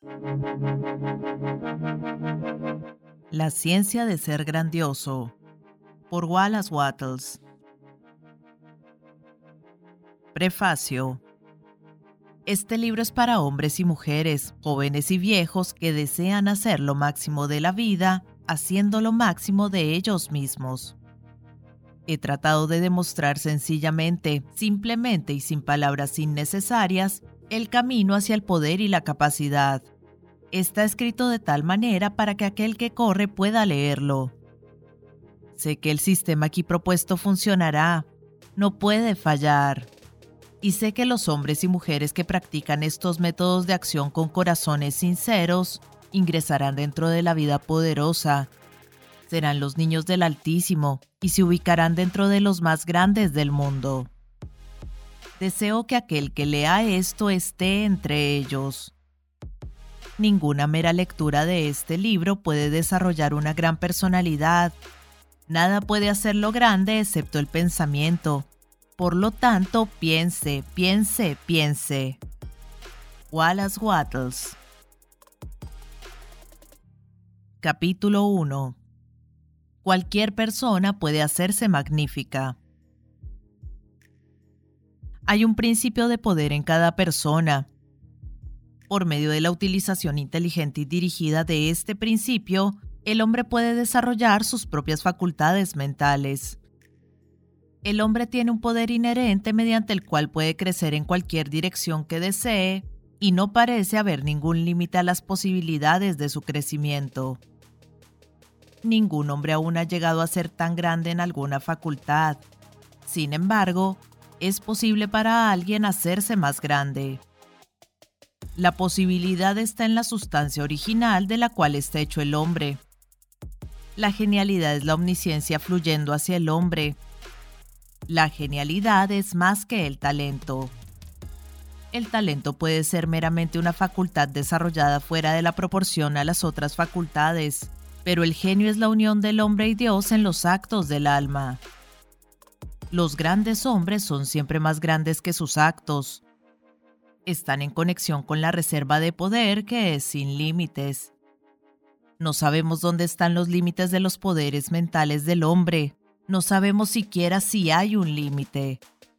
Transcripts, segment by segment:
La ciencia de ser grandioso, por Wallace Wattles. Prefacio. Este libro es para hombres y mujeres, jóvenes y viejos, que desean hacer lo máximo de la vida, haciendo lo máximo de ellos mismos. He tratado de demostrar sencillamente, simplemente y sin palabras innecesarias, el camino hacia el poder y la capacidad. Está escrito de tal manera para que aquel que corre pueda leerlo. Sé que el sistema aquí propuesto funcionará, no puede fallar. Y sé que los hombres y mujeres que practican estos métodos de acción con corazones sinceros ingresarán dentro de la vida poderosa. Serán los niños del Altísimo y se ubicarán dentro de los más grandes del mundo. Deseo que aquel que lea esto esté entre ellos. Ninguna mera lectura de este libro puede desarrollar una gran personalidad. Nada puede hacerlo grande excepto el pensamiento. Por lo tanto, piense, piense, piense. Wallace Wattles. Capítulo 1. Cualquier persona puede hacerse magnífica. Hay un principio de poder en cada persona. Por medio de la utilización inteligente y dirigida de este principio, el hombre puede desarrollar sus propias facultades mentales. El hombre tiene un poder inherente mediante el cual puede crecer en cualquier dirección que desee, y no parece haber ningún límite a las posibilidades de su crecimiento. Ningún hombre aún ha llegado a ser tan grande en alguna facultad. Sin embargo, es posible para alguien hacerse más grande. La posibilidad está en la sustancia original de la cual está hecho el hombre. La genialidad es la omnisciencia fluyendo hacia el hombre. La genialidad es más que el talento. El talento puede ser meramente una facultad desarrollada fuera de la proporción a las otras facultades, pero el genio es la unión del hombre y Dios en los actos del alma. Los grandes hombres son siempre más grandes que sus actos. Están en conexión con la reserva de poder que es sin límites. No sabemos dónde están los límites de los poderes mentales del hombre. No sabemos siquiera si hay un límite.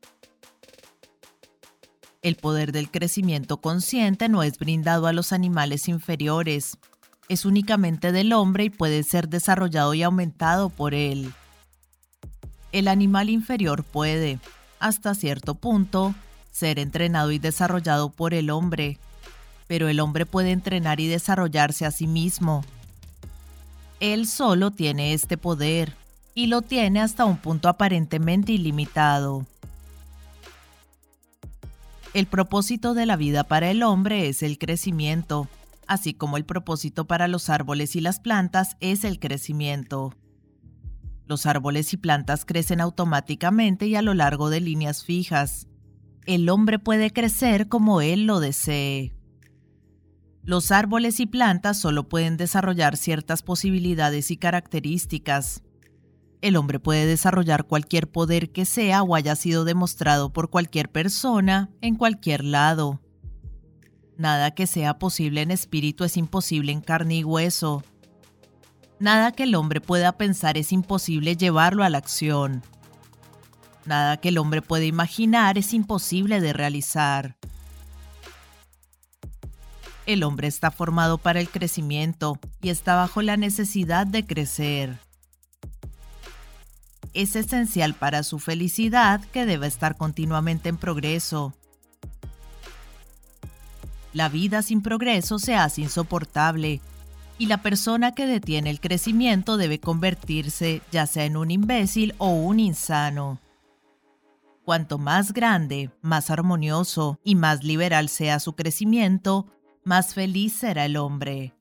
El poder del crecimiento consciente no es brindado a los animales inferiores. Es únicamente del hombre y puede ser desarrollado y aumentado por él. El animal inferior puede, hasta cierto punto, ser entrenado y desarrollado por el hombre, pero el hombre puede entrenar y desarrollarse a sí mismo. Él solo tiene este poder, y lo tiene hasta un punto aparentemente ilimitado. El propósito de la vida para el hombre es el crecimiento, así como el propósito para los árboles y las plantas es el crecimiento. Los árboles y plantas crecen automáticamente y a lo largo de líneas fijas. El hombre puede crecer como él lo desee. Los árboles y plantas solo pueden desarrollar ciertas posibilidades y características. El hombre puede desarrollar cualquier poder que sea o haya sido demostrado por cualquier persona en cualquier lado. Nada que sea posible en espíritu es imposible en carne y hueso. Nada que el hombre pueda pensar es imposible llevarlo a la acción. Nada que el hombre pueda imaginar es imposible de realizar. El hombre está formado para el crecimiento y está bajo la necesidad de crecer. Es esencial para su felicidad que deba estar continuamente en progreso. La vida sin progreso se hace insoportable, y la persona que detiene el crecimiento debe convertirse ya sea en un imbécil o un insano. Cuanto más grande, más armonioso y más liberal sea su crecimiento, más feliz será el hombre.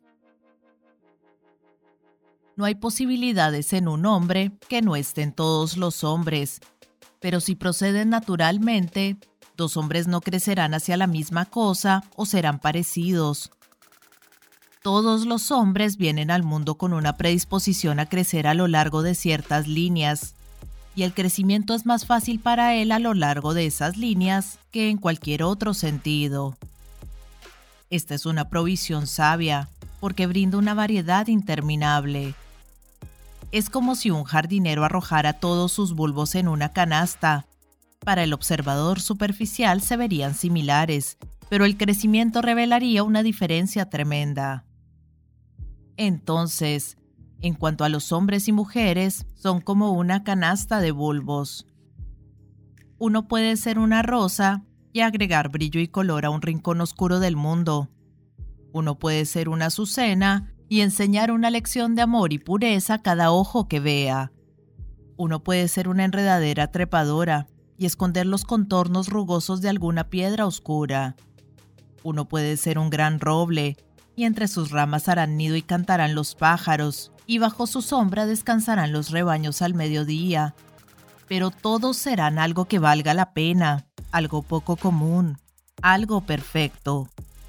No hay posibilidades en un hombre que no estén todos los hombres, pero si proceden naturalmente, dos hombres no crecerán hacia la misma cosa o serán parecidos. Todos los hombres vienen al mundo con una predisposición a crecer a lo largo de ciertas líneas, y el crecimiento es más fácil para él a lo largo de esas líneas que en cualquier otro sentido. Esta es una provisión sabia, porque brinda una variedad interminable. Es como si un jardinero arrojara todos sus bulbos en una canasta. Para el observador superficial se verían similares, pero el crecimiento revelaría una diferencia tremenda. Entonces, en cuanto a los hombres y mujeres, son como una canasta de bulbos. Uno puede ser una rosa y agregar brillo y color a un rincón oscuro del mundo. Uno puede ser una azucena y enseñar una lección de amor y pureza a cada ojo que vea. Uno puede ser una enredadera trepadora y esconder los contornos rugosos de alguna piedra oscura. Uno puede ser un gran roble, y entre sus ramas harán nido y cantarán los pájaros, y bajo su sombra descansarán los rebaños al mediodía. Pero todos serán algo que valga la pena, algo poco común, algo perfecto.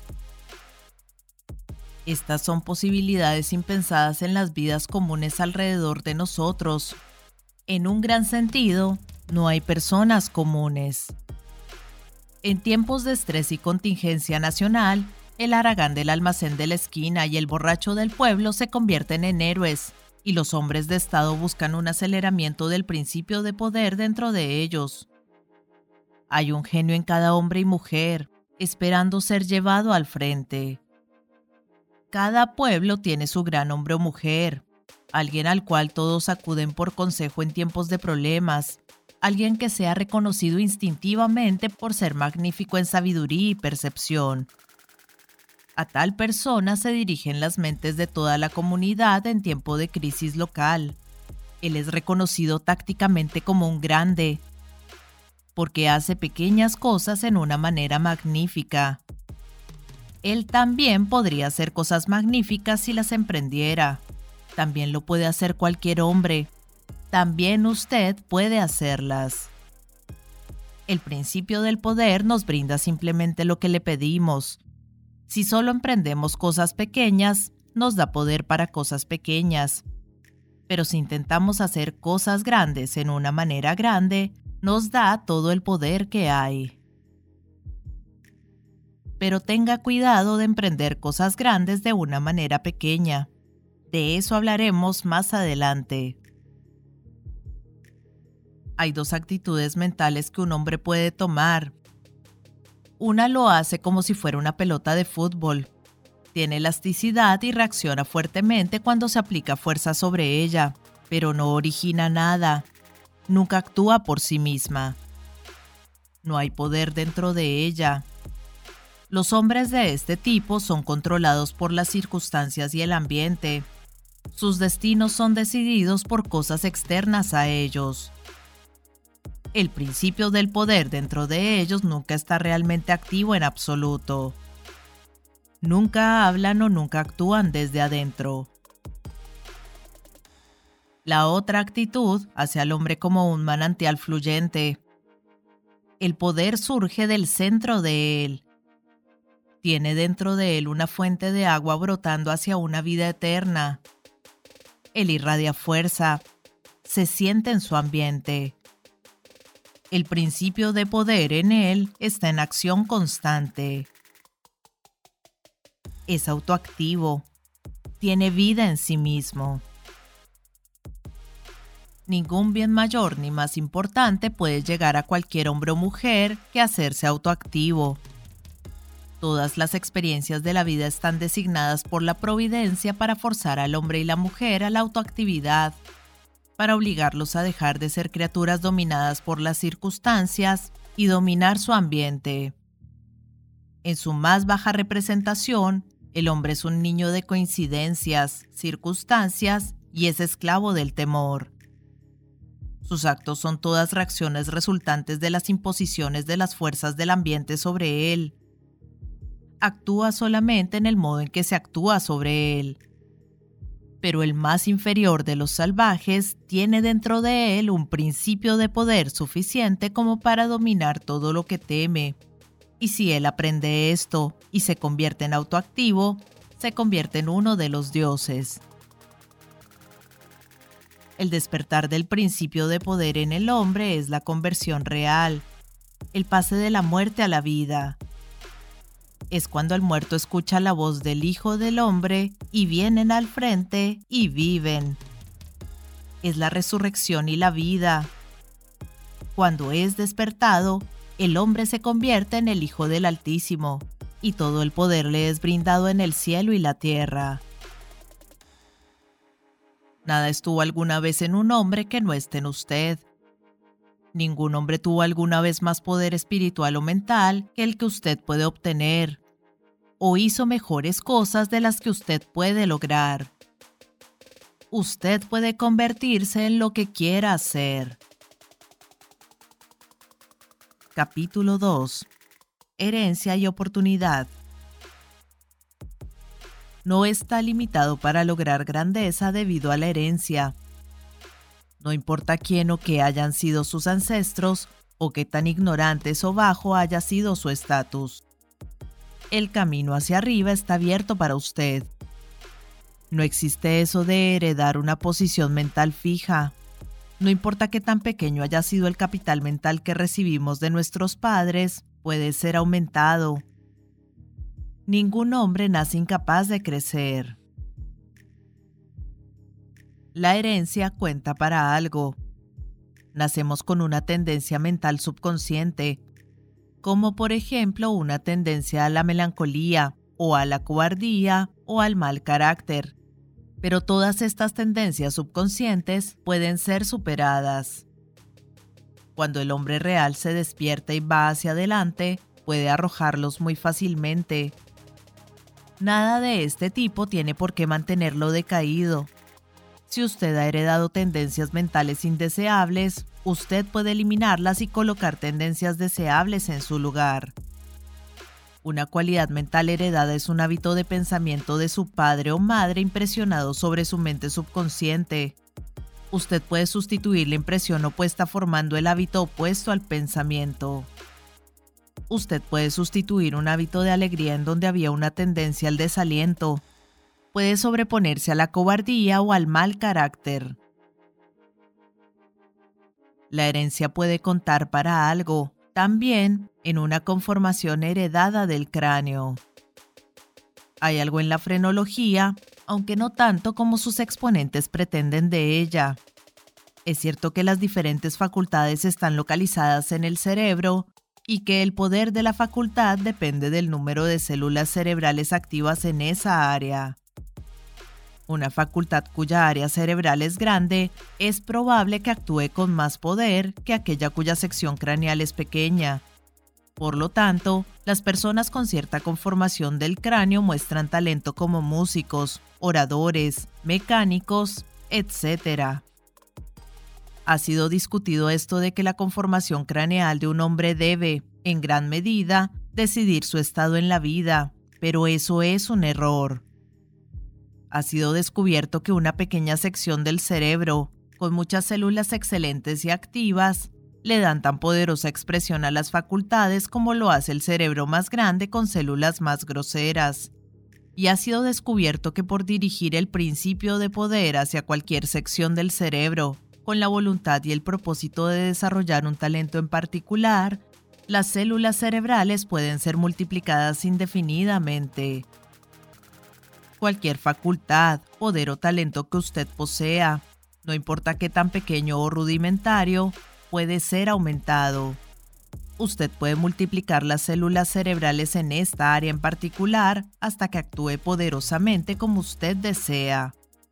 Estas son posibilidades impensadas en las vidas comunes alrededor de nosotros. En un gran sentido, no hay personas comunes. En tiempos de estrés y contingencia nacional, el haragán del almacén de la esquina y el borracho del pueblo se convierten en héroes, y los hombres de Estado buscan un aceleramiento del principio de poder dentro de ellos. Hay un genio en cada hombre y mujer, esperando ser llevado al frente. Cada pueblo tiene su gran hombre o mujer, alguien al cual todos acuden por consejo en tiempos de problemas, alguien que sea reconocido instintivamente por ser magnífico en sabiduría y percepción. A tal persona se dirigen las mentes de toda la comunidad en tiempo de crisis local. Él es reconocido tácticamente como un grande, porque hace pequeñas cosas en una manera magnífica. Él también podría hacer cosas magníficas si las emprendiera. También lo puede hacer cualquier hombre. También usted puede hacerlas. El principio del poder nos brinda simplemente lo que le pedimos. Si solo emprendemos cosas pequeñas, nos da poder para cosas pequeñas. Pero si intentamos hacer cosas grandes en una manera grande, nos da todo el poder que hay. Pero tenga cuidado de emprender cosas grandes de una manera pequeña. De eso hablaremos más adelante. Hay dos actitudes mentales que un hombre puede tomar. Una lo hace como si fuera una pelota de fútbol. Tiene elasticidad y reacciona fuertemente cuando se aplica fuerza sobre ella, pero no origina nada. Nunca actúa por sí misma. No hay poder dentro de ella. Los hombres de este tipo son controlados por las circunstancias y el ambiente. Sus destinos son decididos por cosas externas a ellos. El principio del poder dentro de ellos nunca está realmente activo en absoluto. Nunca hablan o nunca actúan desde adentro. La otra actitud hace al hombre como un manantial fluyente. El poder surge del centro de él. Tiene dentro de él una fuente de agua brotando hacia una vida eterna. Él irradia fuerza. Se siente en su ambiente. El principio de poder en él está en acción constante. Es autoactivo. Tiene vida en sí mismo. Ningún bien mayor ni más importante puede llegar a cualquier hombre o mujer que hacerse autoactivo. Todas las experiencias de la vida están designadas por la providencia para forzar al hombre y la mujer a la autoactividad, para obligarlos a dejar de ser criaturas dominadas por las circunstancias y dominar su ambiente. En su más baja representación, el hombre es un niño de coincidencias, circunstancias y es esclavo del temor. Sus actos son todas reacciones resultantes de las imposiciones de las fuerzas del ambiente sobre él. Actúa solamente en el modo en que se actúa sobre él. Pero el más inferior de los salvajes tiene dentro de él un principio de poder suficiente como para dominar todo lo que teme. Y si él aprende esto y se convierte en autoactivo, se convierte en uno de los dioses. El despertar del principio de poder en el hombre es la conversión real, el pase de la muerte a la vida. Es cuando el muerto escucha la voz del Hijo del Hombre y vienen al frente y viven. Es la resurrección y la vida. Cuando es despertado, el hombre se convierte en el Hijo del Altísimo, y todo el poder le es brindado en el cielo y la tierra. Nada estuvo alguna vez en un hombre que no esté en usted. Ningún hombre tuvo alguna vez más poder espiritual o mental que el que usted puede obtener, o hizo mejores cosas de las que usted puede lograr. Usted puede convertirse en lo que quiera hacer. Capítulo 2. Herencia y oportunidad. No está limitado para lograr grandeza debido a la herencia. No importa quién o qué hayan sido sus ancestros, o qué tan ignorantes o bajo haya sido su estatus. El camino hacia arriba está abierto para usted. No existe eso de heredar una posición mental fija. No importa qué tan pequeño haya sido el capital mental que recibimos de nuestros padres, puede ser aumentado. Ningún hombre nace incapaz de crecer. La herencia cuenta para algo. Nacemos con una tendencia mental subconsciente, como por ejemplo una tendencia a la melancolía, o a la cobardía, o al mal carácter. Pero todas estas tendencias subconscientes pueden ser superadas. Cuando el hombre real se despierta y va hacia adelante, puede arrojarlos muy fácilmente. Nada de este tipo tiene por qué mantenerlo decaído. Si usted ha heredado tendencias mentales indeseables, usted puede eliminarlas y colocar tendencias deseables en su lugar. Una cualidad mental heredada es un hábito de pensamiento de su padre o madre impresionado sobre su mente subconsciente. Usted puede sustituir la impresión opuesta formando el hábito opuesto al pensamiento. Usted puede sustituir un hábito de alegría en donde había una tendencia al desaliento. Puede sobreponerse a la cobardía o al mal carácter. La herencia puede contar para algo, también en una conformación heredada del cráneo. Hay algo en la frenología, aunque no tanto como sus exponentes pretenden de ella. Es cierto que las diferentes facultades están localizadas en el cerebro y que el poder de la facultad depende del número de células cerebrales activas en esa área. Una facultad cuya área cerebral es grande es probable que actúe con más poder que aquella cuya sección craneal es pequeña. Por lo tanto, las personas con cierta conformación del cráneo muestran talento como músicos, oradores, mecánicos, etc. Ha sido discutido esto de que la conformación craneal de un hombre debe, en gran medida, decidir su estado en la vida, pero eso es un error. Ha sido descubierto que una pequeña sección del cerebro, con muchas células excelentes y activas, le dan tan poderosa expresión a las facultades como lo hace el cerebro más grande con células más groseras. Y ha sido descubierto que por dirigir el principio de poder hacia cualquier sección del cerebro, con la voluntad y el propósito de desarrollar un talento en particular, las células cerebrales pueden ser multiplicadas indefinidamente. Cualquier facultad, poder o talento que usted posea, no importa qué tan pequeño o rudimentario, puede ser aumentado. Usted puede multiplicar las células cerebrales en esta área en particular hasta que actúe poderosamente como usted desea.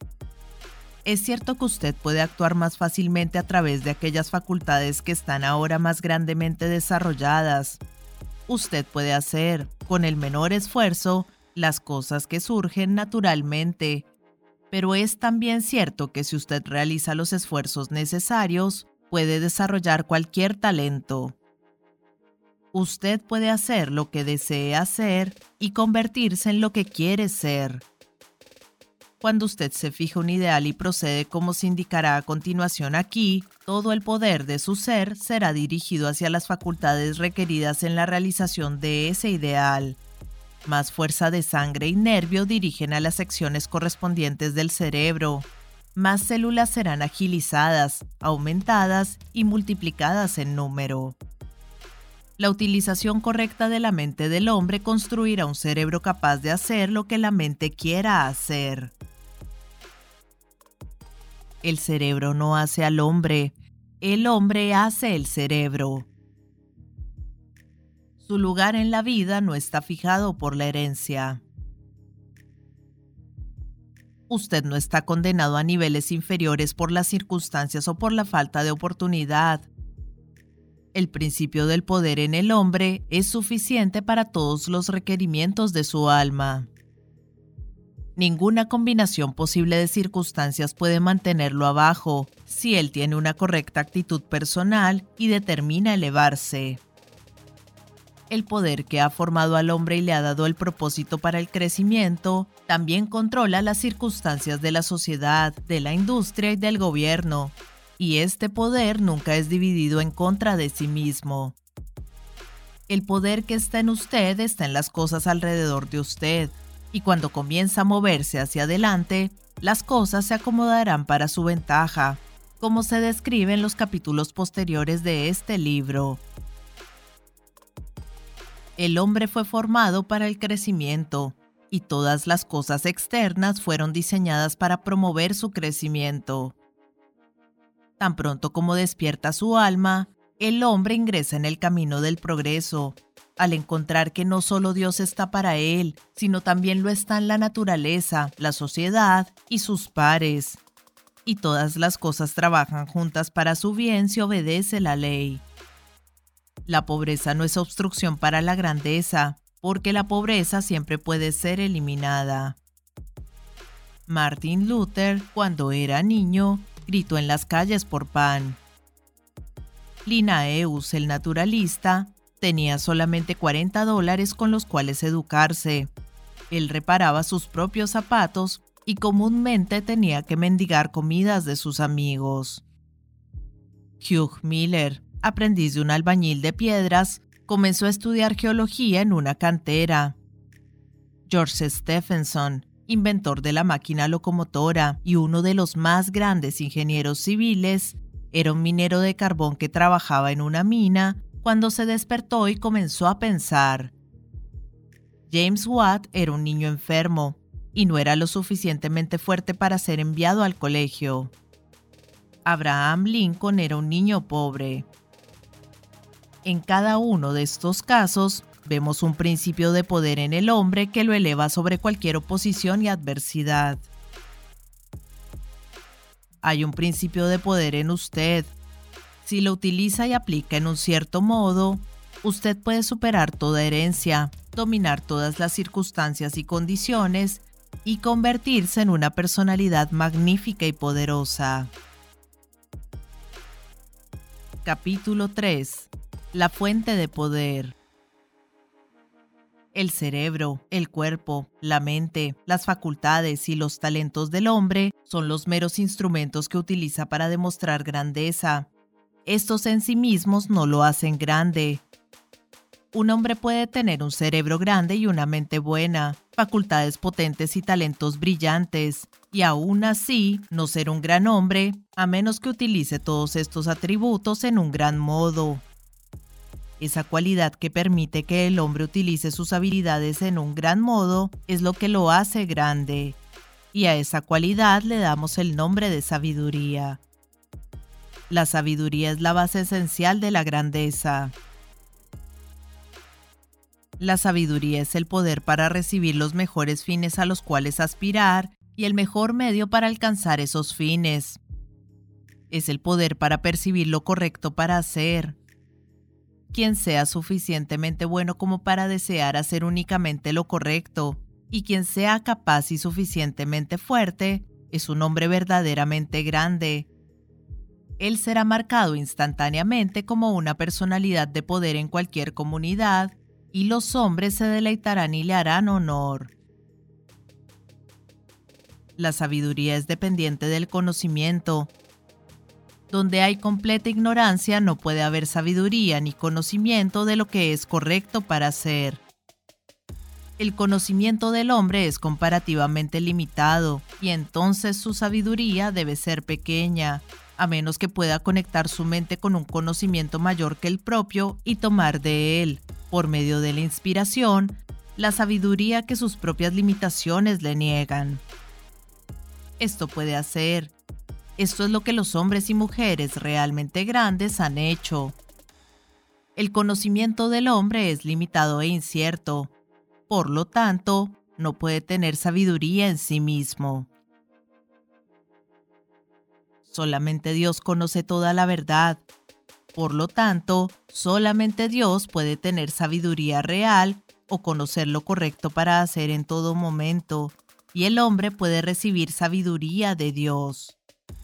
Es cierto que usted puede actuar más fácilmente a través de aquellas facultades que están ahora más grandemente desarrolladas. Usted puede hacer, con el menor esfuerzo, las cosas que surgen naturalmente. Pero es también cierto que si usted realiza los esfuerzos necesarios, puede desarrollar cualquier talento. Usted puede hacer lo que desee hacer y convertirse en lo que quiere ser. Cuando usted se fija un ideal y procede como se indicará a continuación aquí, todo el poder de su ser será dirigido hacia las facultades requeridas en la realización de ese ideal. Más fuerza de sangre y nervio dirigen a las secciones correspondientes del cerebro. Más células serán agilizadas, aumentadas y multiplicadas en número. La utilización correcta de la mente del hombre construirá un cerebro capaz de hacer lo que la mente quiera hacer. El cerebro no hace al hombre, el hombre hace el cerebro. Su lugar en la vida no está fijado por la herencia. Usted no está condenado a niveles inferiores por las circunstancias o por la falta de oportunidad. El principio del poder en el hombre es suficiente para todos los requerimientos de su alma. Ninguna combinación posible de circunstancias puede mantenerlo abajo si él tiene una correcta actitud personal y determina elevarse. El poder que ha formado al hombre y le ha dado el propósito para el crecimiento también controla las circunstancias de la sociedad, de la industria y del gobierno. Y este poder nunca es dividido en contra de sí mismo. El poder que está en usted está en las cosas alrededor de usted, y cuando comienza a moverse hacia adelante, las cosas se acomodarán para su ventaja, como se describe en los capítulos posteriores de este libro. El hombre fue formado para el crecimiento, y todas las cosas externas fueron diseñadas para promover su crecimiento. Tan pronto como despierta su alma, el hombre ingresa en el camino del progreso, al encontrar que no solo Dios está para él, sino también lo están la naturaleza, la sociedad y sus pares. Y todas las cosas trabajan juntas para su bien si obedece la ley. La pobreza no es obstrucción para la grandeza, porque la pobreza siempre puede ser eliminada. Martin Luther, cuando era niño, gritó en las calles por pan. Linnaeus, el naturalista, tenía solamente $40 con los cuales educarse. Él reparaba sus propios zapatos y comúnmente tenía que mendigar comidas de sus amigos. Hugh Miller, aprendiz de un albañil de piedras, comenzó a estudiar geología en una cantera. George Stephenson, inventor de la máquina locomotora y uno de los más grandes ingenieros civiles, era un minero de carbón que trabajaba en una mina cuando se despertó y comenzó a pensar. James Watt era un niño enfermo y no era lo suficientemente fuerte para ser enviado al colegio. Abraham Lincoln era un niño pobre. En cada uno de estos casos, vemos un principio de poder en el hombre que lo eleva sobre cualquier oposición y adversidad. Hay un principio de poder en usted. Si lo utiliza y aplica en un cierto modo, usted puede superar toda herencia, dominar todas las circunstancias y condiciones y convertirse en una personalidad magnífica y poderosa. Capítulo 3. La fuente de poder. El cerebro, el cuerpo, la mente, las facultades y los talentos del hombre son los meros instrumentos que utiliza para demostrar grandeza. Estos en sí mismos no lo hacen grande. Un hombre puede tener un cerebro grande y una mente buena, facultades potentes y talentos brillantes, y aún así no ser un gran hombre, a menos que utilice todos estos atributos en un gran modo. Esa cualidad que permite que el hombre utilice sus habilidades en un gran modo es lo que lo hace grande, y a esa cualidad le damos el nombre de sabiduría. La sabiduría es la base esencial de la grandeza. La sabiduría es el poder para recibir los mejores fines a los cuales aspirar y el mejor medio para alcanzar esos fines. Es el poder para percibir lo correcto para hacer. Quien sea suficientemente bueno como para desear hacer únicamente lo correcto, y quien sea capaz y suficientemente fuerte, es un hombre verdaderamente grande. Él será marcado instantáneamente como una personalidad de poder en cualquier comunidad, y los hombres se deleitarán y le harán honor. La sabiduría es dependiente del conocimiento. Donde hay completa ignorancia no puede haber sabiduría ni conocimiento de lo que es correcto para hacer. El conocimiento del hombre es comparativamente limitado y entonces su sabiduría debe ser pequeña. a menos que pueda conectar su mente con un conocimiento mayor que el propio y tomar de él, por medio de la inspiración, la sabiduría que sus propias limitaciones le niegan. Esto puede hacer. Esto es lo que los hombres y mujeres realmente grandes han hecho. El conocimiento del hombre es limitado e incierto. Por lo tanto, no puede tener sabiduría en sí mismo. Solamente Dios conoce toda la verdad. Por lo tanto, solamente Dios puede tener sabiduría real o conocer lo correcto para hacer en todo momento, y el hombre puede recibir sabiduría de Dios.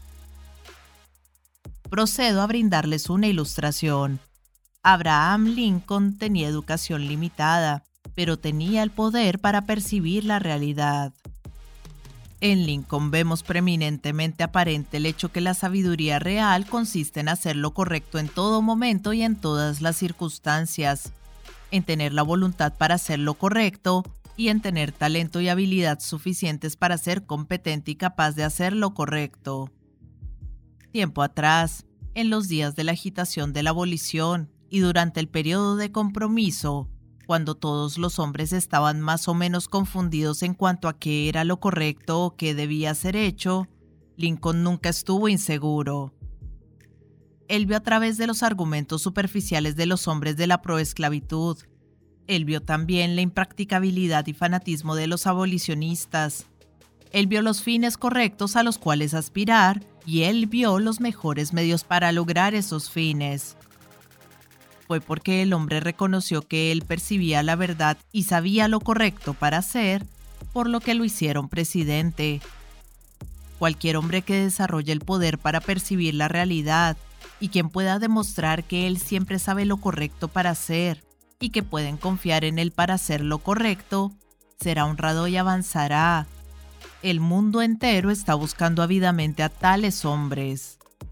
Procedo a brindarles una ilustración. Abraham Lincoln tenía educación limitada, pero tenía el poder para percibir la realidad. En Lincoln vemos preeminentemente aparente el hecho que la sabiduría real consiste en hacer lo correcto en todo momento y en todas las circunstancias, en tener la voluntad para hacer lo correcto y en tener talento y habilidad suficientes para ser competente y capaz de hacer lo correcto. Tiempo atrás, en los días de la agitación de la abolición y durante el periodo de compromiso, cuando todos los hombres estaban más o menos confundidos en cuanto a qué era lo correcto o qué debía ser hecho, Lincoln nunca estuvo inseguro. Él vio a través de los argumentos superficiales de los hombres de la proesclavitud. Él vio también la impracticabilidad y fanatismo de los abolicionistas. Él vio los fines correctos a los cuales aspirar y él vio los mejores medios para lograr esos fines. Fue porque el hombre reconoció que él percibía la verdad y sabía lo correcto para hacer, por lo que lo hicieron presidente. Cualquier hombre que desarrolle el poder para percibir la realidad y quien pueda demostrar que él siempre sabe lo correcto para hacer y que pueden confiar en él para hacer lo correcto, será honrado y avanzará. El mundo entero está buscando ávidamente a tales hombres.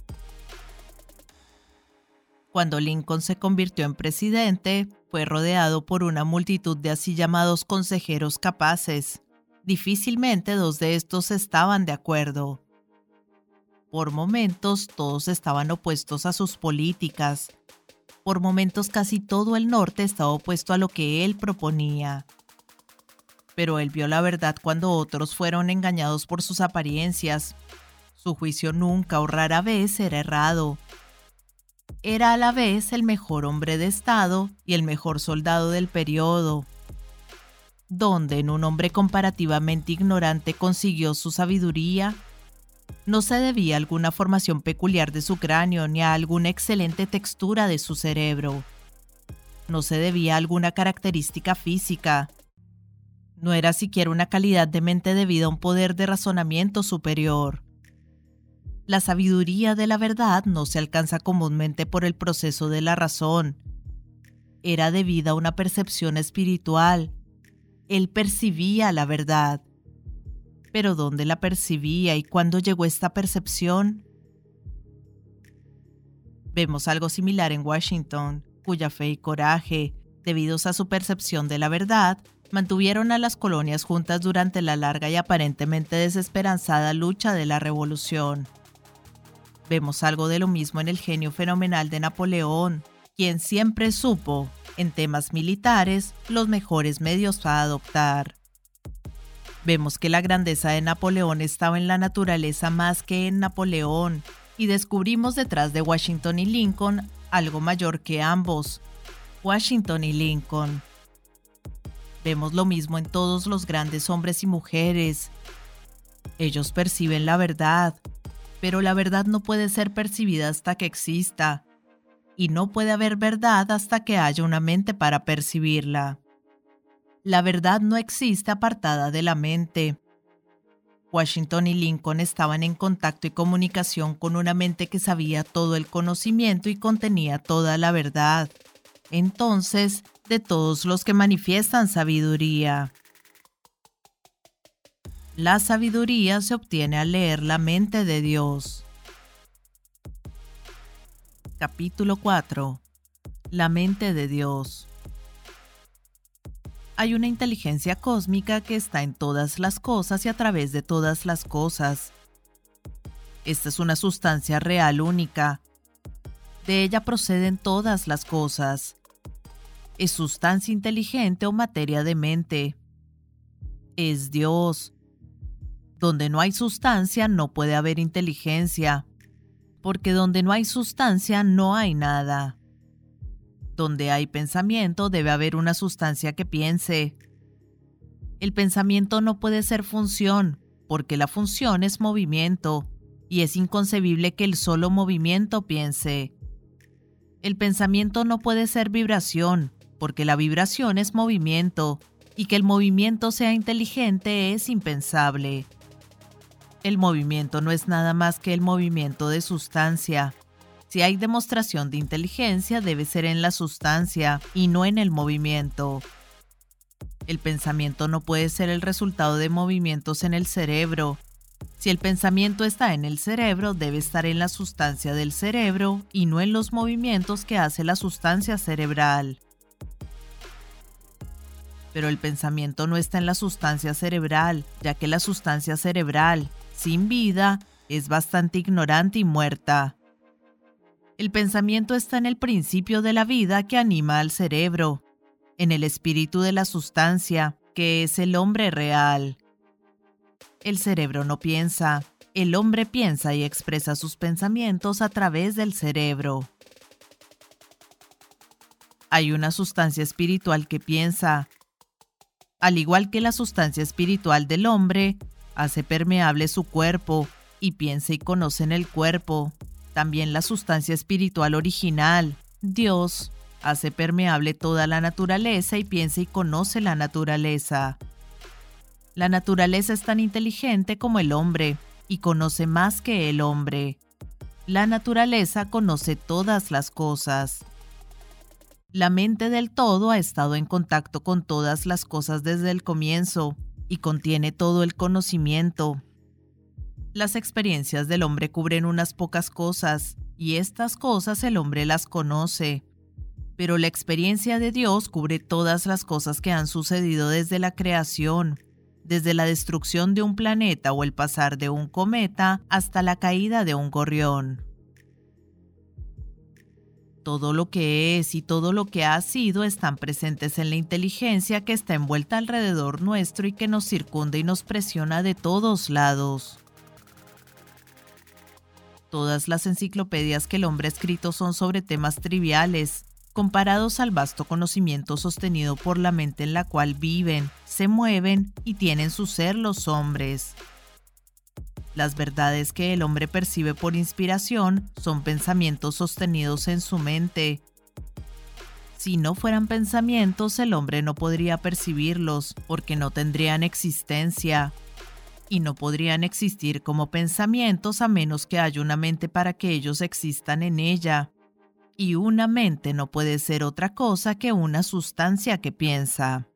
Cuando Lincoln se convirtió en presidente, fue rodeado por una multitud de así llamados consejeros capaces. Difícilmente dos de estos estaban de acuerdo. Por momentos, todos estaban opuestos a sus políticas. Por momentos, casi todo el norte estaba opuesto a lo que él proponía. Pero él vio la verdad cuando otros fueron engañados por sus apariencias. Su juicio nunca o rara vez era errado. Era a la vez el mejor hombre de Estado y el mejor soldado del periodo. ¿Dónde un hombre comparativamente ignorante consiguió su sabiduría? No se debía a alguna formación peculiar de su cráneo ni a alguna excelente textura de su cerebro. No se debía a alguna característica física. No era siquiera una calidad de mente debida a un poder de razonamiento superior. La sabiduría de la verdad no se alcanza comúnmente por el proceso de la razón. Era debida a una percepción espiritual. Él percibía la verdad. Pero ¿dónde la percibía y cuándo llegó esta percepción? Vemos algo similar en Washington, cuya fe y coraje, debidos a su percepción de la verdad, mantuvieron a las colonias juntas durante la larga y aparentemente desesperanzada lucha de la Revolución. Vemos algo de lo mismo en el genio fenomenal de Napoleón, quien siempre supo, en temas militares, los mejores medios a adoptar. Vemos que la grandeza de Napoleón estaba en la naturaleza más que en Napoleón, y descubrimos detrás de Washington y Lincoln algo mayor que ambos, Washington y Lincoln. Vemos lo mismo en todos los grandes hombres y mujeres. Ellos perciben la verdad, pero la verdad no puede ser percibida hasta que exista, y no puede haber verdad hasta que haya una mente para percibirla. La verdad no existe apartada de la mente. Washington y Lincoln estaban en contacto y comunicación con una mente que sabía todo el conocimiento y contenía toda la verdad. Entonces, de todos los que manifiestan sabiduría. La sabiduría se obtiene al leer la mente de Dios. Capítulo 4. La mente de Dios. Hay una inteligencia cósmica que está en todas las cosas y a través de todas las cosas. Esta es una sustancia real única. De ella proceden todas las cosas. Es sustancia inteligente o materia de mente. Es Dios. Donde no hay sustancia no puede haber inteligencia, porque donde no hay sustancia no hay nada. Donde hay pensamiento debe haber una sustancia que piense. El pensamiento no puede ser función, porque la función es movimiento, y es inconcebible que el solo movimiento piense. El pensamiento no puede ser vibración, porque la vibración es movimiento, y que el movimiento sea inteligente es impensable. El movimiento no es nada más que el movimiento de sustancia. Si hay demostración de inteligencia, debe ser en la sustancia y no en el movimiento. El pensamiento no puede ser el resultado de movimientos en el cerebro. Si el pensamiento está en el cerebro, debe estar en la sustancia del cerebro y no en los movimientos que hace la sustancia cerebral. Pero el pensamiento no está en la sustancia cerebral, ya que la sustancia cerebral, sin vida, es bastante ignorante y muerta. El pensamiento está en el principio de la vida que anima al cerebro, en el espíritu de la sustancia, que es el hombre real. El cerebro no piensa, el hombre piensa y expresa sus pensamientos a través del cerebro. Hay una sustancia espiritual que piensa. Al igual que la sustancia espiritual del hombre, hace permeable su cuerpo y piensa y conoce en el cuerpo. También la sustancia espiritual original, Dios, hace permeable toda la naturaleza y piensa y conoce la naturaleza. La naturaleza es tan inteligente como el hombre y conoce más que el hombre. La naturaleza conoce todas las cosas. La mente del todo ha estado en contacto con todas las cosas desde el comienzo y contiene todo el conocimiento. Las experiencias del hombre cubren unas pocas cosas y estas cosas el hombre las conoce. Pero la experiencia de Dios cubre todas las cosas que han sucedido desde la creación, desde la destrucción de un planeta o el pasar de un cometa hasta la caída de un gorrión. Todo lo que es y todo lo que ha sido están presentes en la inteligencia que está envuelta alrededor nuestro y que nos circunda y nos presiona de todos lados. Todas las enciclopedias que el hombre ha escrito son sobre temas triviales, comparados al vasto conocimiento sostenido por la mente en la cual viven, se mueven y tienen su ser los hombres. Las verdades que el hombre percibe por inspiración son pensamientos sostenidos en su mente. Si no fueran pensamientos, el hombre no podría percibirlos, porque no tendrían existencia. Y no podrían existir como pensamientos a menos que haya una mente para que ellos existan en ella. Y una mente no puede ser otra cosa que una sustancia que piensa.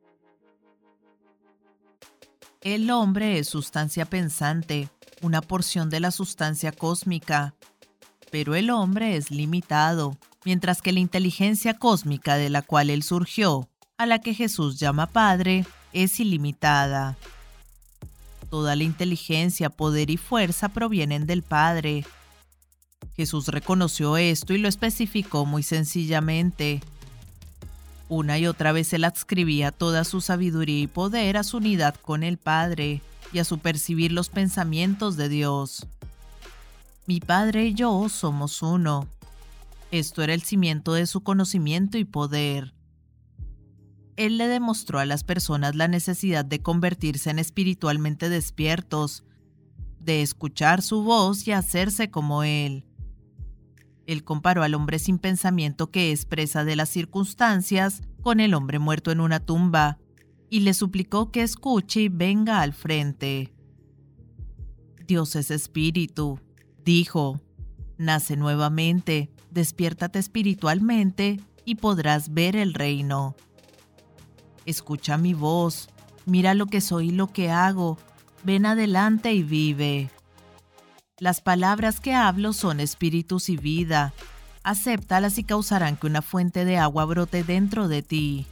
El hombre es sustancia pensante, una porción de la sustancia cósmica. Pero el hombre es limitado, mientras que la inteligencia cósmica de la cual él surgió, a la que Jesús llama Padre, es ilimitada. Toda la inteligencia, poder y fuerza provienen del Padre. Jesús reconoció esto y lo especificó muy sencillamente. Una y otra vez él adscribía toda su sabiduría y poder a su unidad con el Padre y a su percibir los pensamientos de Dios. Mi Padre y yo somos uno. Esto era el cimiento de su conocimiento y poder. Él le demostró a las personas la necesidad de convertirse en espiritualmente despiertos, de escuchar su voz y hacerse como Él. Él comparó al hombre sin pensamiento que es presa de las circunstancias con el hombre muerto en una tumba, y le suplicó que escuche y venga al frente. Dios es espíritu, dijo. Nace nuevamente, despiértate espiritualmente y podrás ver el reino. Escucha mi voz, mira lo que soy y lo que hago, ven adelante y vive. Las palabras que hablo son espíritus y vida. Acéptalas y causarán que una fuente de agua brote dentro de ti.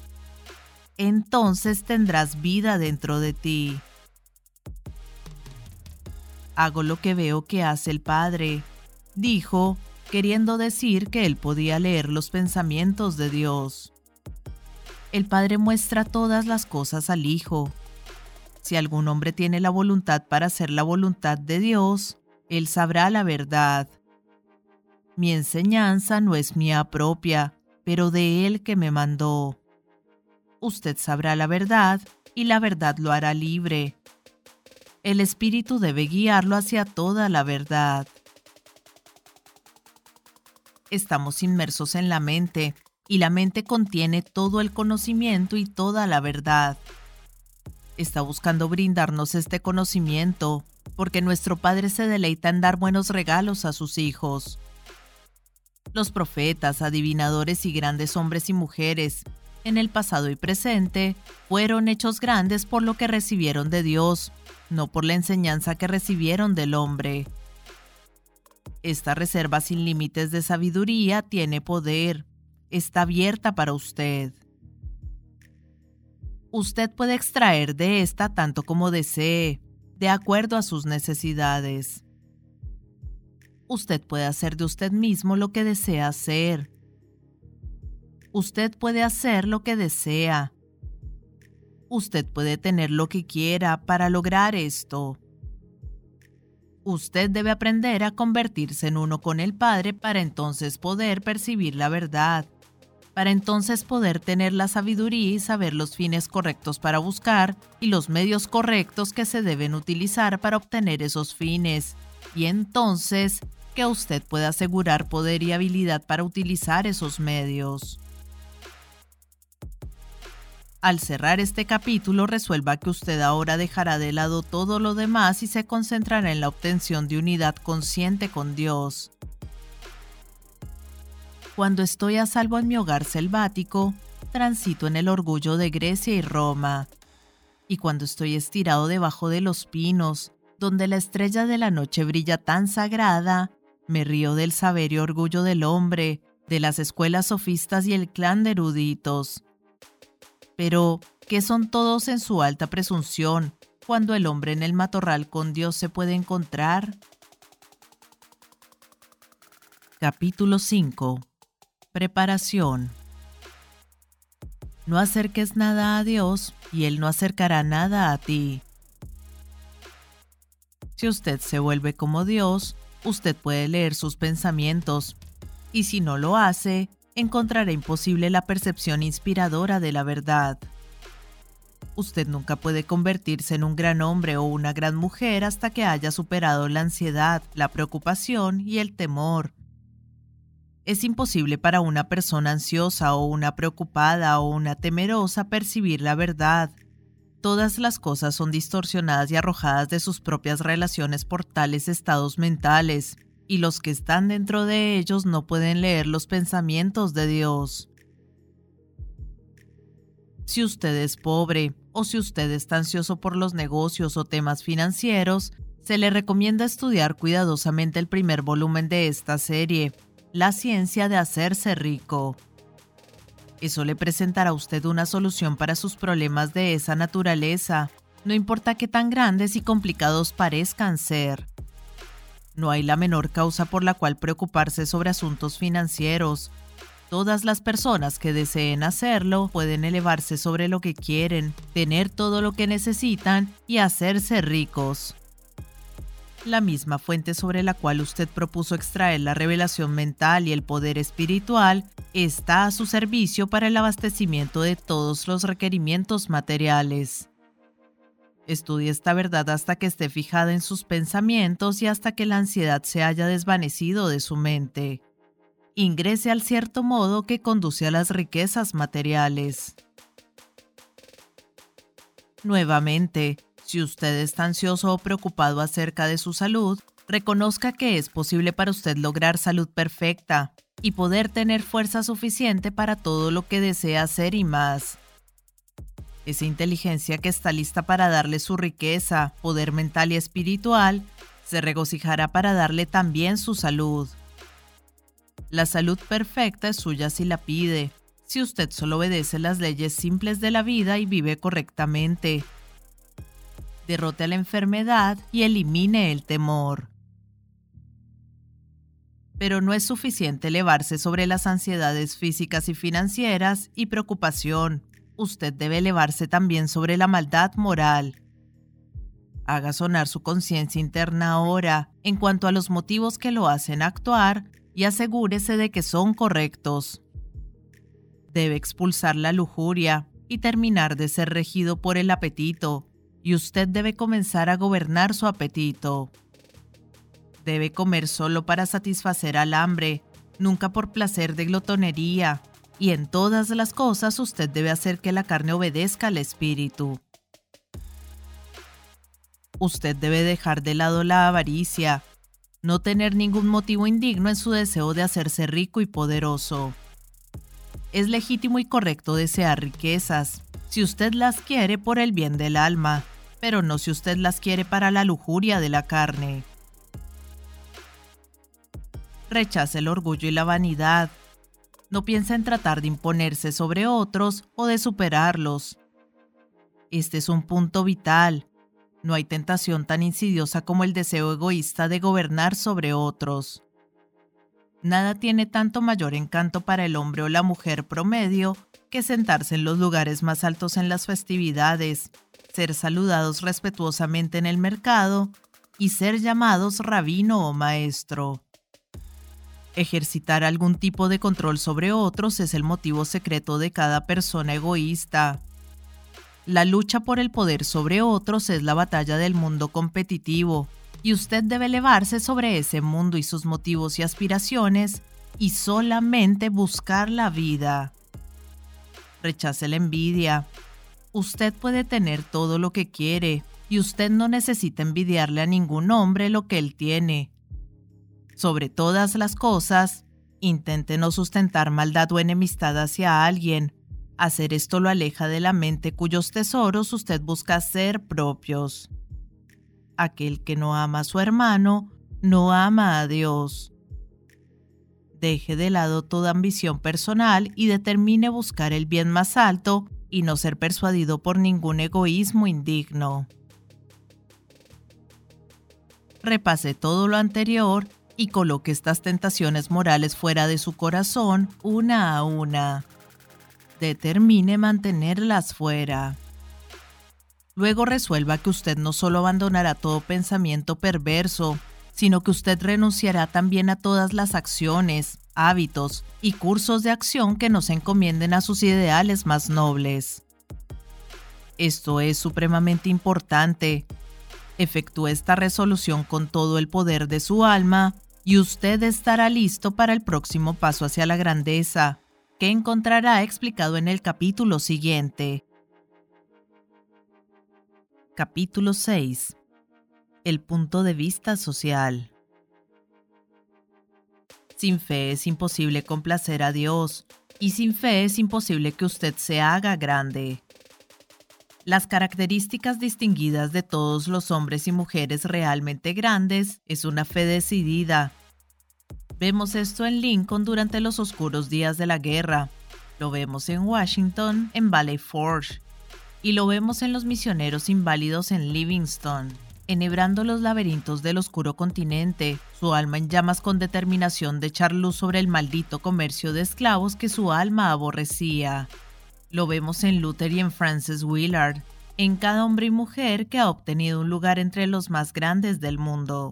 Entonces tendrás vida dentro de ti. hago lo que veo que hace el Padre, dijo, queriendo decir que él podía leer los pensamientos de Dios. El Padre muestra todas las cosas al Hijo. Si algún hombre tiene la voluntad para hacer la voluntad de Dios, él sabrá la verdad. Mi enseñanza no es mía propia, pero de él que me mandó. Usted sabrá la verdad, y la verdad lo hará libre. El Espíritu debe guiarlo hacia toda la verdad. Estamos inmersos en la mente, y la mente contiene todo el conocimiento y toda la verdad. Está buscando brindarnos este conocimiento, porque nuestro Padre se deleita en dar buenos regalos a sus hijos. Los profetas, adivinadores y grandes hombres y mujeres, en el pasado y presente, fueron hechos grandes por lo que recibieron de Dios, no por la enseñanza que recibieron del hombre. Esta reserva sin límites de sabiduría tiene poder. Está abierta para usted. Usted puede extraer de esta tanto como desee, de acuerdo a sus necesidades. Usted puede hacer de usted mismo lo que desea hacer. Usted puede hacer lo que desea. Usted puede tener lo que quiera para lograr esto. Usted debe aprender a convertirse en uno con el Padre para entonces poder percibir la verdad, para entonces poder tener la sabiduría y saber los fines correctos para buscar y los medios correctos que se deben utilizar para obtener esos fines, y entonces que usted pueda asegurar poder y habilidad para utilizar esos medios. Al cerrar este capítulo, resuelva que usted ahora dejará de lado todo lo demás y se concentrará en la obtención de unidad consciente con Dios. Cuando estoy a salvo en mi hogar selvático, transito en el orgullo de Grecia y Roma. Y cuando estoy estirado debajo de los pinos, donde la estrella de la noche brilla tan sagrada, me río del saber y orgullo del hombre, de las escuelas sofistas y el clan de eruditos. Pero, ¿qué son todos en su alta presunción, cuando el hombre en el matorral con Dios se puede encontrar? Capítulo 5. Preparación. No acerques nada a Dios, y Él no acercará nada a ti. Si usted se vuelve como Dios, usted puede leer sus pensamientos, y si no lo hace, encontrará imposible la percepción inspiradora de la verdad. Usted nunca puede convertirse en un gran hombre o una gran mujer hasta que haya superado la ansiedad, la preocupación y el temor. Es imposible para una persona ansiosa o una preocupada o una temerosa percibir la verdad. Todas las cosas son distorsionadas y arrojadas de sus propias relaciones por tales estados mentales, y los que están dentro de ellos no pueden leer los pensamientos de Dios. Si usted es pobre o si usted está ansioso por los negocios o temas financieros, se le recomienda estudiar cuidadosamente el primer volumen de esta serie, La ciencia de hacerse rico. Eso le presentará a usted una solución para sus problemas de esa naturaleza, no importa qué tan grandes y complicados parezcan ser. No hay la menor causa por la cual preocuparse sobre asuntos financieros. Todas las personas que deseen hacerlo pueden elevarse sobre lo que quieren, tener todo lo que necesitan y hacerse ricos. La misma fuente sobre la cual usted propuso extraer la revelación mental y el poder espiritual está a su servicio para el abastecimiento de todos los requerimientos materiales. Estudie esta verdad hasta que esté fijada en sus pensamientos y hasta que la ansiedad se haya desvanecido de su mente. Ingrese al cierto modo que conduce a las riquezas materiales. Nuevamente, si usted está ansioso o preocupado acerca de su salud, reconozca que es posible para usted lograr salud perfecta y poder tener fuerza suficiente para todo lo que desea hacer y más. Esa inteligencia que está lista para darle su riqueza, poder mental y espiritual, se regocijará para darle también su salud. La salud perfecta es suya si la pide, si usted solo obedece las leyes simples de la vida y vive correctamente. derrote a la enfermedad y elimine el temor. Pero no es suficiente elevarse sobre las ansiedades físicas y financieras y preocupación. Usted debe elevarse también sobre la maldad moral. Haga sonar su conciencia interna ahora en cuanto a los motivos que lo hacen actuar y asegúrese de que son correctos. Debe expulsar la lujuria y terminar de ser regido por el apetito, y usted debe comenzar a gobernar su apetito. Debe comer solo para satisfacer al hambre, nunca por placer de glotonería, y en todas las cosas usted debe hacer que la carne obedezca al espíritu. Usted debe dejar de lado la avaricia, no tener ningún motivo indigno en su deseo de hacerse rico y poderoso. Es legítimo y correcto desear riquezas, si usted las quiere por el bien del alma, pero no si usted las quiere para la lujuria de la carne. Rechace el orgullo y la vanidad. No piense en tratar de imponerse sobre otros o de superarlos. Este es un punto vital. No hay tentación tan insidiosa como el deseo egoísta de gobernar sobre otros. Nada tiene tanto mayor encanto para el hombre o la mujer promedio que sentarse en los lugares más altos en las festividades, ser saludados respetuosamente en el mercado y ser llamados rabino o maestro. Ejercitar algún tipo de control sobre otros es el motivo secreto de cada persona egoísta. La lucha por el poder sobre otros es la batalla del mundo competitivo, y usted debe elevarse sobre ese mundo y sus motivos y aspiraciones y solamente buscar la vida. Rechace la envidia. Usted puede tener todo lo que quiere y usted no necesita envidiarle a ningún hombre lo que él tiene. Sobre todas las cosas, intente no sustentar maldad o enemistad hacia alguien. Hacer esto lo aleja de la mente cuyos tesoros usted busca ser propios. Aquel que no ama a su hermano, no ama a Dios. Deje de lado toda ambición personal y determine buscar el bien más alto y no ser persuadido por ningún egoísmo indigno. Repase todo lo anterior y coloque estas tentaciones morales fuera de su corazón una a una. Determine mantenerlas fuera. Luego resuelva que usted no solo abandonará todo pensamiento perverso, sino que usted renunciará también a todas las acciones, hábitos y cursos de acción que no se encomienden a sus ideales más nobles. Esto es supremamente importante. Efectúe esta resolución con todo el poder de su alma y usted estará listo para el próximo paso hacia la grandeza, que encontrará explicado en el capítulo siguiente. Capítulo 6. El punto de vista social. Sin fe es imposible complacer a Dios, y sin fe es imposible que usted se haga grande. Las características distinguidas de todos los hombres y mujeres realmente grandes es una fe decidida. Vemos esto en Lincoln durante los oscuros días de la guerra, lo vemos en Washington en Valley Forge, y lo vemos en los misioneros inválidos en Livingston, enhebrando los laberintos del oscuro continente, su alma en llamas con determinación de echar luz sobre el maldito comercio de esclavos que su alma aborrecía. Lo vemos en Luther y en Francis Willard, en cada hombre y mujer que ha obtenido un lugar entre los más grandes del mundo.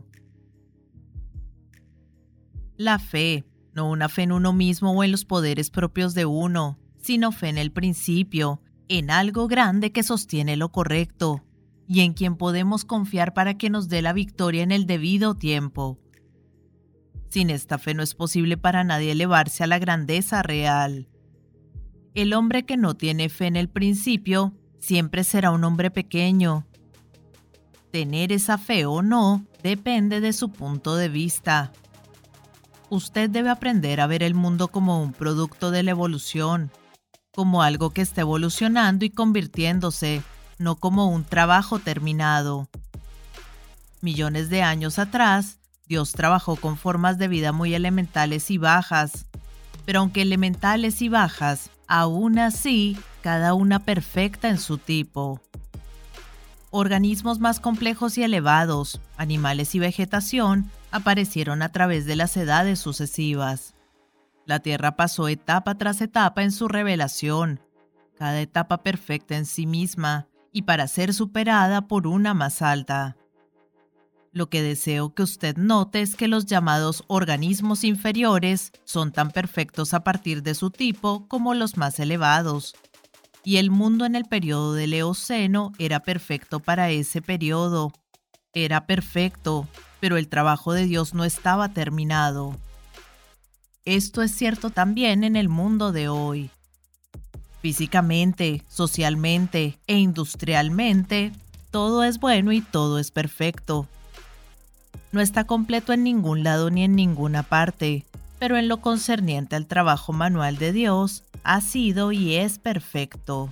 La fe, no una fe en uno mismo o en los poderes propios de uno, sino fe en el principio, en algo grande que sostiene lo correcto, y en quien podemos confiar para que nos dé la victoria en el debido tiempo. Sin esta fe no es posible para nadie elevarse a la grandeza real. El hombre que no tiene fe en el principio siempre será un hombre pequeño. Tener esa fe o no depende de su punto de vista. Usted debe aprender a ver el mundo como un producto de la evolución, como algo que está evolucionando y convirtiéndose, no como un trabajo terminado. Millones de años atrás, Dios trabajó con formas de vida muy elementales y bajas, pero aunque elementales y bajas, aún así, cada una perfecta en su tipo. Organismos más complejos y elevados, animales y vegetación, aparecieron a través de las edades sucesivas. La Tierra pasó etapa tras etapa en su revelación, cada etapa perfecta en sí misma y para ser superada por una más alta. Lo que deseo que usted note es que los llamados organismos inferiores son tan perfectos a partir de su tipo como los más elevados. Y el mundo en el periodo del Eoceno era perfecto para ese periodo. Era perfecto, pero el trabajo de Dios no estaba terminado. Esto es cierto también en el mundo de hoy. Físicamente, socialmente e industrialmente, todo es bueno y todo es perfecto. No está completo en ningún lado ni en ninguna parte, pero en lo concerniente al trabajo manual de Dios, ha sido y es perfecto.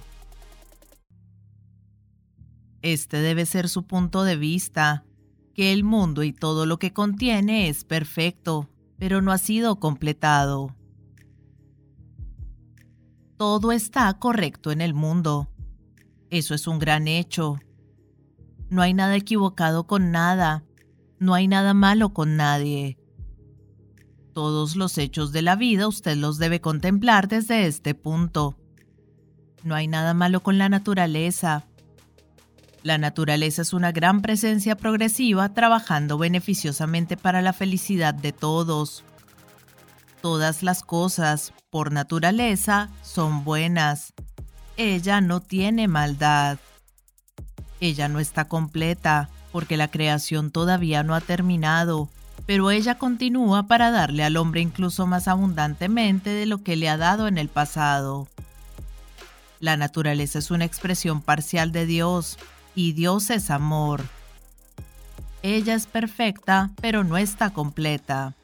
Este debe ser su punto de vista, que el mundo y todo lo que contiene es perfecto, pero no ha sido completado. Todo está correcto en el mundo. Eso es un gran hecho. No hay nada equivocado con nada. No hay nada malo con nadie. Todos los hechos de la vida usted los debe contemplar desde este punto. No hay nada malo con la naturaleza. La naturaleza es una gran presencia progresiva trabajando beneficiosamente para la felicidad de todos. Todas las cosas, por naturaleza, son buenas. Ella no tiene maldad. Ella no está completa, porque la creación todavía no ha terminado, pero ella continúa para darle al hombre incluso más abundantemente de lo que le ha dado en el pasado. La naturaleza es una expresión parcial de Dios, y Dios es amor. Ella es perfecta, pero no está completa.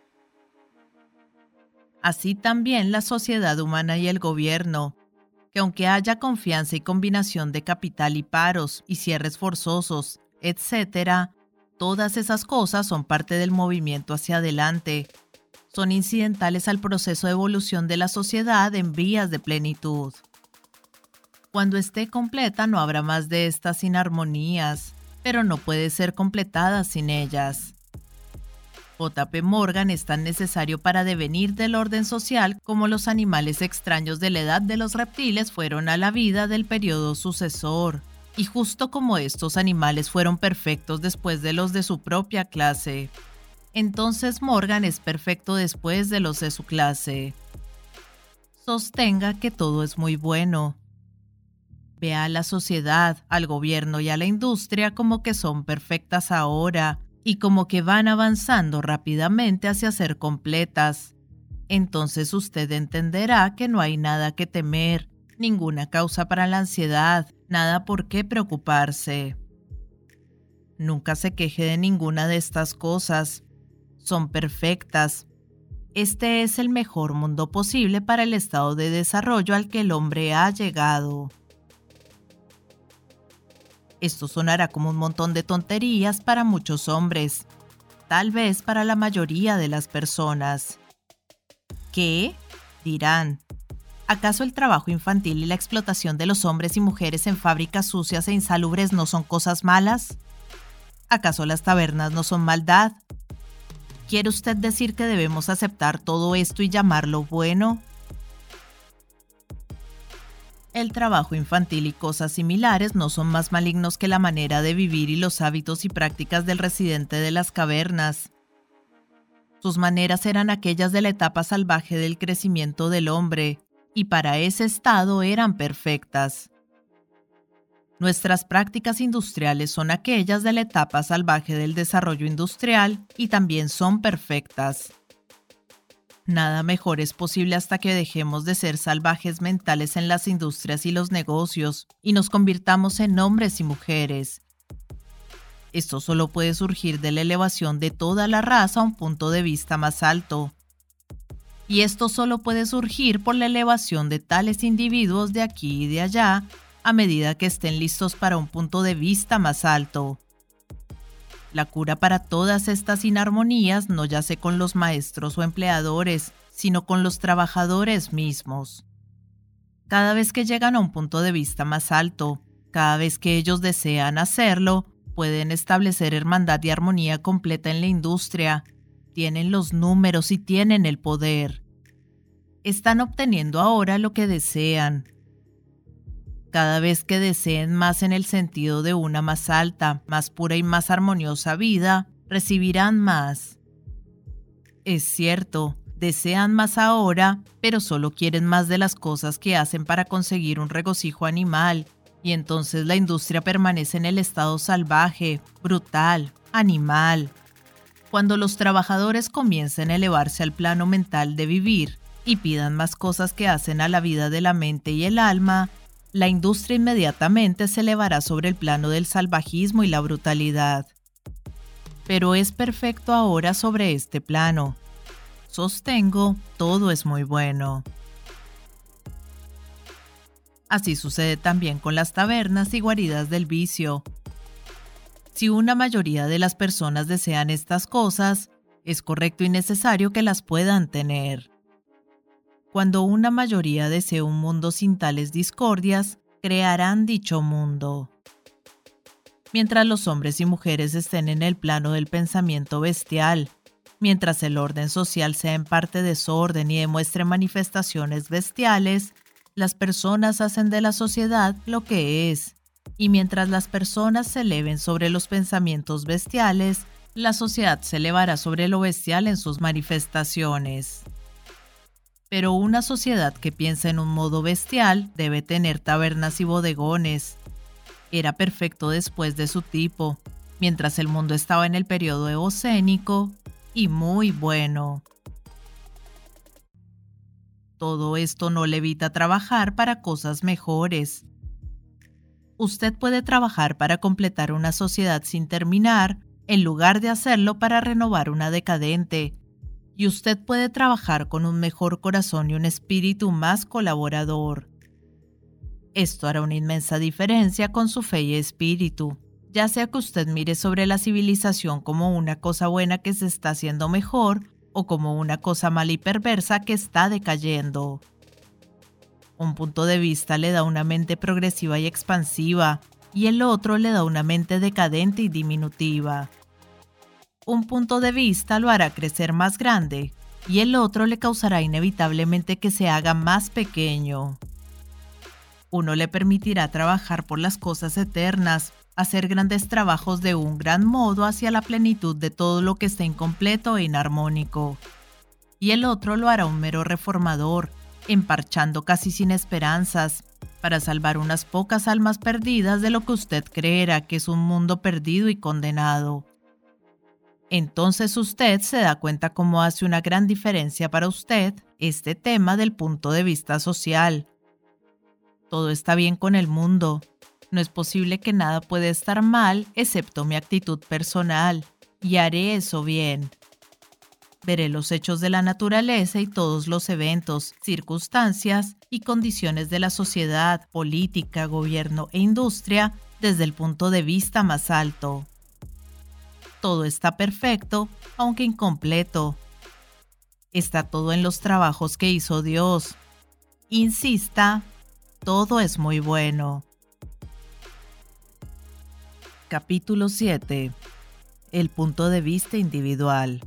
Así también la sociedad humana y el gobierno, que aunque haya confianza y combinación de capital y paros y cierres forzosos, etc., todas esas cosas son parte del movimiento hacia adelante. Son incidentales al proceso de evolución de la sociedad en vías de plenitud. Cuando esté completa no habrá más de estas inarmonías, pero no puede ser completada sin ellas. J.P. Morgan es tan necesario para devenir del orden social como los animales extraños de la edad de los reptiles fueron a la vida del periodo sucesor, y justo como estos animales fueron perfectos después de los de su propia clase. Entonces Morgan es perfecto después de los de su clase. Sostenga que todo es muy bueno. Vea a la sociedad, al gobierno y a la industria como que son perfectas ahora y como que van avanzando rápidamente hacia ser completas. Entonces usted entenderá que no hay nada que temer, ninguna causa para la ansiedad, nada por qué preocuparse. Nunca se queje de ninguna de estas cosas. Son perfectas. Este es el mejor mundo posible para el estado de desarrollo al que el hombre ha llegado. Esto sonará como un montón de tonterías para muchos hombres, tal vez para la mayoría de las personas. ¿Qué? Dirán. ¿Acaso el trabajo infantil y la explotación de los hombres y mujeres en fábricas sucias e insalubres no son cosas malas? ¿Acaso las tabernas no son maldad? ¿Quiere usted decir que debemos aceptar todo esto y llamarlo bueno? El trabajo infantil y cosas similares no son más malignos que la manera de vivir y los hábitos y prácticas del residente de las cavernas. Sus maneras eran aquellas de la etapa salvaje del crecimiento del hombre, y para ese estado eran perfectas. Nuestras prácticas industriales son aquellas de la etapa salvaje del desarrollo industrial y también son perfectas. Nada mejor es posible hasta que dejemos de ser salvajes mentales en las industrias y los negocios y nos convirtamos en hombres y mujeres. Esto solo puede surgir de la elevación de toda la raza a un punto de vista más alto. Y esto solo puede surgir por la elevación de tales individuos de aquí y de allá a medida que estén listos para un punto de vista más alto. La cura para todas estas inarmonías no yace con los maestros o empleadores, sino con los trabajadores mismos. Cada vez que llegan a un punto de vista más alto, Cada vez que ellos desean hacerlo, pueden establecer hermandad y armonía completa en la industria. Tienen los números y tienen el poder. Están obteniendo ahora lo que desean. Cada vez que deseen más en el sentido de una más alta, más pura y más armoniosa vida, recibirán más. Es cierto, desean más ahora, pero solo quieren más de las cosas que hacen para conseguir un regocijo animal, y entonces la industria permanece en el estado salvaje, brutal, animal. Cuando los trabajadores comiencen a elevarse al plano mental de vivir y pidan más cosas que hacen a la vida de la mente y el alma, la industria inmediatamente se elevará sobre el plano del salvajismo y la brutalidad. Pero es perfecto ahora sobre este plano. Sostengo, todo es muy bueno. Así sucede también con las tabernas y guaridas del vicio. Si una mayoría de las personas desean estas cosas, es correcto y necesario que las puedan tener. Cuando una mayoría desee un mundo sin tales discordias, crearán dicho mundo. Mientras los hombres y mujeres estén en el plano del pensamiento bestial, mientras el orden social sea en parte desorden y demuestre manifestaciones bestiales, las personas hacen de la sociedad lo que es. Y mientras las personas se eleven sobre los pensamientos bestiales, la sociedad se elevará sobre lo bestial en sus manifestaciones. Pero una sociedad que piensa en un modo bestial debe tener tabernas y bodegones. Era perfecto después de su tipo, mientras el mundo estaba en el periodo eocénico, y muy bueno. Todo esto no le evita trabajar para cosas mejores. Usted puede trabajar para completar una sociedad sin terminar, en lugar de hacerlo para renovar una decadente. Y usted puede trabajar con un mejor corazón y un espíritu más colaborador. Esto hará una inmensa diferencia con su fe y espíritu, ya sea que usted mire sobre la civilización como una cosa buena que se está haciendo mejor o como una cosa mala y perversa que está decayendo. Un punto de vista le da una mente progresiva y expansiva, y el otro le da una mente decadente y diminutiva. Un punto de vista lo hará crecer más grande, y el otro le causará inevitablemente que se haga más pequeño. Uno le permitirá trabajar por las cosas eternas, hacer grandes trabajos de un gran modo hacia la plenitud de todo lo que está incompleto e inarmónico. Y el otro lo hará un mero reformador, emparchando casi sin esperanzas, para salvar unas pocas almas perdidas de lo que usted creerá que es un mundo perdido y condenado. Entonces usted se da cuenta cómo hace una gran diferencia para usted este tema del punto de vista social. Todo está bien con el mundo. No es posible que nada pueda estar mal excepto mi actitud personal, y haré eso bien. Veré los hechos de la naturaleza y todos los eventos, circunstancias y condiciones de la sociedad, política, gobierno e industria desde el punto de vista más alto. Todo está perfecto, aunque incompleto. Está todo en los trabajos que hizo Dios. Insista, todo es muy bueno. Capítulo 7. El punto de vista individual.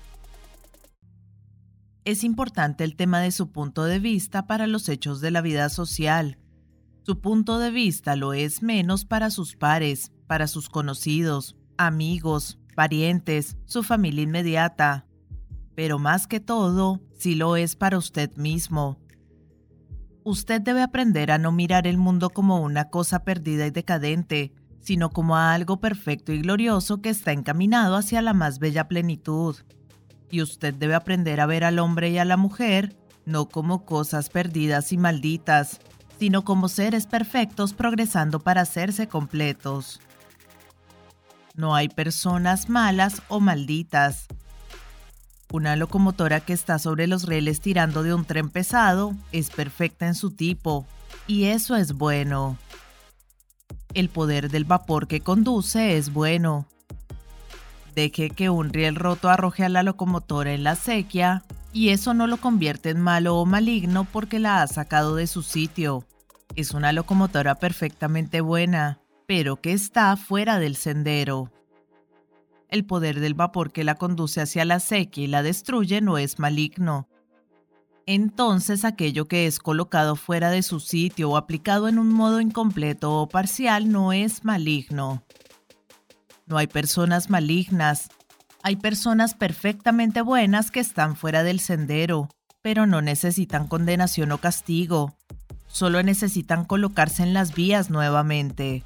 Es importante el tema de su punto de vista para los hechos de la vida social. Su punto de vista lo es menos para sus pares, para sus conocidos, amigos, parientes, su familia inmediata. Pero más que todo, sí lo es para usted mismo. Usted debe aprender a no mirar el mundo como una cosa perdida y decadente, sino como a algo perfecto y glorioso que está encaminado hacia la más bella plenitud. Y usted debe aprender a ver al hombre y a la mujer no como cosas perdidas y malditas, sino como seres perfectos progresando para hacerse completos. No hay personas malas o malditas. Una locomotora que está sobre los rieles tirando de un tren pesado es perfecta en su tipo, y eso es bueno. El poder del vapor que conduce es bueno. Deje que un riel roto arroje a la locomotora en la acequia, y eso no lo convierte en malo o maligno porque la ha sacado de su sitio. Es una locomotora perfectamente buena, pero que está fuera del sendero. El poder del vapor que la conduce hacia la sequía y la destruye no es maligno. Entonces aquello que es colocado fuera de su sitio o aplicado en un modo incompleto o parcial no es maligno. No hay personas malignas. Hay personas perfectamente buenas que están fuera del sendero, pero no necesitan condenación o castigo. Solo necesitan colocarse en las vías nuevamente.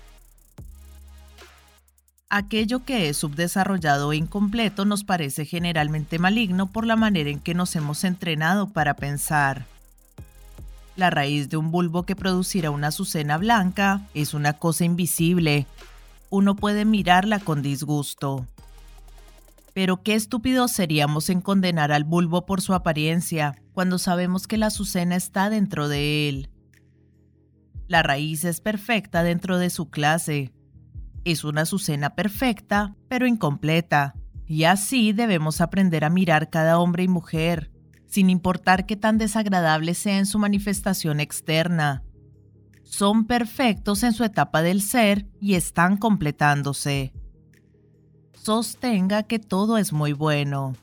Aquello que es subdesarrollado o incompleto nos parece generalmente maligno por la manera en que nos hemos entrenado para pensar. La raíz de un bulbo que producirá una azucena blanca es una cosa invisible. Uno puede mirarla con disgusto. Pero qué estúpidos seríamos en condenar al bulbo por su apariencia, cuando sabemos que la azucena está dentro de él. La raíz es perfecta dentro de su clase. Es una azucena perfecta, pero incompleta, y así debemos aprender a mirar cada hombre y mujer, sin importar qué tan desagradable sea en su manifestación externa. Son perfectos en su etapa del ser y están completándose. Sostenga que todo es muy bueno.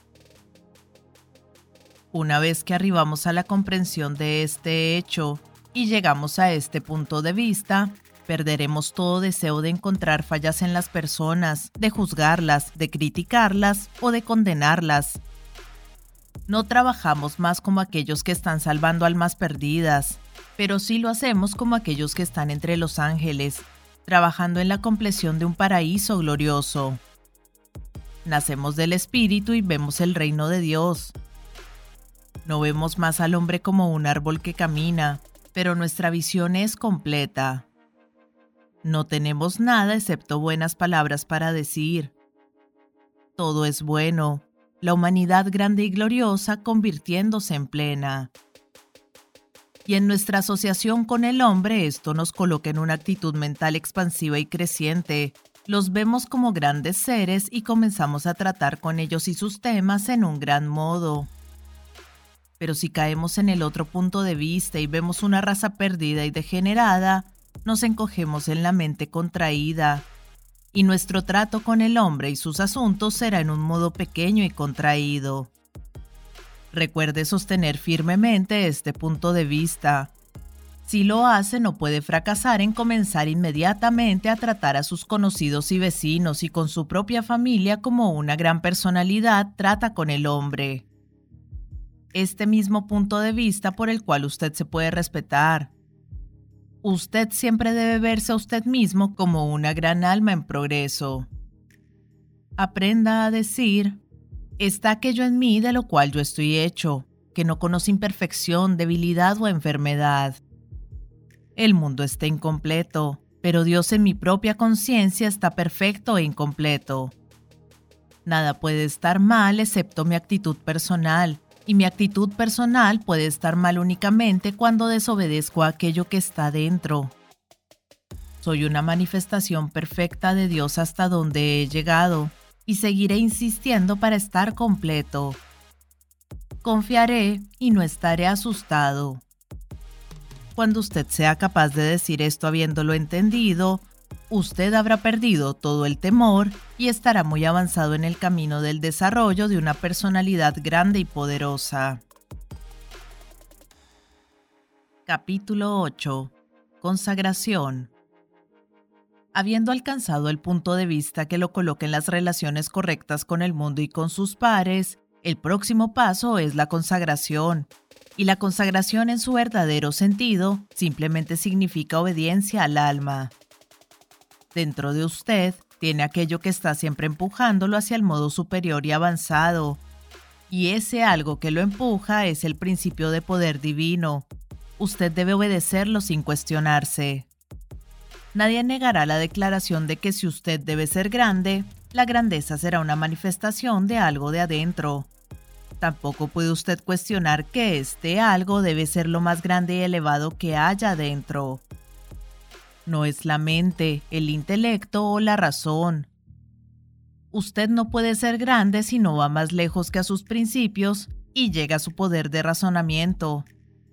Una vez que arribamos a la comprensión de este hecho y llegamos a este punto de vista, perderemos todo deseo de encontrar fallas en las personas, de juzgarlas, de criticarlas o de condenarlas. No trabajamos más como aquellos que están salvando almas perdidas, pero sí lo hacemos como aquellos que están entre los ángeles, trabajando en la compleción de un paraíso glorioso. Nacemos del Espíritu y vemos el reino de Dios. No vemos más al hombre como un árbol que camina, pero nuestra visión es completa. No tenemos nada excepto buenas palabras para decir. Todo es bueno, la humanidad grande y gloriosa convirtiéndose en plena. Y en nuestra asociación con el hombre esto nos coloca en una actitud mental expansiva y creciente. Los vemos como grandes seres y comenzamos a tratar con ellos y sus temas en un gran modo. Pero si caemos en el otro punto de vista y vemos una raza perdida y degenerada, nos encogemos en la mente contraída, y nuestro trato con el hombre y sus asuntos será en un modo pequeño y contraído. Recuerde sostener firmemente este punto de vista. Si lo hace, no puede fracasar en comenzar inmediatamente a tratar a sus conocidos y vecinos y con su propia familia como una gran personalidad trata con el hombre. Este mismo punto de vista por el cual usted se puede respetar. Usted siempre debe verse a usted mismo como una gran alma en progreso. Aprenda a decir, está aquello en mí de lo cual yo estoy hecho, que no conoce imperfección, debilidad o enfermedad. El mundo está incompleto, pero Dios en mi propia conciencia está perfecto e incompleto. Nada puede estar mal excepto mi actitud personal, y mi actitud personal puede estar mal únicamente cuando desobedezco a aquello que está dentro. Soy una manifestación perfecta de Dios hasta donde he llegado, y seguiré insistiendo para estar completo. Confiaré y no estaré asustado. Cuando usted sea capaz de decir esto habiéndolo entendido, usted habrá perdido todo el temor y estará muy avanzado en el camino del desarrollo de una personalidad grande y poderosa. Capítulo 8. Consagración. Habiendo alcanzado el punto de vista que lo coloca en las relaciones correctas con el mundo y con sus pares, el próximo paso es la consagración. Y la consagración en su verdadero sentido simplemente significa obediencia al alma. Dentro de usted tiene aquello que está siempre empujándolo hacia el modo superior y avanzado. Y ese algo que lo empuja es el principio de poder divino. Usted debe obedecerlo sin cuestionarse. Nadie negará la declaración de que si usted debe ser grande, la grandeza será una manifestación de algo de adentro. Tampoco puede usted cuestionar que este algo debe ser lo más grande y elevado que haya adentro. No es la mente, el intelecto o la razón. Usted no puede ser grande si no va más lejos que a sus principios y llega a su poder de razonamiento.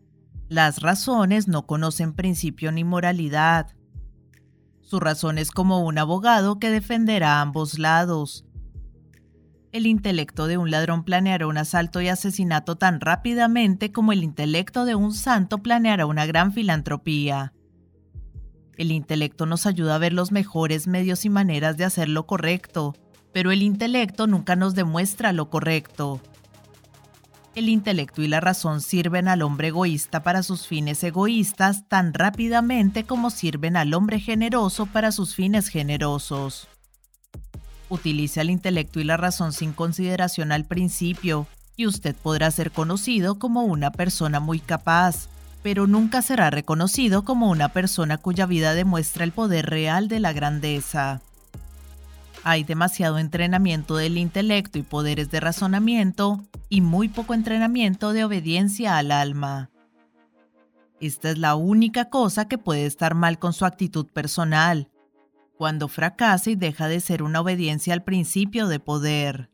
Las razones no conocen principio ni moralidad. Su razón es como un abogado que defenderá a ambos lados. El intelecto de un ladrón planeará un asalto y asesinato tan rápidamente como el intelecto de un santo planeará una gran filantropía. El intelecto nos ayuda a ver los mejores medios y maneras de hacer lo correcto, pero el intelecto nunca nos demuestra lo correcto. El intelecto y la razón sirven al hombre egoísta para sus fines egoístas tan rápidamente como sirven al hombre generoso para sus fines generosos. Utilice el intelecto y la razón sin consideración al principio, y usted podrá ser conocido como una persona muy capaz, pero nunca será reconocido como una persona cuya vida demuestra el poder real de la grandeza. Hay demasiado entrenamiento del intelecto y poderes de razonamiento, y muy poco entrenamiento de obediencia al alma. Esta es la única cosa que puede estar mal con su actitud personal, cuando fracasa y deja de ser una obediencia al principio de poder.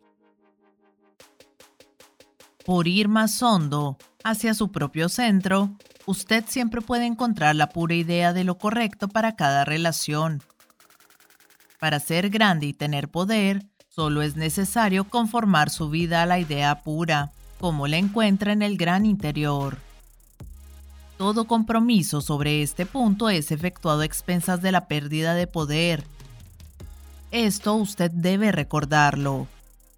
Por ir más hondo, hacia su propio centro, usted siempre puede encontrar la pura idea de lo correcto para cada relación. Para ser grande y tener poder, solo es necesario conformar su vida a la idea pura, como la encuentra en el gran interior. Todo compromiso sobre este punto es efectuado a expensas de la pérdida de poder. Esto usted debe recordarlo.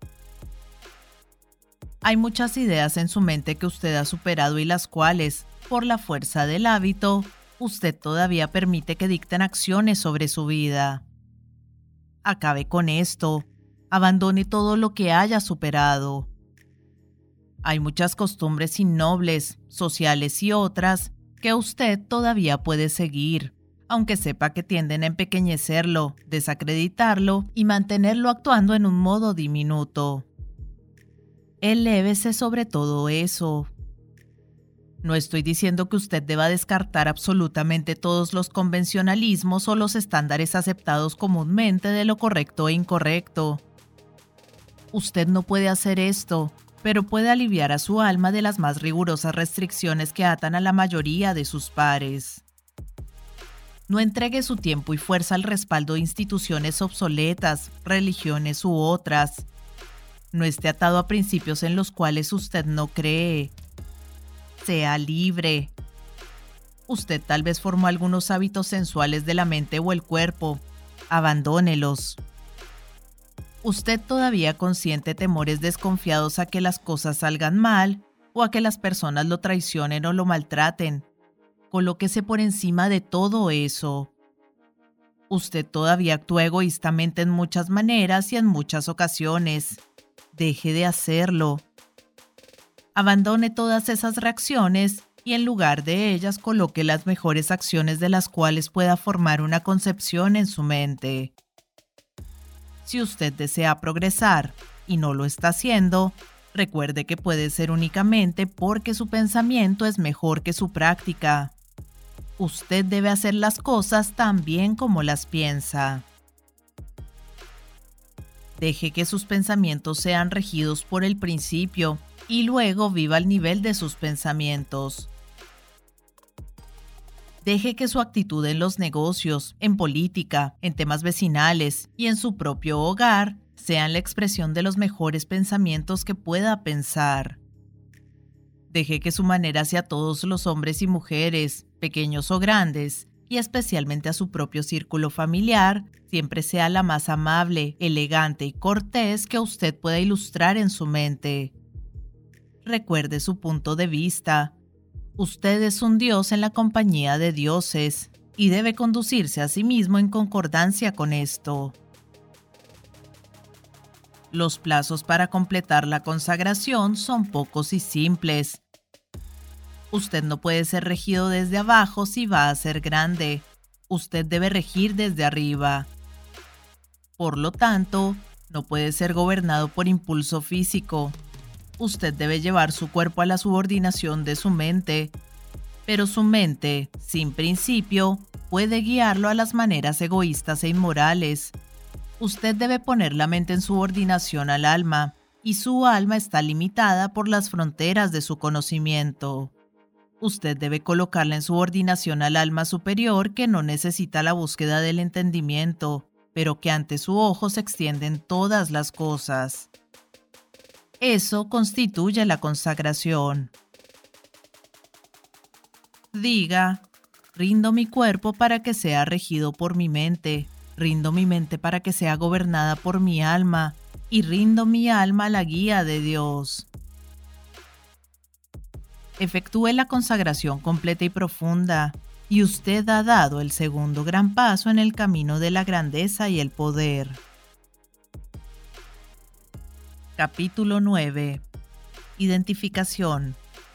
Hay muchas ideas en su mente que usted ha superado y las cuales, por la fuerza del hábito, usted todavía permite que dicten acciones sobre su vida. Acabe con esto. Abandone todo lo que haya superado. Hay muchas costumbres innobles, sociales y otras, que usted todavía puede seguir, aunque sepa que tienden a empequeñecerlo, desacreditarlo y mantenerlo actuando en un modo diminuto. Elévese sobre todo eso. No estoy diciendo que usted deba descartar absolutamente todos los convencionalismos o los estándares aceptados comúnmente de lo correcto e incorrecto. Usted no puede hacer esto, pero puede aliviar a su alma de las más rigurosas restricciones que atan a la mayoría de sus pares. No entregue su tiempo y fuerza al respaldo de instituciones obsoletas, religiones u otras. No esté atado a principios en los cuales usted no cree. Sea libre. Usted tal vez formó algunos hábitos sensuales de la mente o el cuerpo. Abandónelos. Usted todavía consiente temores desconfiados a que las cosas salgan mal o a que las personas lo traicionen o lo maltraten. Colóquese por encima de todo eso. Usted todavía actúa egoístamente en muchas maneras y en muchas ocasiones. Deje de hacerlo. Abandone todas esas reacciones y en lugar de ellas coloque las mejores acciones de las cuales pueda formar una concepción en su mente. Si usted desea progresar y no lo está haciendo, recuerde que puede ser únicamente porque su pensamiento es mejor que su práctica. Usted debe hacer las cosas tan bien como las piensa. Deje que sus pensamientos sean regidos por el principio y luego viva al nivel de sus pensamientos. Deje que su actitud en los negocios, en política, en temas vecinales y en su propio hogar sean la expresión de los mejores pensamientos que pueda pensar. Deje que su manera hacia todos los hombres y mujeres, pequeños o grandes, y especialmente a su propio círculo familiar, siempre sea la más amable, elegante y cortés que usted pueda ilustrar en su mente. Recuerde su punto de vista. Usted es un dios en la compañía de dioses y debe conducirse a sí mismo en concordancia con esto. Los plazos para completar la consagración son pocos y simples. Usted no puede ser regido desde abajo si va a ser grande. Usted debe regir desde arriba. Por lo tanto, no puede ser gobernado por impulso físico. Usted debe llevar su cuerpo a la subordinación de su mente, pero su mente, sin principio, puede guiarlo a las maneras egoístas e inmorales. Usted debe poner la mente en subordinación al alma, y su alma está limitada por las fronteras de su conocimiento. Usted debe colocarla en subordinación al alma superior que no necesita la búsqueda del entendimiento, pero que ante su ojo se extienden todas las cosas. Eso constituye la consagración. Diga: rindo mi cuerpo para que sea regido por mi mente, rindo mi mente para que sea gobernada por mi alma, y rindo mi alma a la guía de Dios. Efectúe la consagración completa y profunda, y usted ha dado el segundo gran paso en el camino de la grandeza y el poder. Capítulo 9. Identificación.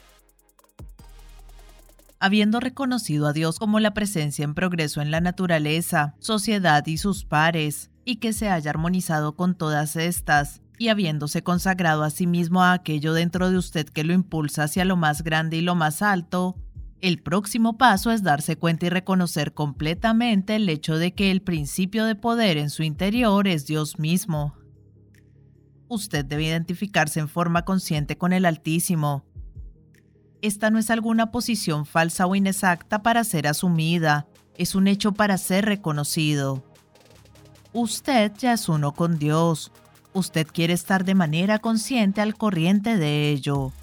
Habiendo reconocido a Dios como la presencia en progreso en la naturaleza, sociedad y sus pares, y que se haya armonizado con todas estas, y habiéndose consagrado a sí mismo a aquello dentro de usted que lo impulsa hacia lo más grande y lo más alto, el próximo paso es darse cuenta y reconocer completamente el hecho de que el principio de poder en su interior es Dios mismo. Usted debe identificarse en forma consciente con el Altísimo. Esta no es alguna posición falsa o inexacta para ser asumida, es un hecho para ser reconocido. Usted ya es uno con Dios. Usted quiere estar de manera consciente al corriente de ello.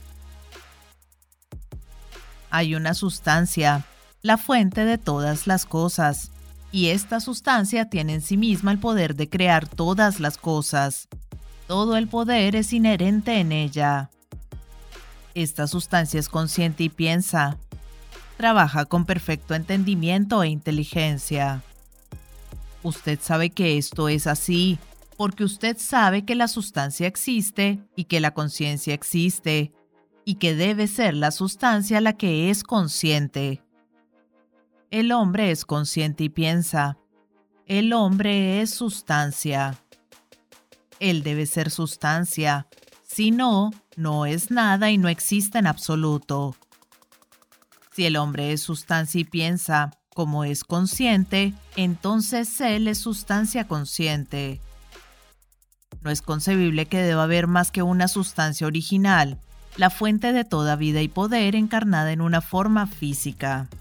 Hay una sustancia, la fuente de todas las cosas, y esta sustancia tiene en sí misma el poder de crear todas las cosas. Todo el poder es inherente en ella. Esta sustancia es consciente y piensa. Trabaja con perfecto entendimiento e inteligencia. Usted sabe que esto es así, porque usted sabe que la sustancia existe y que la conciencia existe, y que debe ser la sustancia la que es consciente. El hombre es consciente y piensa. El hombre es sustancia. Él debe ser sustancia. Si no, no es nada y no existe en absoluto. Si el hombre es sustancia y piensa, como es consciente, entonces él es sustancia consciente. No es concebible que deba haber más que una sustancia original, la fuente de toda vida y poder encarnada en una forma física.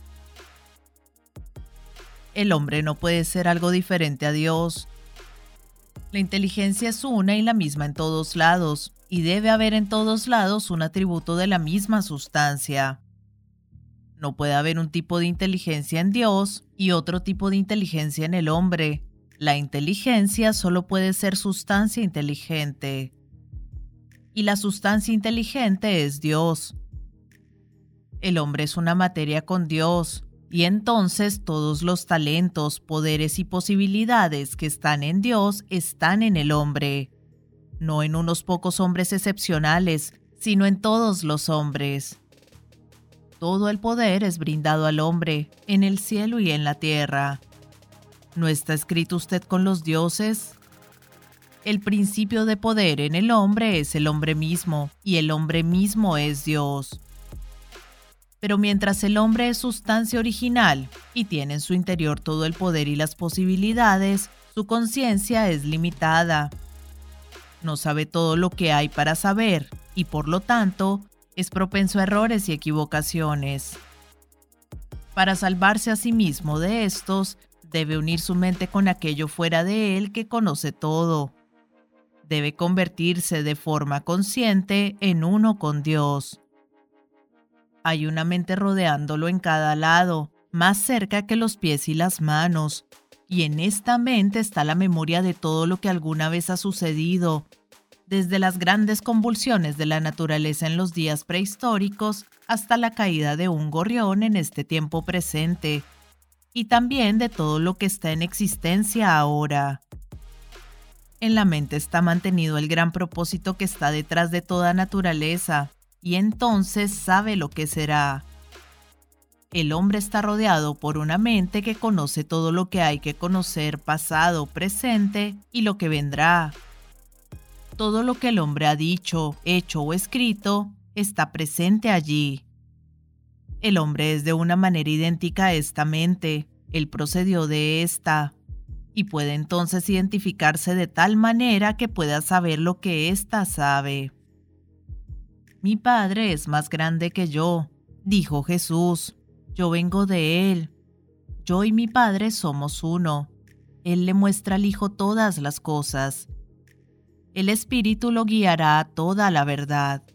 El hombre no puede ser algo diferente a Dios. La inteligencia es una y la misma en todos lados, y debe haber en todos lados un atributo de la misma sustancia. No puede haber un tipo de inteligencia en Dios y otro tipo de inteligencia en el hombre. La inteligencia solo puede ser sustancia inteligente. Y la sustancia inteligente es Dios. El hombre es una materia con Dios, y entonces todos los talentos, poderes y posibilidades que están en Dios están en el hombre. No en unos pocos hombres excepcionales, sino en todos los hombres. Todo el poder es brindado al hombre, en el cielo y en la tierra. ¿No está escrito usted con los dioses? El principio de poder en el hombre es el hombre mismo, y el hombre mismo es Dios. Pero mientras el hombre es sustancia original y tiene en su interior todo el poder y las posibilidades, su conciencia es limitada. No sabe todo lo que hay para saber, y por lo tanto, es propenso a errores y equivocaciones. Para salvarse a sí mismo de estos, debe unir su mente con aquello fuera de él que conoce todo. Debe convertirse de forma consciente en uno con Dios. Hay una mente rodeándolo en cada lado, más cerca que los pies y las manos, y en esta mente está la memoria de todo lo que alguna vez ha sucedido, desde las grandes convulsiones de la naturaleza en los días prehistóricos hasta la caída de un gorrión en este tiempo presente, y también de todo lo que está en existencia ahora. En la mente está mantenido el gran propósito que está detrás de toda naturaleza, y entonces sabe lo que será. El hombre está rodeado por una mente que conoce todo lo que hay que conocer, pasado, presente y lo que vendrá. Todo lo que el hombre ha dicho, hecho o escrito está presente allí. El hombre es de una manera idéntica a esta mente, él procedió de esta, y puede entonces identificarse de tal manera que pueda saber lo que ésta sabe. Mi padre es más grande que yo, Dijo Jesús: yo vengo de Él. Yo y mi Padre somos uno. Él le muestra al Hijo todas las cosas. El Espíritu lo guiará a toda la verdad.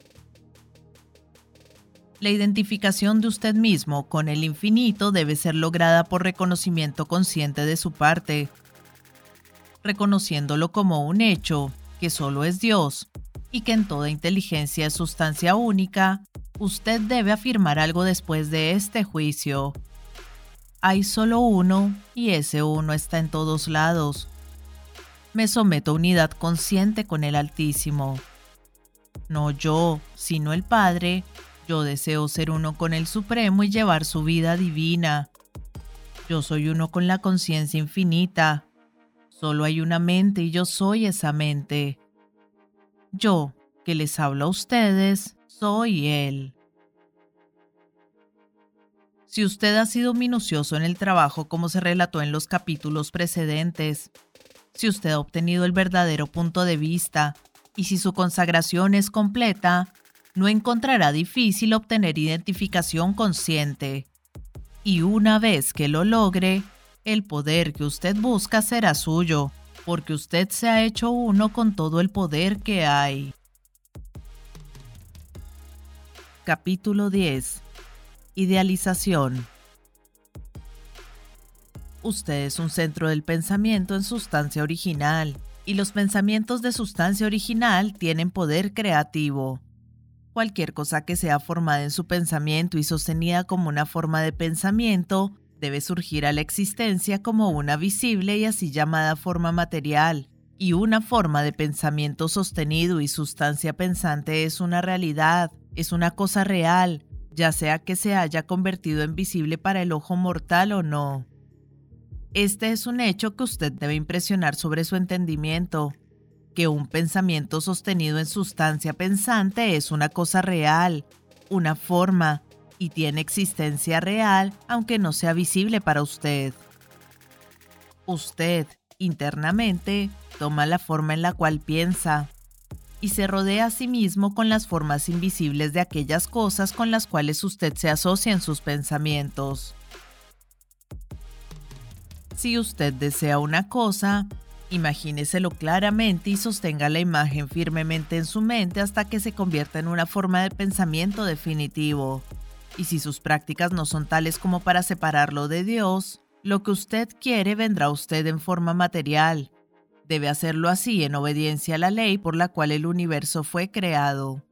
La identificación de usted mismo con el infinito debe ser lograda por reconocimiento consciente de su parte, reconociéndolo como un hecho, que solo es Dios, y que en toda inteligencia es sustancia única. Usted debe afirmar algo después de este juicio. Hay solo uno, y ese uno está en todos lados. Me someto a unidad consciente con el Altísimo. No yo, sino el Padre. Yo deseo ser uno con el Supremo y llevar su vida divina. Yo soy uno con la conciencia infinita. Solo hay una mente y yo soy esa mente. Yo, que les hablo a ustedes, soy Él. Si usted ha sido minucioso en el trabajo como se relató en los capítulos precedentes, si usted ha obtenido el verdadero punto de vista y si su consagración es completa, no encontrará difícil obtener identificación consciente. Y una vez que lo logre, el poder que usted busca será suyo, porque usted se ha hecho uno con todo el poder que hay. Capítulo 10. Idealización. Usted es un centro del pensamiento en sustancia original, y los pensamientos de sustancia original tienen poder creativo. Cualquier cosa que sea formada en su pensamiento y sostenida como una forma de pensamiento, debe surgir a la existencia como una visible y así llamada forma material, y una forma de pensamiento sostenido y sustancia pensante es una realidad, es una cosa real, ya sea que se haya convertido en visible para el ojo mortal o no. Este es un hecho que usted debe impresionar sobre su entendimiento, que un pensamiento sostenido en sustancia pensante es una cosa real, una forma, y tiene existencia real, aunque no sea visible para usted. Usted, internamente, toma la forma en la cual piensa, y se rodea a sí mismo con las formas invisibles de aquellas cosas con las cuales usted se asocia en sus pensamientos. Si usted desea una cosa, imagíneselo claramente y sostenga la imagen firmemente en su mente hasta que se convierta en una forma de pensamiento definitivo. Y si sus prácticas no son tales como para separarlo de Dios, lo que usted quiere vendrá a usted en forma material. Debe hacerlo así en obediencia a la ley por la cual el universo fue creado.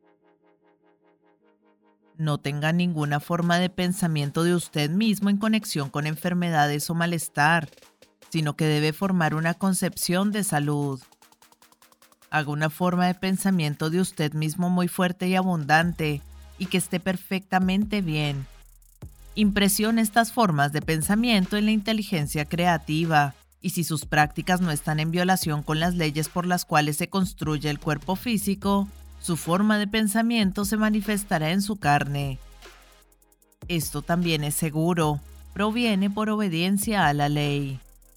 No tenga ninguna forma de pensamiento de usted mismo en conexión con enfermedades o malestar, sino que debe formar una concepción de salud. Haga una forma de pensamiento de usted mismo muy fuerte y abundante, y que esté perfectamente bien. Impresione estas formas de pensamiento en la inteligencia creativa, y si sus prácticas no están en violación con las leyes por las cuales se construye el cuerpo físico, su forma de pensamiento se manifestará en su carne. Esto también es seguro, proviene por obediencia a la ley.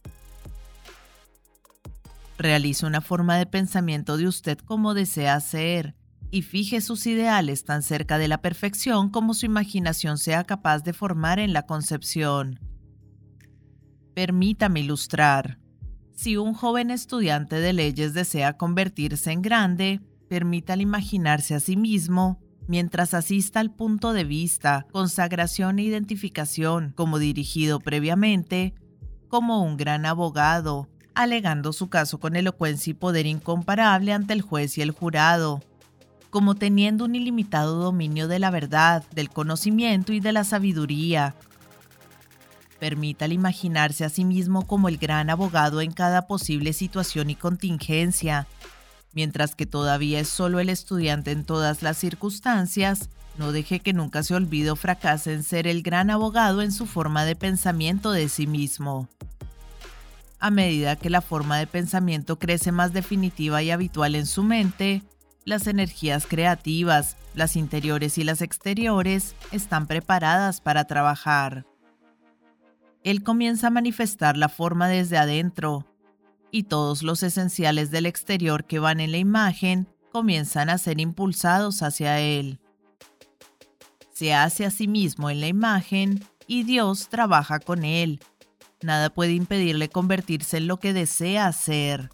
Realice una forma de pensamiento de usted como desea ser, y fije sus ideales tan cerca de la perfección como su imaginación sea capaz de formar en la concepción. Permítame ilustrar. Si un joven estudiante de leyes desea convertirse en grande, permítale imaginarse a sí mismo, mientras asista al punto de vista, consagración e identificación, como dirigido previamente, como un gran abogado, alegando su caso con elocuencia y poder incomparable ante el juez y el jurado, como teniendo un ilimitado dominio de la verdad, del conocimiento y de la sabiduría. Permítale imaginarse a sí mismo como el gran abogado en cada posible situación y contingencia. Mientras que todavía es solo el estudiante en todas las circunstancias, no deje que nunca se olvide o fracase en ser el gran abogado en su forma de pensamiento de sí mismo. A medida que la forma de pensamiento crece más definitiva y habitual en su mente, las energías creativas, las interiores y las exteriores, están preparadas para trabajar. Él comienza a manifestar la forma desde adentro, y todos los esenciales del exterior que van en la imagen comienzan a ser impulsados hacia él. Se hace a sí mismo en la imagen y Dios trabaja con él. Nada puede impedirle convertirse en lo que desea ser.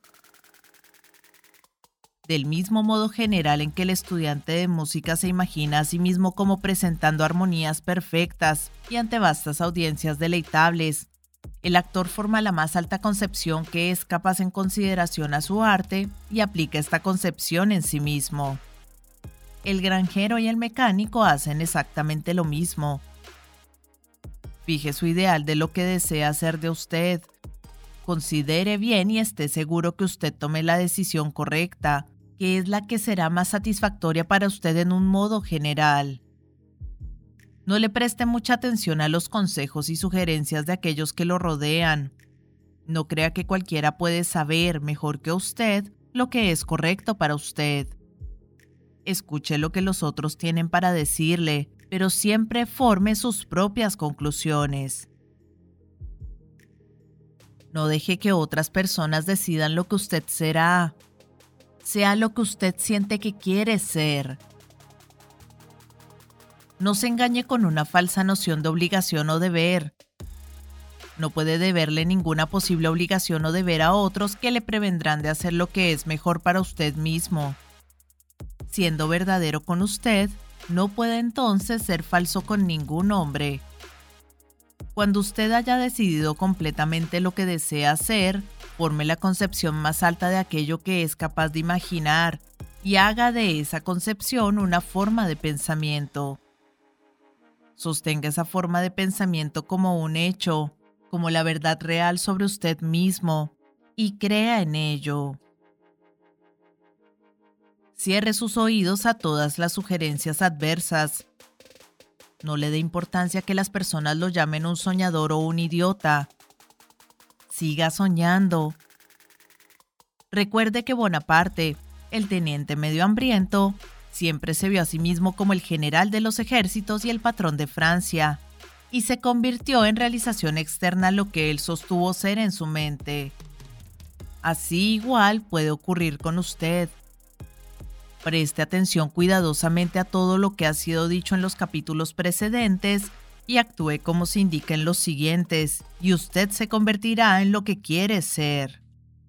Del mismo modo general en que el estudiante de música se imagina a sí mismo como presentando armonías perfectas y ante vastas audiencias deleitables, el actor forma la más alta concepción que es capaz en consideración a su arte y aplica esta concepción en sí mismo. El granjero y el mecánico hacen exactamente lo mismo. Fije su ideal de lo que desea hacer de usted. Considere bien y esté seguro que usted tome la decisión correcta, que es la que será más satisfactoria para usted en un modo general. No le preste mucha atención a los consejos y sugerencias de aquellos que lo rodean. No crea que cualquiera puede saber mejor que usted lo que es correcto para usted. Escuche lo que los otros tienen para decirle, pero siempre forme sus propias conclusiones. No deje que otras personas decidan lo que usted será. Sea lo que usted siente que quiere ser. No se engañe con una falsa noción de obligación o deber. No puede deberle ninguna posible obligación o deber a otros que le prevendrán de hacer lo que es mejor para usted mismo. Siendo verdadero con usted, no puede entonces ser falso con ningún hombre. Cuando usted haya decidido completamente lo que desea hacer, forme la concepción más alta de aquello que es capaz de imaginar y haga de esa concepción una forma de pensamiento. Sostenga esa forma de pensamiento como un hecho, como la verdad real sobre usted mismo, y crea en ello. Cierre sus oídos a todas las sugerencias adversas. No le dé importancia que las personas lo llamen un soñador o un idiota. Siga soñando. Recuerde que Bonaparte, el teniente medio hambriento, siempre se vio a sí mismo como el general de los ejércitos y el patrón de Francia, y se convirtió en realización externa lo que él sostuvo ser en su mente. Así igual puede ocurrir con usted. Preste atención cuidadosamente a todo lo que ha sido dicho en los capítulos precedentes y actúe como se indica en los siguientes, y usted se convertirá en lo que quiere ser.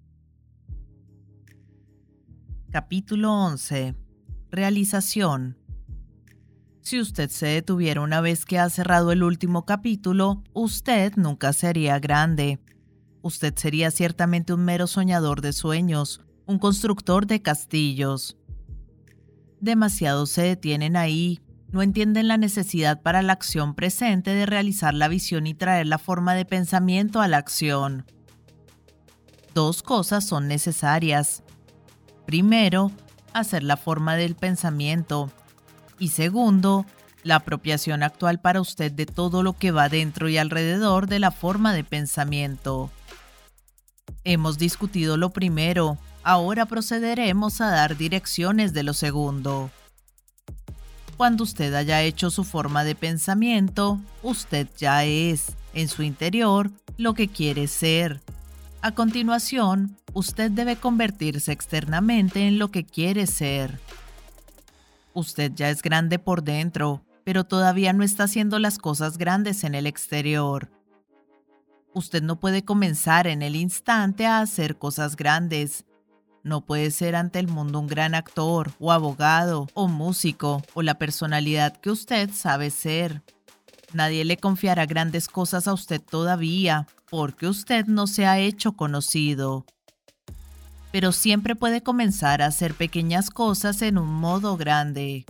Capítulo 11. Realización. Si usted se detuviera una vez que ha cerrado el último capítulo, usted nunca sería grande. Usted sería ciertamente un mero soñador de sueños, un constructor de castillos. Demasiados se detienen ahí, no entienden la necesidad para la acción presente de realizar la visión y traer la forma de pensamiento a la acción. Dos cosas son necesarias. Primero, hacer la forma del pensamiento. Y segundo, la apropiación actual para usted de todo lo que va dentro y alrededor de la forma de pensamiento. Hemos discutido lo primero. Ahora procederemos a dar direcciones de lo segundo. Cuando usted haya hecho su forma de pensamiento, usted ya es, en su interior, lo que quiere ser. A continuación, usted debe convertirse externamente en lo que quiere ser. Usted ya es grande por dentro, pero todavía no está haciendo las cosas grandes en el exterior. Usted no puede comenzar en el instante a hacer cosas grandes. No puede ser ante el mundo un gran actor, o abogado, o músico, o la personalidad que usted sabe ser. Nadie le confiará grandes cosas a usted todavía, porque usted no se ha hecho conocido. Pero siempre puede comenzar a hacer pequeñas cosas en un modo grande.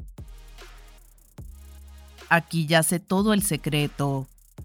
Aquí yace todo el secreto.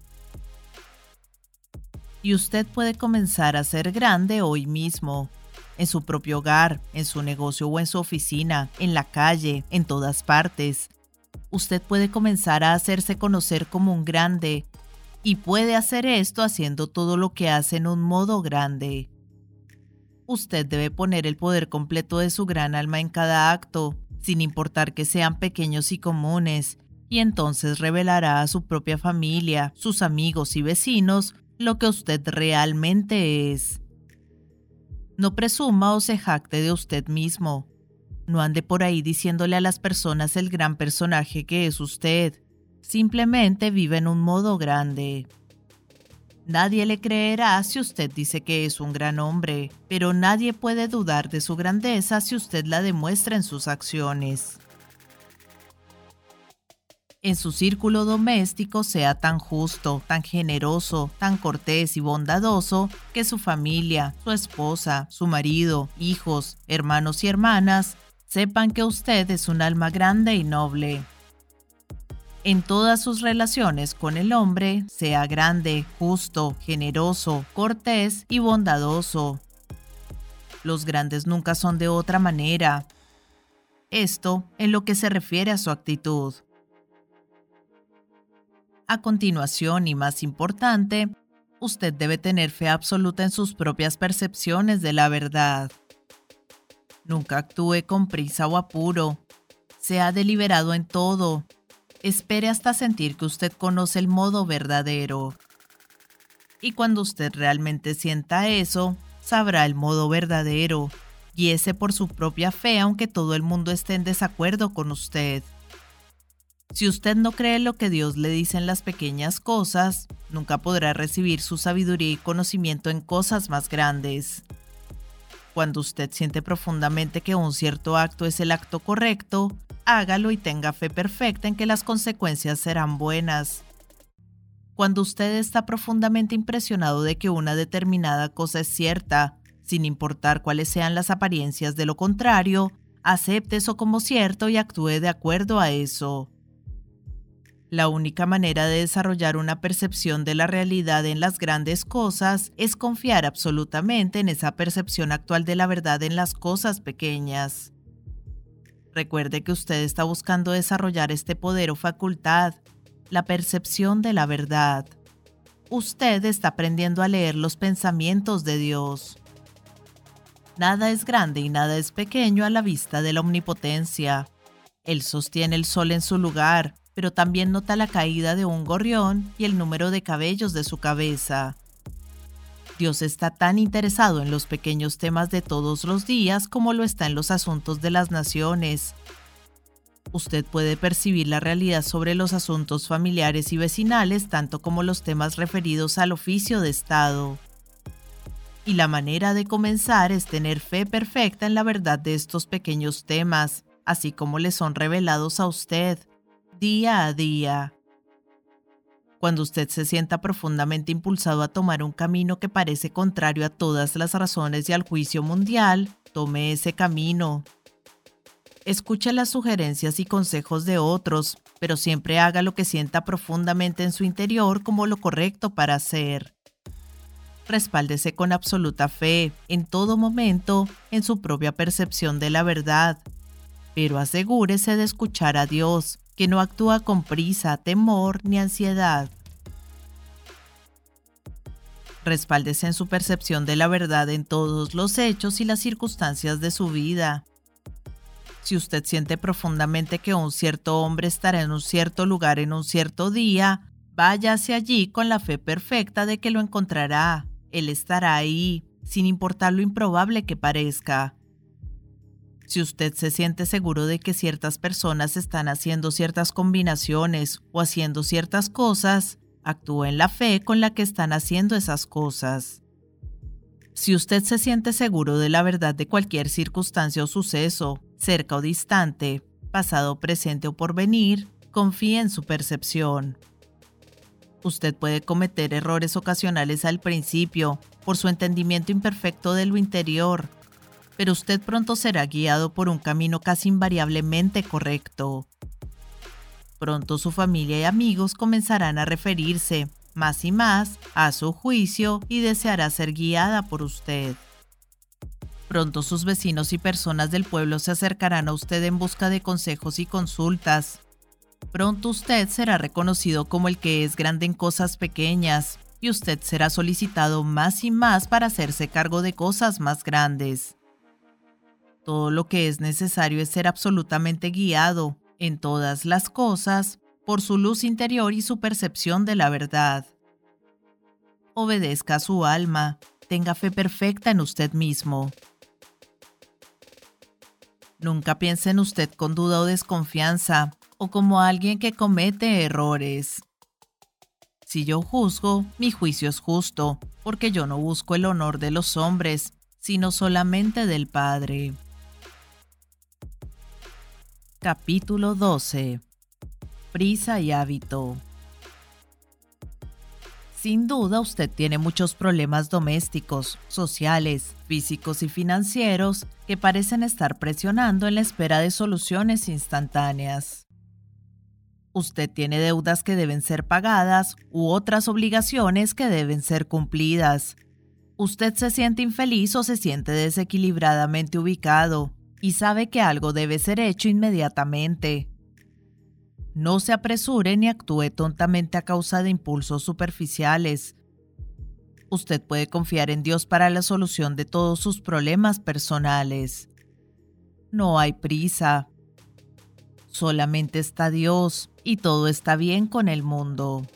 Y usted puede comenzar a ser grande hoy mismo. En su propio hogar, en su negocio o en su oficina, en la calle, en todas partes. Usted puede comenzar a hacerse conocer como un grande, y puede hacer esto haciendo todo lo que hace en un modo grande. Usted debe poner el poder completo de su gran alma en cada acto, sin importar que sean pequeños y comunes, y entonces revelará a su propia familia, sus amigos y vecinos lo que usted realmente es. No presuma o se jacte de usted mismo. No ande por ahí diciéndole a las personas el gran personaje que es usted. Simplemente vive en un modo grande. Nadie le creerá si usted dice que es un gran hombre, pero nadie puede dudar de su grandeza si usted la demuestra en sus acciones. En su círculo doméstico sea tan justo, tan generoso, tan cortés y bondadoso que su familia, su esposa, su marido, hijos, hermanos y hermanas sepan que usted es un alma grande y noble. En todas sus relaciones con el hombre, sea grande, justo, generoso, cortés y bondadoso. Los grandes nunca son de otra manera. Esto en lo que se refiere a su actitud. A continuación, y más importante, usted debe tener fe absoluta en sus propias percepciones de la verdad. Nunca actúe con prisa o apuro. Sea deliberado en todo. Espere hasta sentir que usted conoce el modo verdadero. Y cuando usted realmente sienta eso, sabrá el modo verdadero. Guíese por su propia fe aunque todo el mundo esté en desacuerdo con usted. Si usted no cree lo que Dios le dice en las pequeñas cosas, nunca podrá recibir su sabiduría y conocimiento en cosas más grandes. Cuando usted siente profundamente que un cierto acto es el acto correcto, hágalo y tenga fe perfecta en que las consecuencias serán buenas. Cuando usted está profundamente impresionado de que una determinada cosa es cierta, sin importar cuáles sean las apariencias de lo contrario, acepte eso como cierto y actúe de acuerdo a eso. La única manera de desarrollar una percepción de la realidad en las grandes cosas es confiar absolutamente en esa percepción actual de la verdad en las cosas pequeñas. Recuerde que usted está buscando desarrollar este poder o facultad, la percepción de la verdad. Usted está aprendiendo a leer los pensamientos de Dios. Nada es grande y nada es pequeño a la vista de la omnipotencia. Él sostiene el sol en su lugar, pero también nota la caída de un gorrión y el número de cabellos de su cabeza. Dios está tan interesado en los pequeños temas de todos los días como lo está en los asuntos de las naciones. Usted puede percibir la realidad sobre los asuntos familiares y vecinales tanto como los temas referidos al oficio de Estado. Y la manera de comenzar es tener fe perfecta en la verdad de estos pequeños temas, así como les son revelados a usted, día a día. Cuando usted se sienta profundamente impulsado a tomar un camino que parece contrario a todas las razones y al juicio mundial, tome ese camino. Escuche las sugerencias y consejos de otros, pero siempre haga lo que sienta profundamente en su interior como lo correcto para hacer. Respáldese con absoluta fe, en todo momento, en su propia percepción de la verdad, pero asegúrese de escuchar a Dios, que no actúa con prisa, temor ni ansiedad. Respáldese en su percepción de la verdad en todos los hechos y las circunstancias de su vida. Si usted siente profundamente que un cierto hombre estará en un cierto lugar en un cierto día, vaya hacia allí con la fe perfecta de que lo encontrará. Él estará ahí, sin importar lo improbable que parezca. Si usted se siente seguro de que ciertas personas están haciendo ciertas combinaciones o haciendo ciertas cosas, actúe en la fe con la que están haciendo esas cosas. Si usted se siente seguro de la verdad de cualquier circunstancia o suceso, cerca o distante, pasado, presente o porvenir, confíe en su percepción. Usted puede cometer errores ocasionales al principio por su entendimiento imperfecto de lo interior, pero usted pronto será guiado por un camino casi invariablemente correcto. Pronto su familia y amigos comenzarán a referirse, más y más, a su juicio y deseará ser guiada por usted. Pronto sus vecinos y personas del pueblo se acercarán a usted en busca de consejos y consultas. Pronto usted será reconocido como el que es grande en cosas pequeñas, y usted será solicitado más y más para hacerse cargo de cosas más grandes. Todo lo que es necesario es ser absolutamente guiado, en todas las cosas, por su luz interior y su percepción de la verdad. Obedezca a su alma, tenga fe perfecta en usted mismo. Nunca piense en usted con duda o desconfianza, o como alguien que comete errores. Si yo juzgo, mi juicio es justo, porque yo no busco el honor de los hombres, sino solamente del Padre. Capítulo 12. Prisa y hábito. Sin duda usted tiene muchos problemas domésticos, sociales, físicos y financieros que parecen estar presionando en la espera de soluciones instantáneas. Usted tiene deudas que deben ser pagadas u otras obligaciones que deben ser cumplidas. Usted se siente infeliz o se siente desequilibradamente ubicado y sabe que algo debe ser hecho inmediatamente. No se apresure ni actúe tontamente a causa de impulsos superficiales. Usted puede confiar en Dios para la solución de todos sus problemas personales. No hay prisa. Solamente está Dios y todo está bien con el mundo.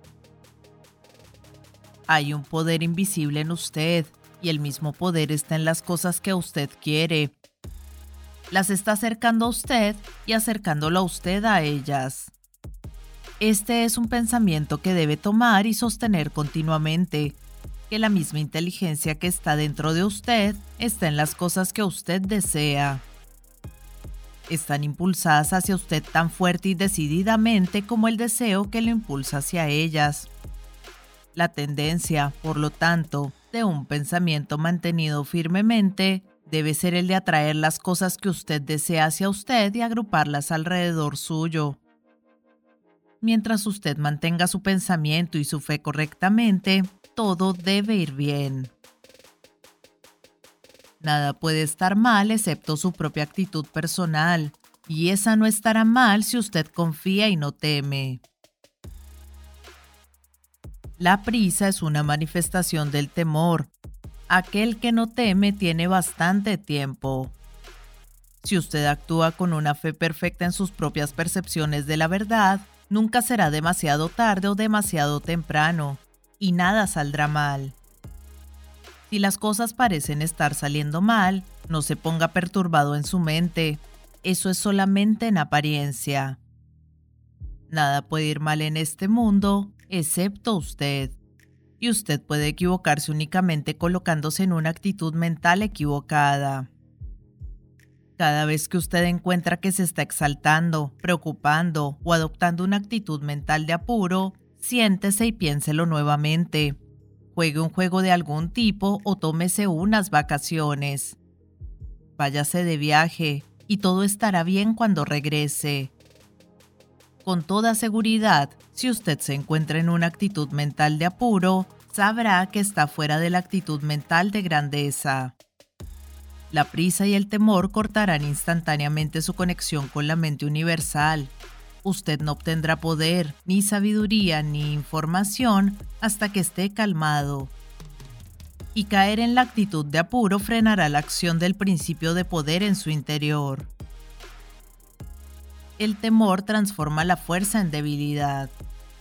Hay un poder invisible en usted y el mismo poder está en las cosas que usted quiere. Las está acercando a usted y acercándolo a usted a ellas. Este es un pensamiento que debe tomar y sostener continuamente, que la misma inteligencia que está dentro de usted está en las cosas que usted desea. Están impulsadas hacia usted tan fuerte y decididamente como el deseo que lo impulsa hacia ellas. La tendencia, por lo tanto, de un pensamiento mantenido firmemente debe ser el de atraer las cosas que usted desea hacia usted y agruparlas alrededor suyo. Mientras usted mantenga su pensamiento y su fe correctamente, todo debe ir bien. Nada puede estar mal excepto su propia actitud personal, y esa no estará mal si usted confía y no teme. La prisa es una manifestación del temor. Aquel que no teme tiene bastante tiempo. Si usted actúa con una fe perfecta en sus propias percepciones de la verdad, nunca será demasiado tarde o demasiado temprano, y nada saldrá mal. Si las cosas parecen estar saliendo mal, no se ponga perturbado en su mente. Eso es solamente en apariencia. Nada puede ir mal en este mundo, excepto usted. Y usted puede equivocarse únicamente colocándose en una actitud mental equivocada. Cada vez que usted encuentra que se está exaltando, preocupando o adoptando una actitud mental de apuro, siéntese y piénselo nuevamente. Juegue un juego de algún tipo o tómese unas vacaciones. Váyase de viaje y todo estará bien cuando regrese. Con toda seguridad, si usted se encuentra en una actitud mental de apuro, sabrá que está fuera de la actitud mental de grandeza. La prisa y el temor cortarán instantáneamente su conexión con la mente universal. Usted no obtendrá poder, ni sabiduría, ni información hasta que esté calmado. Y caer en la actitud de apuro frenará la acción del principio de poder en su interior. El temor transforma la fuerza en debilidad.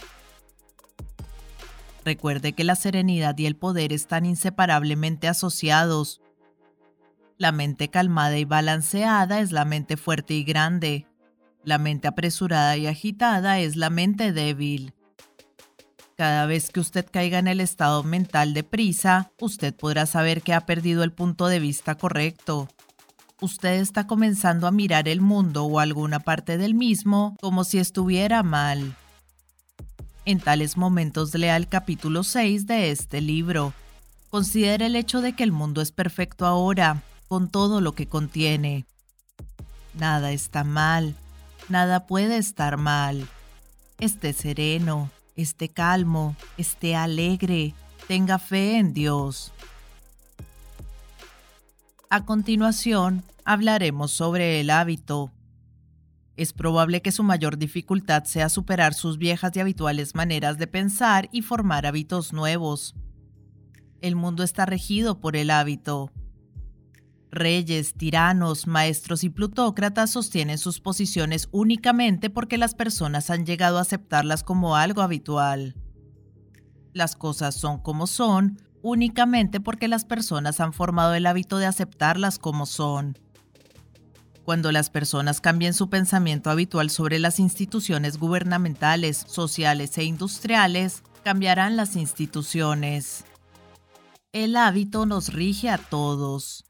Recuerde que la serenidad y el poder están inseparablemente asociados. La mente calmada y balanceada es la mente fuerte y grande. La mente apresurada y agitada es la mente débil. Cada vez que usted caiga en el estado mental de prisa, usted podrá saber que ha perdido el punto de vista correcto. Usted está comenzando a mirar el mundo o alguna parte del mismo como si estuviera mal. En tales momentos lea el capítulo 6 de este libro. Considere el hecho de que el mundo es perfecto ahora, con todo lo que contiene. Nada está mal, nada puede estar mal. Esté sereno, esté calmo, esté alegre, tenga fe en Dios. A continuación, hablaremos sobre el hábito. Es probable que su mayor dificultad sea superar sus viejas y habituales maneras de pensar y formar hábitos nuevos. El mundo está regido por el hábito. Reyes, tiranos, maestros y plutócratas sostienen sus posiciones únicamente porque las personas han llegado a aceptarlas como algo habitual. Las cosas son como son únicamente porque las personas han formado el hábito de aceptarlas como son. Cuando las personas cambien su pensamiento habitual sobre las instituciones gubernamentales, sociales e industriales, cambiarán las instituciones. El hábito nos rige a todos.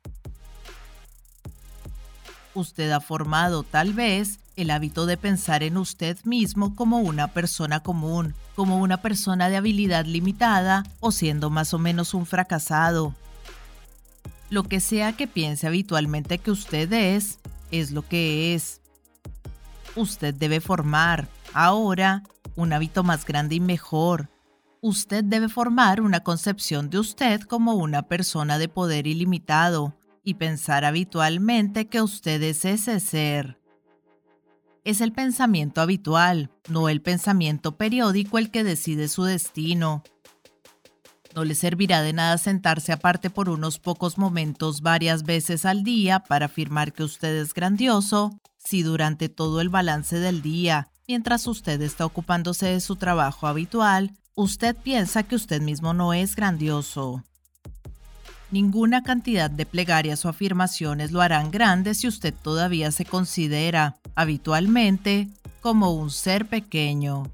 Usted ha formado, tal vez, el hábito de pensar en usted mismo como una persona común, como una persona de habilidad limitada o siendo más o menos un fracasado. Lo que sea que piense habitualmente que usted es lo que es. Usted debe formar, ahora, un hábito más grande y mejor. Usted debe formar una concepción de usted como una persona de poder ilimitado y pensar habitualmente que usted es ese ser. Es el pensamiento habitual, no el pensamiento periódico el que decide su destino. No le servirá de nada sentarse aparte por unos pocos momentos varias veces al día para afirmar que usted es grandioso, si durante todo el balance del día, mientras usted está ocupándose de su trabajo habitual, usted piensa que usted mismo no es grandioso. Ninguna cantidad de plegarias o afirmaciones lo harán grande si usted todavía se considera, habitualmente, como un ser pequeño.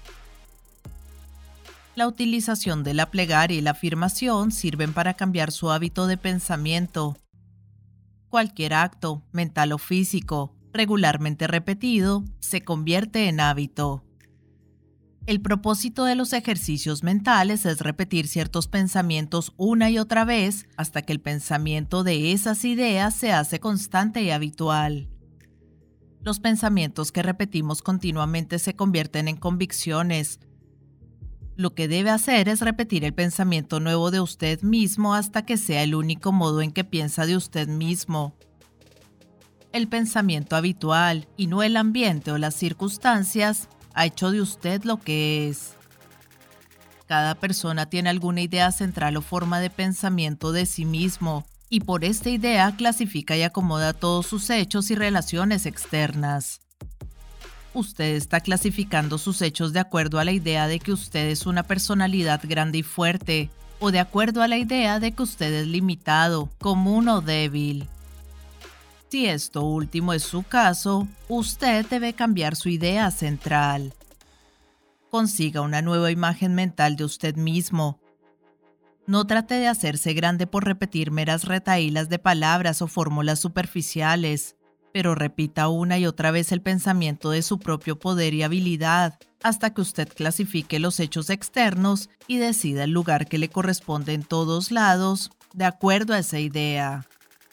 La utilización de la plegaria y la afirmación sirven para cambiar su hábito de pensamiento. Cualquier acto, mental o físico, regularmente repetido, se convierte en hábito. El propósito de los ejercicios mentales es repetir ciertos pensamientos una y otra vez hasta que el pensamiento de esas ideas se hace constante y habitual. Los pensamientos que repetimos continuamente se convierten en convicciones. Lo que debe hacer es repetir el pensamiento nuevo de usted mismo hasta que sea el único modo en que piensa de usted mismo. El pensamiento habitual, y no el ambiente o las circunstancias, ha hecho de usted lo que es. Cada persona tiene alguna idea central o forma de pensamiento de sí mismo, y por esta idea clasifica y acomoda todos sus hechos y relaciones externas. Usted está clasificando sus hechos de acuerdo a la idea de que usted es una personalidad grande y fuerte, o de acuerdo a la idea de que usted es limitado, común o débil. Si esto último es su caso, usted debe cambiar su idea central. Consiga una nueva imagen mental de usted mismo. No trate de hacerse grande por repetir meras retahílas de palabras o fórmulas superficiales, pero repita una y otra vez el pensamiento de su propio poder y habilidad, hasta que usted clasifique los hechos externos y decida el lugar que le corresponde en todos lados, de acuerdo a esa idea.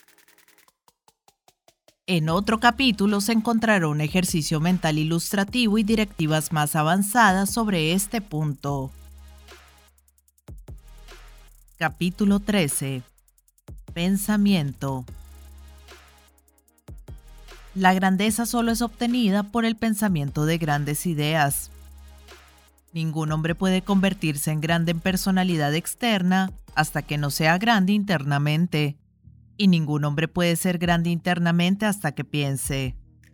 En otro capítulo se encontrará un ejercicio mental ilustrativo y directivas más avanzadas sobre este punto. Capítulo 13. Pensamiento. La grandeza solo es obtenida por el pensamiento de grandes ideas. Ningún hombre puede convertirse en grande en personalidad externa hasta que no sea grande internamente. Y ningún hombre puede ser grande internamente hasta que piense.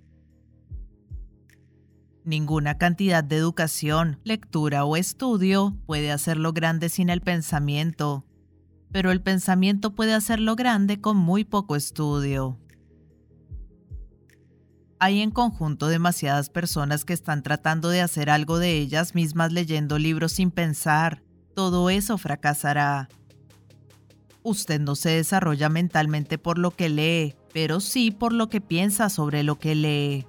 Ninguna cantidad de educación, lectura o estudio puede hacerlo grande sin el pensamiento, pero el pensamiento puede hacerlo grande con muy poco estudio. Hay en conjunto demasiadas personas que están tratando de hacer algo de ellas mismas leyendo libros sin pensar. Todo eso fracasará. Usted no se desarrolla mentalmente por lo que lee, pero sí por lo que piensa sobre lo que lee.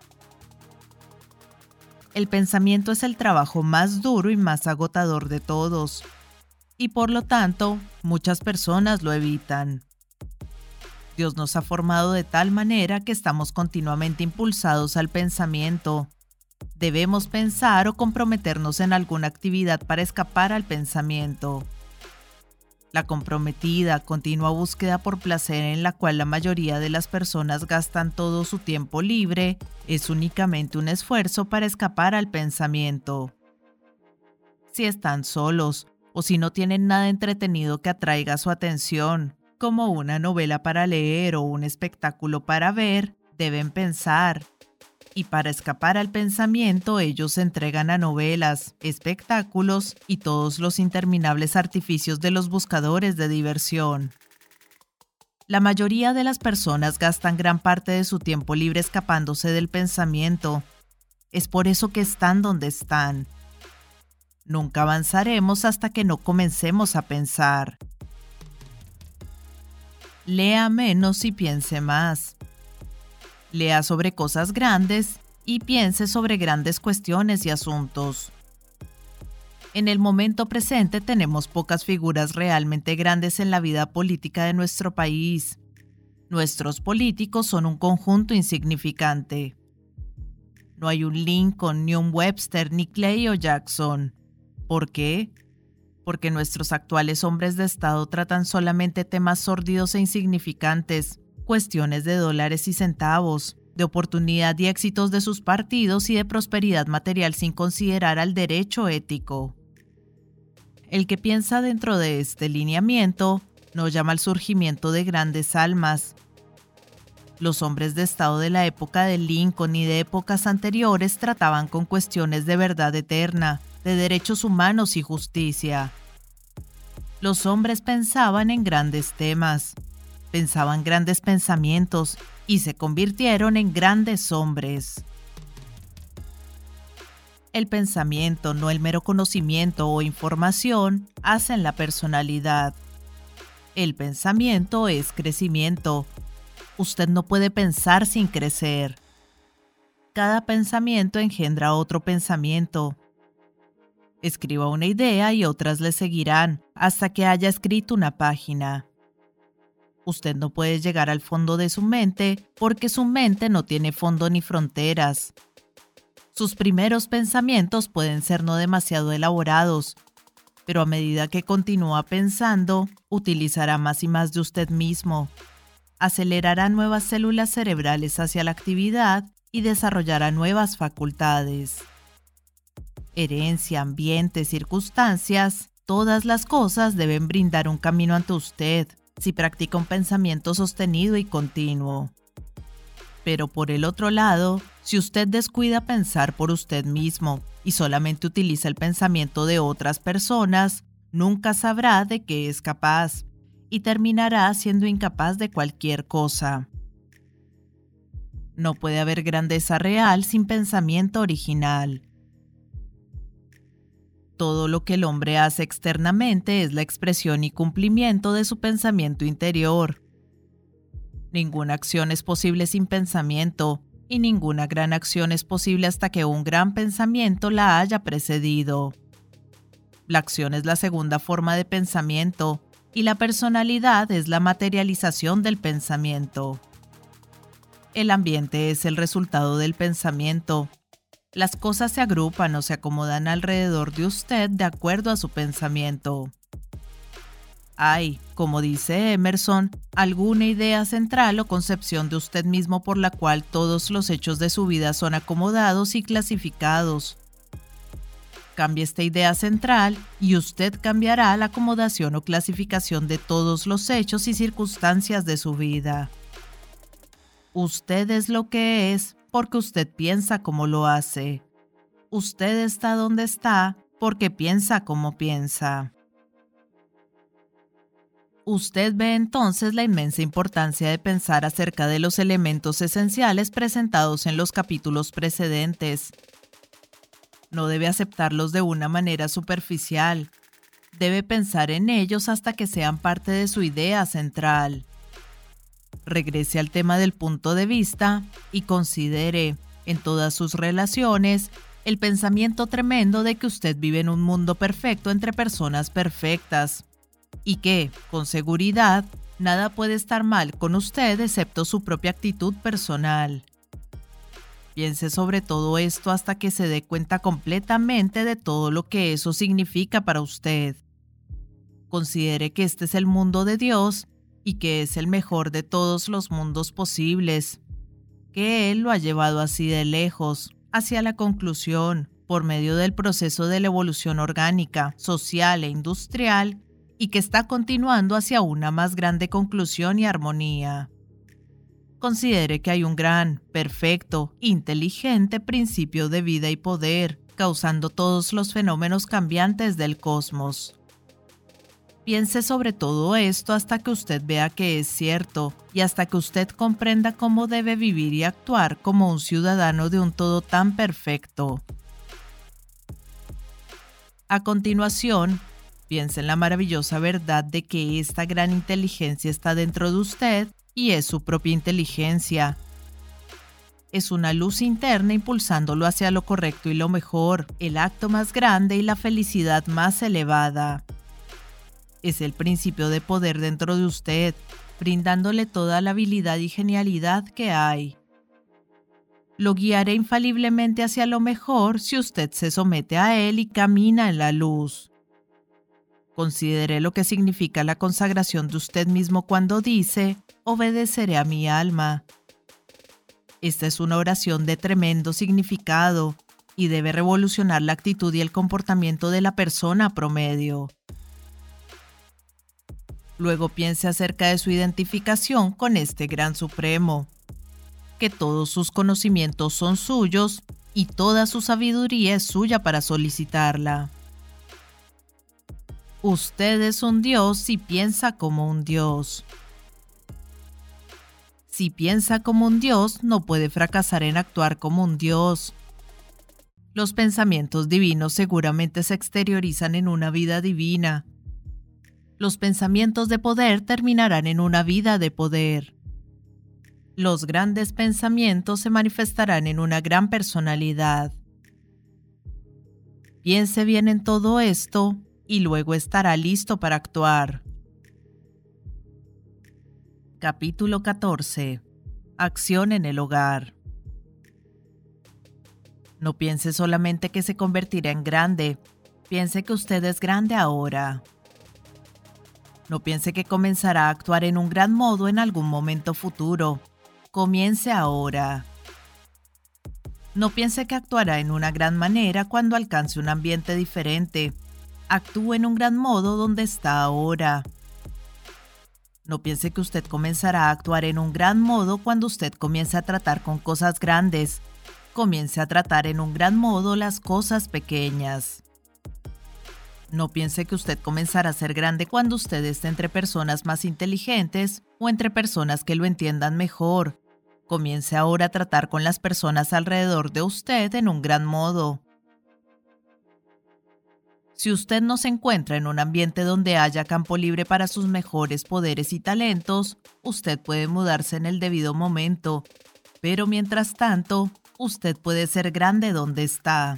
El pensamiento es el trabajo más duro y más agotador de todos, y por lo tanto, muchas personas lo evitan. Dios nos ha formado de tal manera que estamos continuamente impulsados al pensamiento. Debemos pensar o comprometernos en alguna actividad para escapar al pensamiento. La comprometida, continua búsqueda por placer en la cual la mayoría de las personas gastan todo su tiempo libre es únicamente un esfuerzo para escapar al pensamiento. Si están solos o si no tienen nada entretenido que atraiga su atención, como una novela para leer o un espectáculo para ver, deben pensar. Y para escapar al pensamiento ellos se entregan a novelas, espectáculos y todos los interminables artificios de los buscadores de diversión. La mayoría de las personas gastan gran parte de su tiempo libre escapándose del pensamiento. Es por eso que están donde están. Nunca avanzaremos hasta que no comencemos a pensar. Lea menos y piense más. Lea sobre cosas grandes y piense sobre grandes cuestiones y asuntos. En el momento presente tenemos pocas figuras realmente grandes en la vida política de nuestro país. Nuestros políticos son un conjunto insignificante. No hay un Lincoln, ni un Webster, ni Clay o Jackson. ¿Por qué? Porque nuestros actuales hombres de Estado tratan solamente temas sórdidos e insignificantes, cuestiones de dólares y centavos, de oportunidad y éxitos de sus partidos y de prosperidad material sin considerar al derecho ético. El que piensa dentro de este lineamiento no llama al surgimiento de grandes almas. Los hombres de Estado de la época de Lincoln y de épocas anteriores trataban con cuestiones de verdad eterna, de derechos humanos y justicia. Los hombres pensaban en grandes temas, pensaban grandes pensamientos y se convirtieron en grandes hombres. El pensamiento, no el mero conocimiento o información, hacen la personalidad. El pensamiento es crecimiento. Usted no puede pensar sin crecer. Cada pensamiento engendra otro pensamiento. Escriba una idea y otras le seguirán hasta que haya escrito una página. Usted no puede llegar al fondo de su mente porque su mente no tiene fondo ni fronteras. Sus primeros pensamientos pueden ser no demasiado elaborados, pero a medida que continúa pensando, utilizará más y más de usted mismo. Acelerará nuevas células cerebrales hacia la actividad y desarrollará nuevas facultades. Herencia, ambiente, circunstancias, todas las cosas deben brindar un camino ante usted si practica un pensamiento sostenido y continuo. Pero por el otro lado, si usted descuida pensar por usted mismo y solamente utiliza el pensamiento de otras personas, nunca sabrá de qué es capaz y terminará siendo incapaz de cualquier cosa. No puede haber grandeza real sin pensamiento original. Todo lo que el hombre hace externamente es la expresión y cumplimiento de su pensamiento interior. Ninguna acción es posible sin pensamiento, y ninguna gran acción es posible hasta que un gran pensamiento la haya precedido. La acción es la segunda forma de pensamiento, y la personalidad es la materialización del pensamiento. El ambiente es el resultado del pensamiento. Las cosas se agrupan o se acomodan alrededor de usted de acuerdo a su pensamiento. Hay, como dice Emerson, alguna idea central o concepción de usted mismo por la cual todos los hechos de su vida son acomodados y clasificados. Cambie esta idea central y usted cambiará la acomodación o clasificación de todos los hechos y circunstancias de su vida. Usted es lo que es porque usted piensa como lo hace. Usted está donde está porque piensa como piensa. Usted ve entonces la inmensa importancia de pensar acerca de los elementos esenciales presentados en los capítulos precedentes. No debe aceptarlos de una manera superficial. Debe pensar en ellos hasta que sean parte de su idea central. Regrese al tema del punto de vista y considere, en todas sus relaciones, el pensamiento tremendo de que usted vive en un mundo perfecto entre personas perfectas. Y que, con seguridad, nada puede estar mal con usted excepto su propia actitud personal. Piense sobre todo esto hasta que se dé cuenta completamente de todo lo que eso significa para usted. Considere que este es el mundo de Dios y que es el mejor de todos los mundos posibles, que Él lo ha llevado así de lejos, hacia la conclusión, por medio del proceso de la evolución orgánica, social e industrial, y que está continuando hacia una más grande conclusión y armonía. Considere que hay un gran, perfecto, inteligente principio de vida y poder, causando todos los fenómenos cambiantes del cosmos. Piense sobre todo esto hasta que usted vea que es cierto y hasta que usted comprenda cómo debe vivir y actuar como un ciudadano de un todo tan perfecto. A continuación, piense en la maravillosa verdad de que esta gran inteligencia está dentro de usted y es su propia inteligencia. Es una luz interna impulsándolo hacia lo correcto y lo mejor, el acto más grande y la felicidad más elevada. Es el principio de poder dentro de usted, brindándole toda la habilidad y genialidad que hay. Lo guiará infaliblemente hacia lo mejor si usted se somete a él y camina en la luz. Considere lo que significa la consagración de usted mismo cuando dice, obedeceré a mi alma. Esta es una oración de tremendo significado y debe revolucionar la actitud y el comportamiento de la persona promedio. Luego piense acerca de su identificación con este Gran Supremo, que todos sus conocimientos son suyos y toda su sabiduría es suya para solicitarla. Usted es un Dios y piensa como un Dios. Si piensa como un Dios, no puede fracasar en actuar como un Dios. Los pensamientos divinos seguramente se exteriorizan en una vida divina. Los pensamientos de poder terminarán en una vida de poder. Los grandes pensamientos se manifestarán en una gran personalidad. Piense bien en todo esto y luego estará listo para actuar. Capítulo 14. Acción en el hogar. No piense solamente que se convertirá en grande, piense que usted es grande ahora. No piense que comenzará a actuar en un gran modo en algún momento futuro. Comience ahora. No piense que actuará en una gran manera cuando alcance un ambiente diferente. Actúe en un gran modo donde está ahora. No piense que usted comenzará a actuar en un gran modo cuando usted comience a tratar con cosas grandes. Comience a tratar en un gran modo las cosas pequeñas. No piense que usted comenzará a ser grande cuando usted esté entre personas más inteligentes o entre personas que lo entiendan mejor. Comience ahora a tratar con las personas alrededor de usted en un gran modo. Si usted no se encuentra en un ambiente donde haya campo libre para sus mejores poderes y talentos, usted puede mudarse en el debido momento, pero mientras tanto, usted puede ser grande donde está.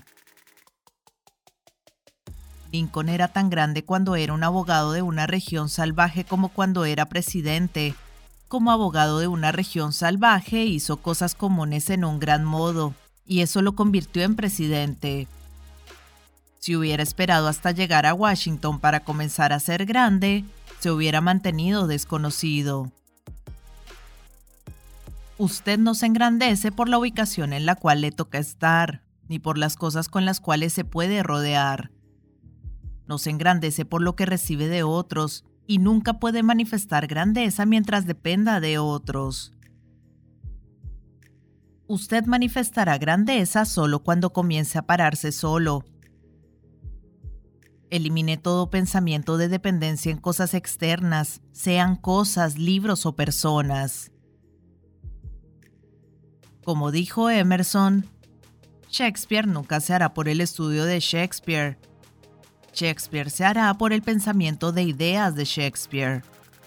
Lincoln era tan grande cuando era un abogado de una región salvaje como cuando era presidente. Como abogado de una región salvaje, hizo cosas comunes en un gran modo, y eso lo convirtió en presidente. Si hubiera esperado hasta llegar a Washington para comenzar a ser grande, se hubiera mantenido desconocido. Usted no se engrandece por la ubicación en la cual le toca estar, ni por las cosas con las cuales se puede rodear. No se engrandece por lo que recibe de otros, y nunca puede manifestar grandeza mientras dependa de otros. Usted manifestará grandeza solo cuando comience a pararse solo. Elimine todo pensamiento de dependencia en cosas externas, sean cosas, libros o personas. Como dijo Emerson, Shakespeare nunca se hará por el estudio de Shakespeare. Shakespeare se hará por el pensamiento de ideas de Shakespeare.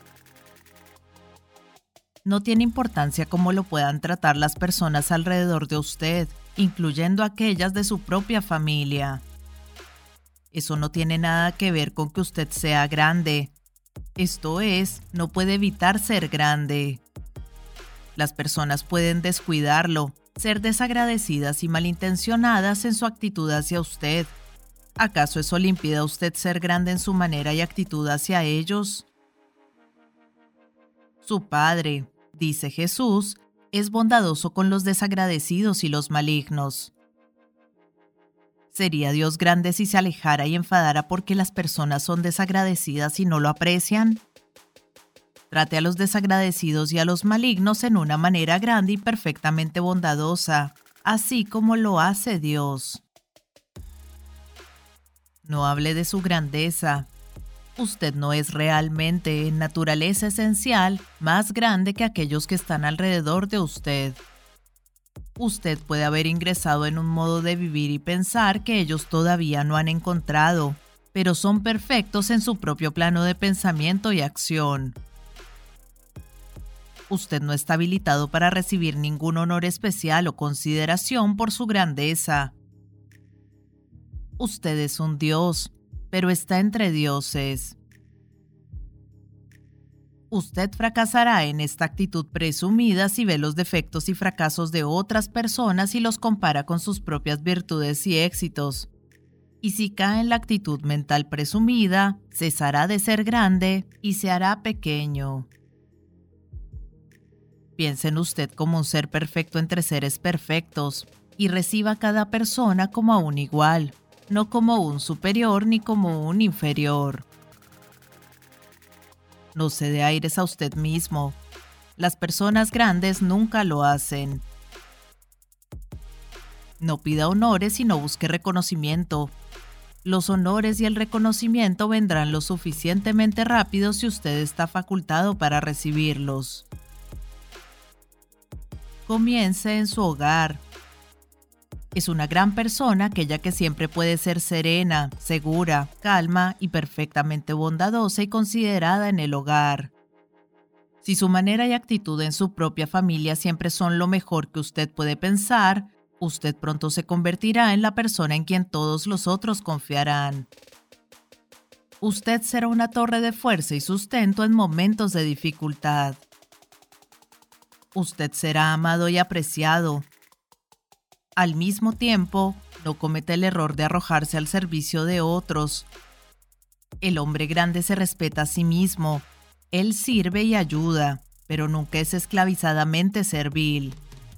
No tiene importancia cómo lo puedan tratar las personas alrededor de usted, incluyendo aquellas de su propia familia. Eso no tiene nada que ver con que usted sea grande. Esto es, no puede evitar ser grande. Las personas pueden descuidarlo, ser desagradecidas y malintencionadas en su actitud hacia usted. ¿Acaso eso le impide a usted ser grande en su manera y actitud hacia ellos? Su Padre, dice Jesús, es bondadoso con los desagradecidos y los malignos. ¿Sería Dios grande si se alejara y enfadara porque las personas son desagradecidas y no lo aprecian? Trate a los desagradecidos y a los malignos en una manera grande y perfectamente bondadosa, así como lo hace Dios. No hable de su grandeza. Usted no es realmente, en naturaleza esencial, más grande que aquellos que están alrededor de usted. Usted puede haber ingresado en un modo de vivir y pensar que ellos todavía no han encontrado, pero son perfectos en su propio plano de pensamiento y acción. Usted no está habilitado para recibir ningún honor especial o consideración por su grandeza. Usted es un dios, pero está entre dioses. Usted fracasará en esta actitud presumida si ve los defectos y fracasos de otras personas y los compara con sus propias virtudes y éxitos. Y si cae en la actitud mental presumida, cesará de ser grande y se hará pequeño. Piense en usted como un ser perfecto entre seres perfectos y reciba a cada persona como a un igual, no como un superior ni como un inferior. No se dé aires a usted mismo. Las personas grandes nunca lo hacen. No pida honores y no busque reconocimiento. Los honores y el reconocimiento vendrán lo suficientemente rápido si usted está facultado para recibirlos. Comience en su hogar. Es una gran persona aquella que siempre puede ser serena, segura, calma y perfectamente bondadosa y considerada en el hogar. Si su manera y actitud en su propia familia siempre son lo mejor que usted puede pensar, usted pronto se convertirá en la persona en quien todos los otros confiarán. Usted será una torre de fuerza y sustento en momentos de dificultad. Usted será amado y apreciado. Al mismo tiempo, no cometa el error de arrojarse al servicio de otros. El hombre grande se respeta a sí mismo. Él sirve y ayuda, pero nunca es esclavizadamente servil.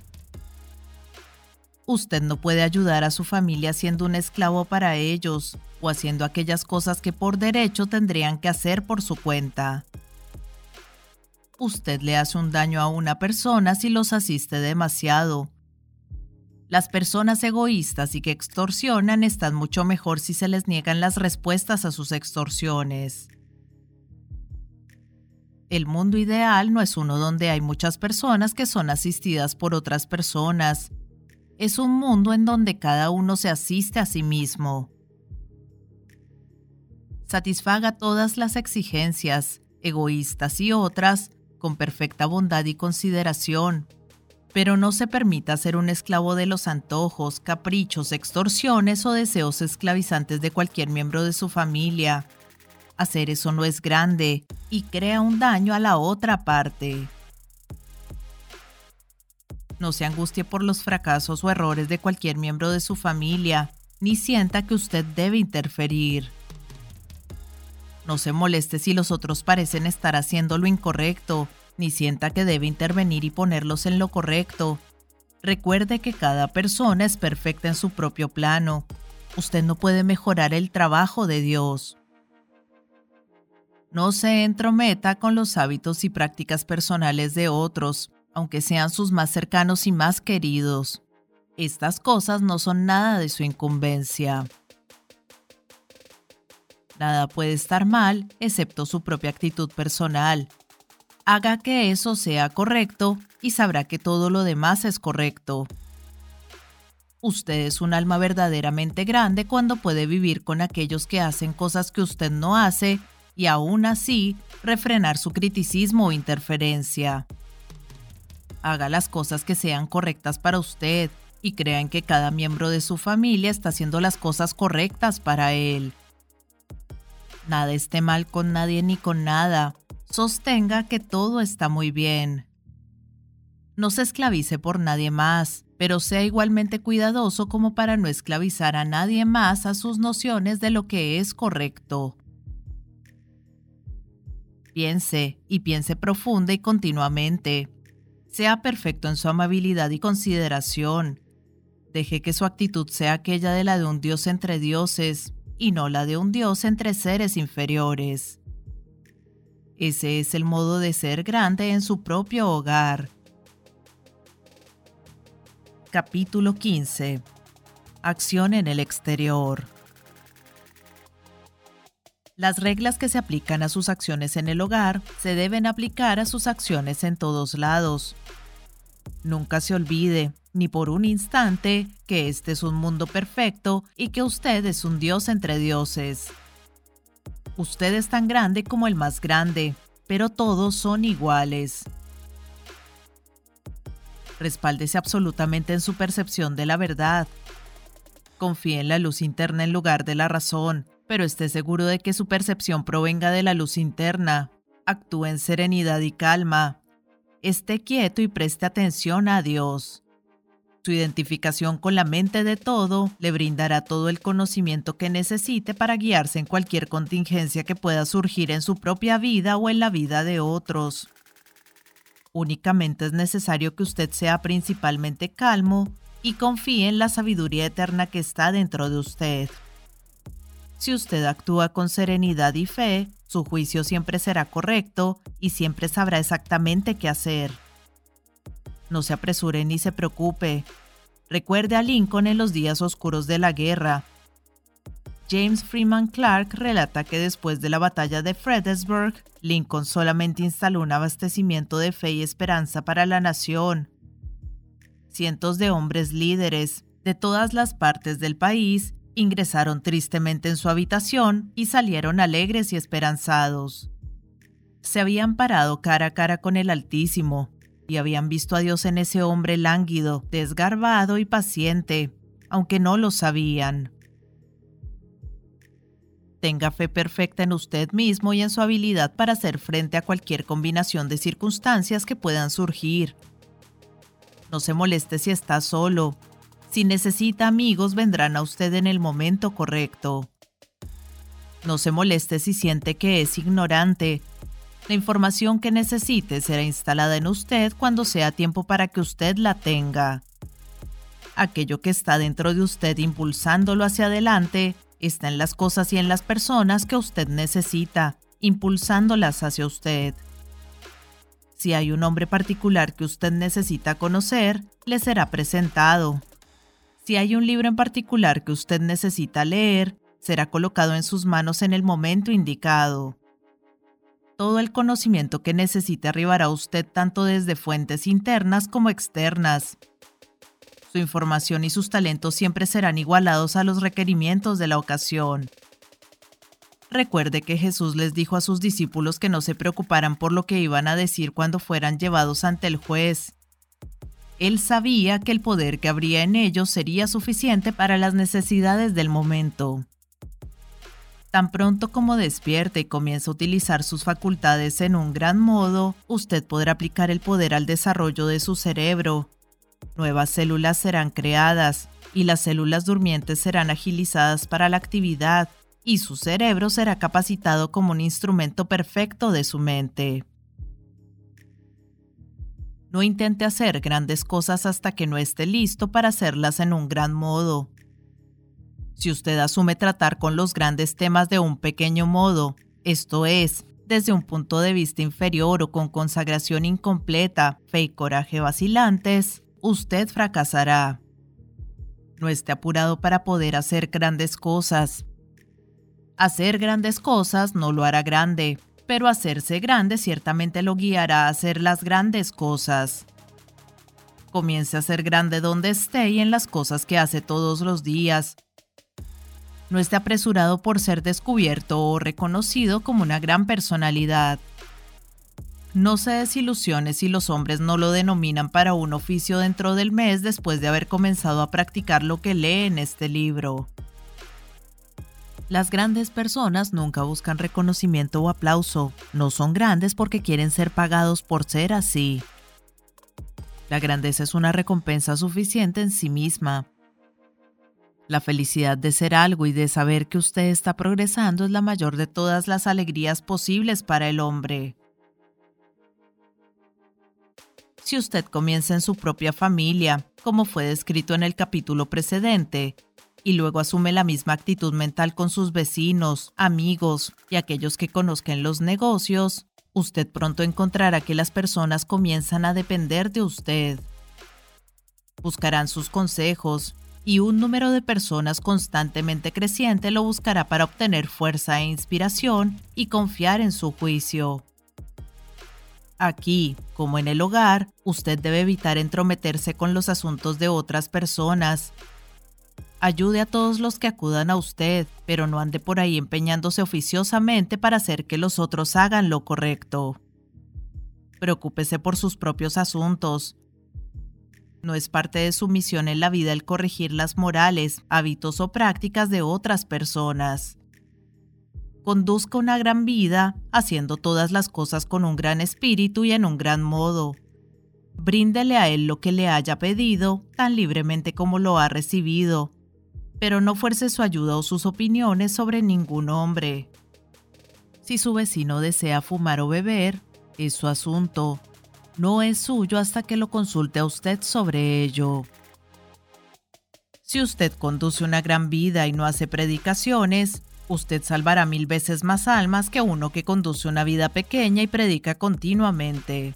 Usted no puede ayudar a su familia siendo un esclavo para ellos o haciendo aquellas cosas que por derecho tendrían que hacer por su cuenta. Usted le hace un daño a una persona si los asiste demasiado. Las personas egoístas y que extorsionan están mucho mejor si se les niegan las respuestas a sus extorsiones. El mundo ideal no es uno donde hay muchas personas que son asistidas por otras personas. Es un mundo en donde cada uno se asiste a sí mismo. Satisfaga todas las exigencias, egoístas y otras, con perfecta bondad y consideración, pero no se permita ser un esclavo de los antojos, caprichos, extorsiones o deseos esclavizantes de cualquier miembro de su familia. Hacer eso no es grande y crea un daño a la otra parte. No se angustie por los fracasos o errores de cualquier miembro de su familia, ni sienta que usted debe interferir. No se moleste si los otros parecen estar haciendo lo incorrecto, ni sienta que debe intervenir y ponerlos en lo correcto. Recuerde que cada persona es perfecta en su propio plano. Usted no puede mejorar el trabajo de Dios. No se entrometa con los hábitos y prácticas personales de otros, aunque sean sus más cercanos y más queridos. Estas cosas no son nada de su incumbencia. Nada puede estar mal, excepto su propia actitud personal. Haga que eso sea correcto y sabrá que todo lo demás es correcto. Usted es un alma verdaderamente grande cuando puede vivir con aquellos que hacen cosas que usted no hace y aún así refrenar su criticismo o interferencia. Haga las cosas que sean correctas para usted y crea en que cada miembro de su familia está haciendo las cosas correctas para él. Nada esté mal con nadie ni con nada. Sostenga que todo está muy bien. No se esclavice por nadie más, pero sea igualmente cuidadoso como para no esclavizar a nadie más a sus nociones de lo que es correcto. Piense, y piense profunda y continuamente. Sea perfecto en su amabilidad y consideración. Deje que su actitud sea aquella de la de un dios entre dioses, y no la de un dios entre seres inferiores. Ese es el modo de ser grande en su propio hogar. Capítulo 15. Acción en el exterior. Las reglas que se aplican a sus acciones en el hogar se deben aplicar a sus acciones en todos lados. Nunca se olvide, ni por un instante, que este es un mundo perfecto y que usted es un dios entre dioses. Usted es tan grande como el más grande, pero todos son iguales. Respáldese absolutamente en su percepción de la verdad. Confíe en la luz interna en lugar de la razón, pero esté seguro de que su percepción provenga de la luz interna. Actúe en serenidad y calma. Esté quieto y preste atención a Dios. Su identificación con la mente de todo le brindará todo el conocimiento que necesite para guiarse en cualquier contingencia que pueda surgir en su propia vida o en la vida de otros. Únicamente es necesario que usted sea principalmente calmo y confíe en la sabiduría eterna que está dentro de usted. Si usted actúa con serenidad y fe, su juicio siempre será correcto y siempre sabrá exactamente qué hacer. No se apresure ni se preocupe. Recuerde a Lincoln en los días oscuros de la guerra. James Freeman Clarke relata que después de la batalla de Fredericksburg, Lincoln solamente instaló un abastecimiento de fe y esperanza para la nación. Cientos de hombres líderes de todas las partes del país ingresaron tristemente en su habitación y salieron alegres y esperanzados. Se habían parado cara a cara con el Altísimo y habían visto a Dios en ese hombre lánguido, desgarbado y paciente, aunque no lo sabían. Tenga fe perfecta en usted mismo y en su habilidad para hacer frente a cualquier combinación de circunstancias que puedan surgir. No se moleste si está solo. Si necesita amigos, vendrán a usted en el momento correcto. No se moleste si siente que es ignorante. La información que necesite será instalada en usted cuando sea tiempo para que usted la tenga. Aquello que está dentro de usted impulsándolo hacia adelante está en las cosas y en las personas que usted necesita, impulsándolas hacia usted. Si hay un hombre particular que usted necesita conocer, le será presentado. Si hay un libro en particular que usted necesita leer, será colocado en sus manos en el momento indicado. Todo el conocimiento que necesite arribará a usted tanto desde fuentes internas como externas. Su información y sus talentos siempre serán igualados a los requerimientos de la ocasión. Recuerde que Jesús les dijo a sus discípulos que no se preocuparan por lo que iban a decir cuando fueran llevados ante el juez. Él sabía que el poder que habría en ellos sería suficiente para las necesidades del momento. Tan pronto como despierte y comience a utilizar sus facultades en un gran modo, usted podrá aplicar el poder al desarrollo de su cerebro. Nuevas células serán creadas y las células durmientes serán agilizadas para la actividad, y su cerebro será capacitado como un instrumento perfecto de su mente. No intente hacer grandes cosas hasta que no esté listo para hacerlas en un gran modo. Si usted asume tratar con los grandes temas de un pequeño modo, esto es, desde un punto de vista inferior o con consagración incompleta, fe y coraje vacilantes, usted fracasará. No esté apurado para poder hacer grandes cosas. Hacer grandes cosas no lo hará grande, pero hacerse grande ciertamente lo guiará a hacer las grandes cosas. Comience a ser grande donde esté y en las cosas que hace todos los días. No esté apresurado por ser descubierto o reconocido como una gran personalidad. No se desilusione si los hombres no lo denominan para un oficio dentro del mes después de haber comenzado a practicar lo que lee en este libro. Las grandes personas nunca buscan reconocimiento o aplauso. No son grandes porque quieren ser pagados por ser así. La grandeza es una recompensa suficiente en sí misma. La felicidad de ser algo y de saber que usted está progresando es la mayor de todas las alegrías posibles para el hombre. Si usted comienza en su propia familia, como fue descrito en el capítulo precedente, y luego asume la misma actitud mental con sus vecinos, amigos y aquellos que conozcan los negocios, usted pronto encontrará que las personas comienzan a depender de usted. Buscarán sus consejos, y un número de personas constantemente creciente lo buscará para obtener fuerza e inspiración y confiar en su juicio. Aquí, como en el hogar, usted debe evitar entrometerse con los asuntos de otras personas. Ayude a todos los que acudan a usted, pero no ande por ahí empeñándose oficiosamente para hacer que los otros hagan lo correcto. Preocúpese por sus propios asuntos. No es parte de su misión en la vida el corregir las morales, hábitos o prácticas de otras personas. Conduzca una gran vida, haciendo todas las cosas con un gran espíritu y en un gran modo. Bríndele a él lo que le haya pedido, tan libremente como lo ha recibido, pero no fuerce su ayuda o sus opiniones sobre ningún hombre. Si su vecino desea fumar o beber, es su asunto. No es suyo hasta que lo consulte a usted sobre ello. Si usted conduce una gran vida y no hace predicaciones, usted salvará 1000 veces más almas que uno que conduce una vida pequeña y predica continuamente.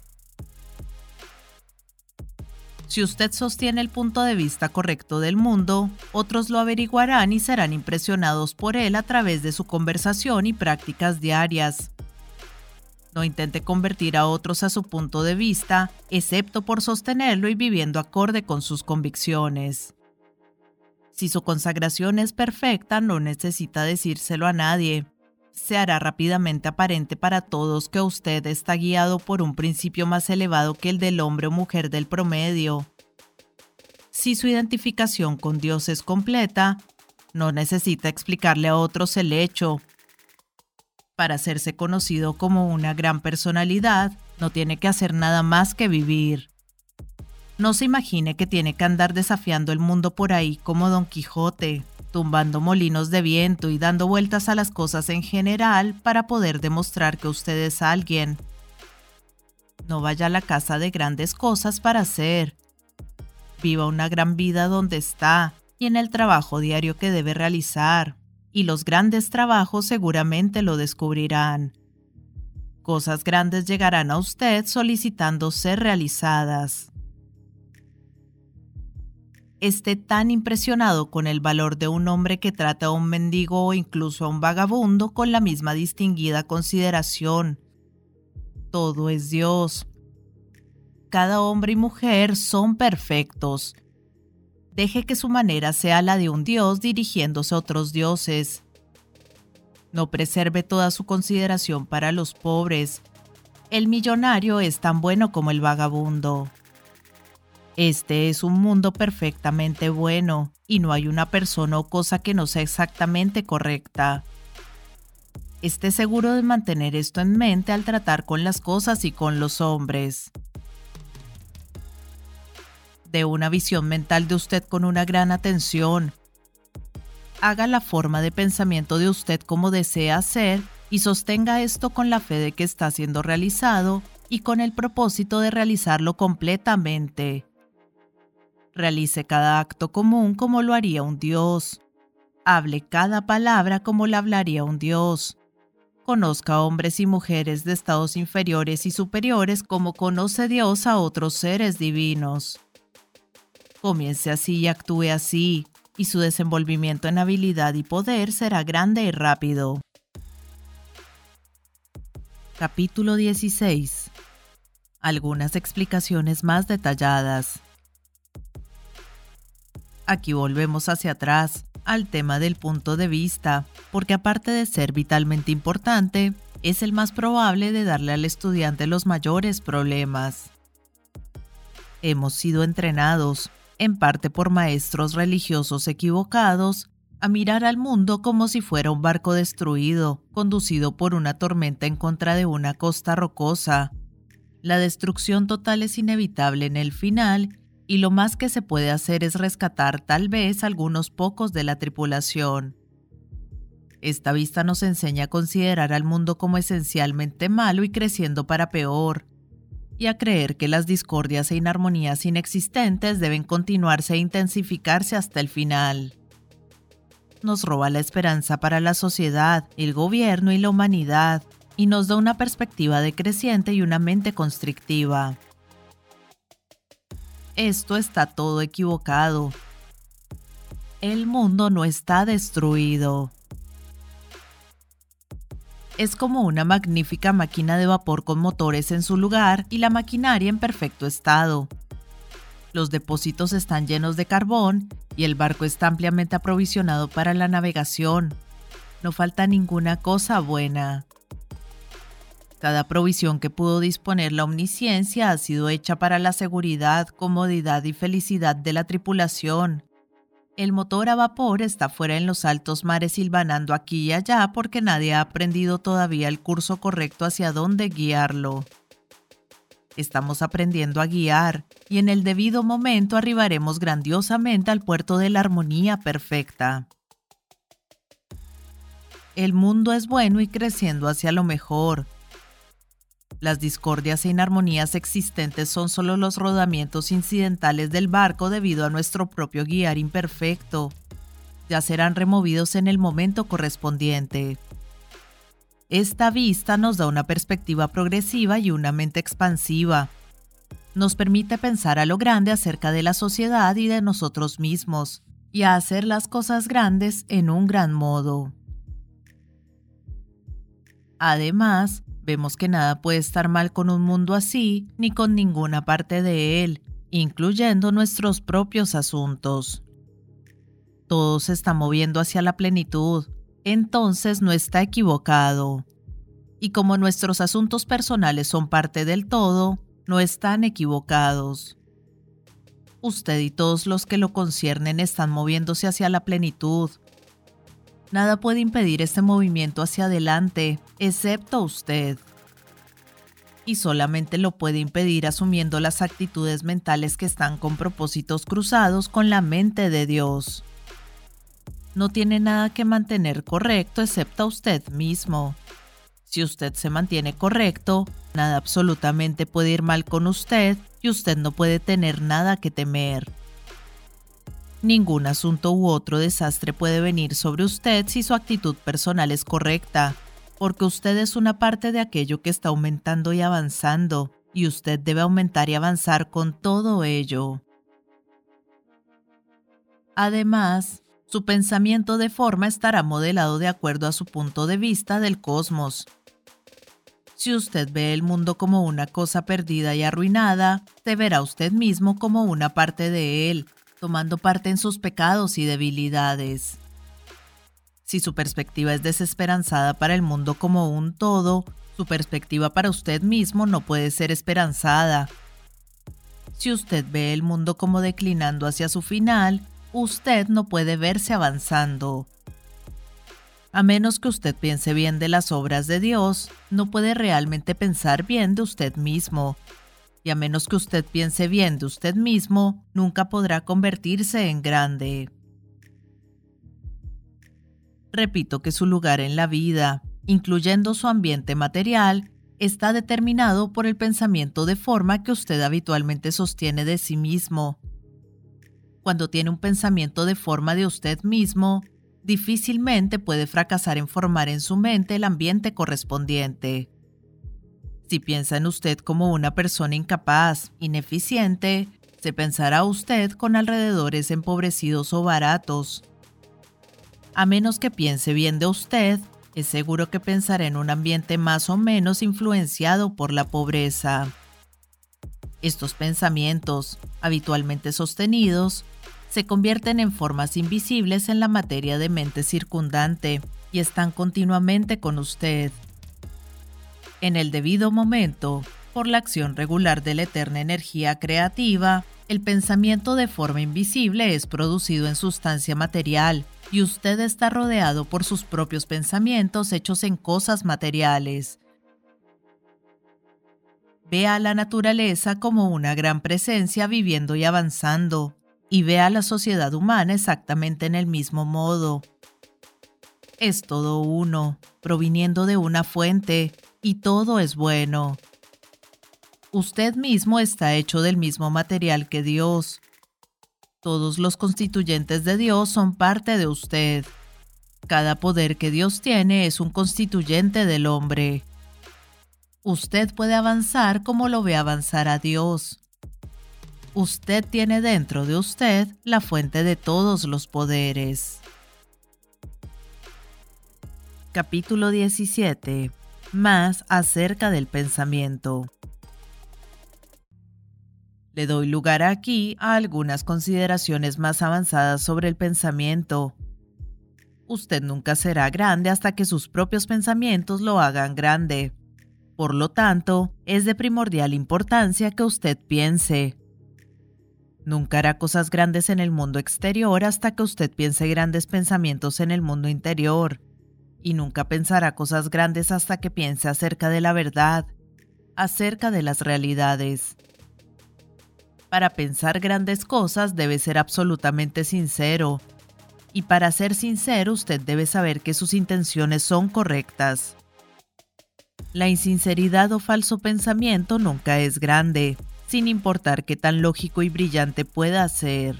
Si usted sostiene el punto de vista correcto del mundo, otros lo averiguarán y serán impresionados por él a través de su conversación y prácticas diarias. No intente convertir a otros a su punto de vista, excepto por sostenerlo y viviendo acorde con sus convicciones. Si su consagración es perfecta, no necesita decírselo a nadie. Se hará rápidamente aparente para todos que usted está guiado por un principio más elevado que el del hombre o mujer del promedio. Si su identificación con Dios es completa, no necesita explicarle a otros el hecho. Para hacerse conocido como una gran personalidad, no tiene que hacer nada más que vivir. No se imagine que tiene que andar desafiando el mundo por ahí como Don Quijote, tumbando molinos de viento y dando vueltas a las cosas en general para poder demostrar que usted es alguien. No vaya a la casa de grandes cosas para hacer. Viva una gran vida donde está y en el trabajo diario que debe realizar, y los grandes trabajos seguramente lo descubrirán. Cosas grandes llegarán a usted solicitando ser realizadas. Esté tan impresionado con el valor de un hombre que trata a un mendigo o incluso a un vagabundo con la misma distinguida consideración. Todo es Dios. Cada hombre y mujer son perfectos. Deje que su manera sea la de un dios dirigiéndose a otros dioses. No preserve toda su consideración para los pobres. El millonario es tan bueno como el vagabundo. Este es un mundo perfectamente bueno, y no hay una persona o cosa que no sea exactamente correcta. Esté seguro de mantener esto en mente al tratar con las cosas y con los hombres. Dé una visión mental de usted con una gran atención. Haga la forma de pensamiento de usted como desea ser y sostenga esto con la fe de que está siendo realizado y con el propósito de realizarlo completamente. Realice cada acto común como lo haría un dios. Hable cada palabra como la hablaría un dios. Conozca a hombres y mujeres de estados inferiores y superiores como conoce Dios a otros seres divinos. Comience así y actúe así, y su desenvolvimiento en habilidad y poder será grande y rápido. Capítulo 16. Algunas explicaciones más detalladas. Aquí volvemos hacia atrás, al tema del punto de vista, porque aparte de ser vitalmente importante, es el más probable de darle al estudiante los mayores problemas. Hemos sido entrenados, en parte por maestros religiosos equivocados, a mirar al mundo como si fuera un barco destruido, conducido por una tormenta en contra de una costa rocosa. La destrucción total es inevitable en el final, y lo más que se puede hacer es rescatar tal vez algunos pocos de la tripulación. Esta vista nos enseña a considerar al mundo como esencialmente malo y creciendo para peor, y a creer que las discordias e inarmonías inexistentes deben continuarse e intensificarse hasta el final. Nos roba la esperanza para la sociedad, el gobierno y la humanidad, y nos da una perspectiva decreciente y una mente constrictiva. Esto está todo equivocado. El mundo no está destruido. Es como una magnífica máquina de vapor con motores en su lugar y la maquinaria en perfecto estado. Los depósitos están llenos de carbón y el barco está ampliamente aprovisionado para la navegación. No falta ninguna cosa buena. Cada provisión que pudo disponer la omnisciencia ha sido hecha para la seguridad, comodidad y felicidad de la tripulación. El motor a vapor está fuera en los altos mares silbanando aquí y allá porque nadie ha aprendido todavía el curso correcto hacia dónde guiarlo. Estamos aprendiendo a guiar y en el debido momento arribaremos grandiosamente al puerto de la armonía perfecta. El mundo es bueno y creciendo hacia lo mejor. Las discordias e inarmonías existentes son solo los rodamientos incidentales del barco debido a nuestro propio guiar imperfecto. Ya serán removidos en el momento correspondiente. Esta vista nos da una perspectiva progresiva y una mente expansiva. Nos permite pensar a lo grande acerca de la sociedad y de nosotros mismos, y a hacer las cosas grandes en un gran modo. Además, vemos que nada puede estar mal con un mundo así, ni con ninguna parte de él, incluyendo nuestros propios asuntos. Todo se está moviendo hacia la plenitud, entonces no está equivocado. Y como nuestros asuntos personales son parte del todo, no están equivocados. Usted y todos los que lo conciernen están moviéndose hacia la plenitud. Nada puede impedir este movimiento hacia adelante, excepto usted. Y solamente lo puede impedir asumiendo las actitudes mentales que están con propósitos cruzados con la mente de Dios. No tiene nada que mantener correcto excepto a usted mismo. Si usted se mantiene correcto, nada absolutamente puede ir mal con usted y usted no puede tener nada que temer. Ningún asunto u otro desastre puede venir sobre usted si su actitud personal es correcta, porque usted es una parte de aquello que está aumentando y avanzando, y usted debe aumentar y avanzar con todo ello. Además, su pensamiento de forma estará modelado de acuerdo a su punto de vista del cosmos. Si usted ve el mundo como una cosa perdida y arruinada, se verá usted mismo como una parte de él, tomando parte en sus pecados y debilidades. Si su perspectiva es desesperanzada para el mundo como un todo, su perspectiva para usted mismo no puede ser esperanzada. Si usted ve el mundo como declinando hacia su final, usted no puede verse avanzando. A menos que usted piense bien de las obras de Dios, no puede realmente pensar bien de usted mismo. Y a menos que usted piense bien de usted mismo, nunca podrá convertirse en grande. Repito que su lugar en la vida, incluyendo su ambiente material, está determinado por el pensamiento de forma que usted habitualmente sostiene de sí mismo. Cuando tiene un pensamiento de forma de usted mismo, difícilmente puede fracasar en formar en su mente el ambiente correspondiente. Si piensa en usted como una persona incapaz, ineficiente, se pensará usted con alrededores empobrecidos o baratos. A menos que piense bien de usted, es seguro que pensará en un ambiente más o menos influenciado por la pobreza. Estos pensamientos, habitualmente sostenidos, se convierten en formas invisibles en la materia de mente circundante y están continuamente con usted. En el debido momento, por la acción regular de la eterna energía creativa, el pensamiento de forma invisible es producido en sustancia material y usted está rodeado por sus propios pensamientos hechos en cosas materiales. Vea a la naturaleza como una gran presencia viviendo y avanzando, y vea a la sociedad humana exactamente en el mismo modo. Es todo uno, proviniendo de una fuente, y todo es bueno. Usted mismo está hecho del mismo material que Dios. Todos los constituyentes de Dios son parte de usted. Cada poder que Dios tiene es un constituyente del hombre. Usted puede avanzar como lo ve avanzar a Dios. Usted tiene dentro de usted la fuente de todos los poderes. Capítulo 17. Más acerca del pensamiento. Le doy lugar aquí a algunas consideraciones más avanzadas sobre el pensamiento. Usted nunca será grande hasta que sus propios pensamientos lo hagan grande. Por lo tanto, es de primordial importancia que usted piense. Nunca hará cosas grandes en el mundo exterior hasta que usted piense grandes pensamientos en el mundo interior. Y nunca pensará cosas grandes hasta que piense acerca de la verdad, acerca de las realidades. Para pensar grandes cosas debe ser absolutamente sincero. Y para ser sincero usted debe saber que sus intenciones son correctas. La insinceridad o falso pensamiento nunca es grande, sin importar qué tan lógico y brillante pueda ser.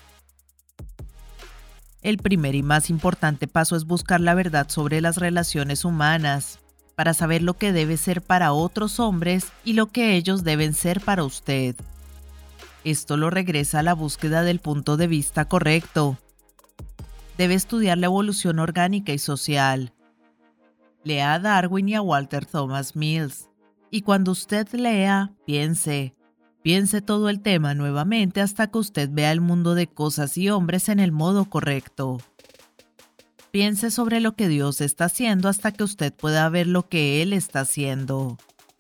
El primer y más importante paso es buscar la verdad sobre las relaciones humanas, para saber lo que debe ser para otros hombres y lo que ellos deben ser para usted. Esto lo regresa a la búsqueda del punto de vista correcto. Debe estudiar la evolución orgánica y social. Lea a Darwin y a Walter Thomas Mills. Y cuando usted lea, piense todo el tema nuevamente hasta que usted vea el mundo de cosas y hombres en el modo correcto. Piense sobre lo que Dios está haciendo hasta que usted pueda ver lo que Él está haciendo.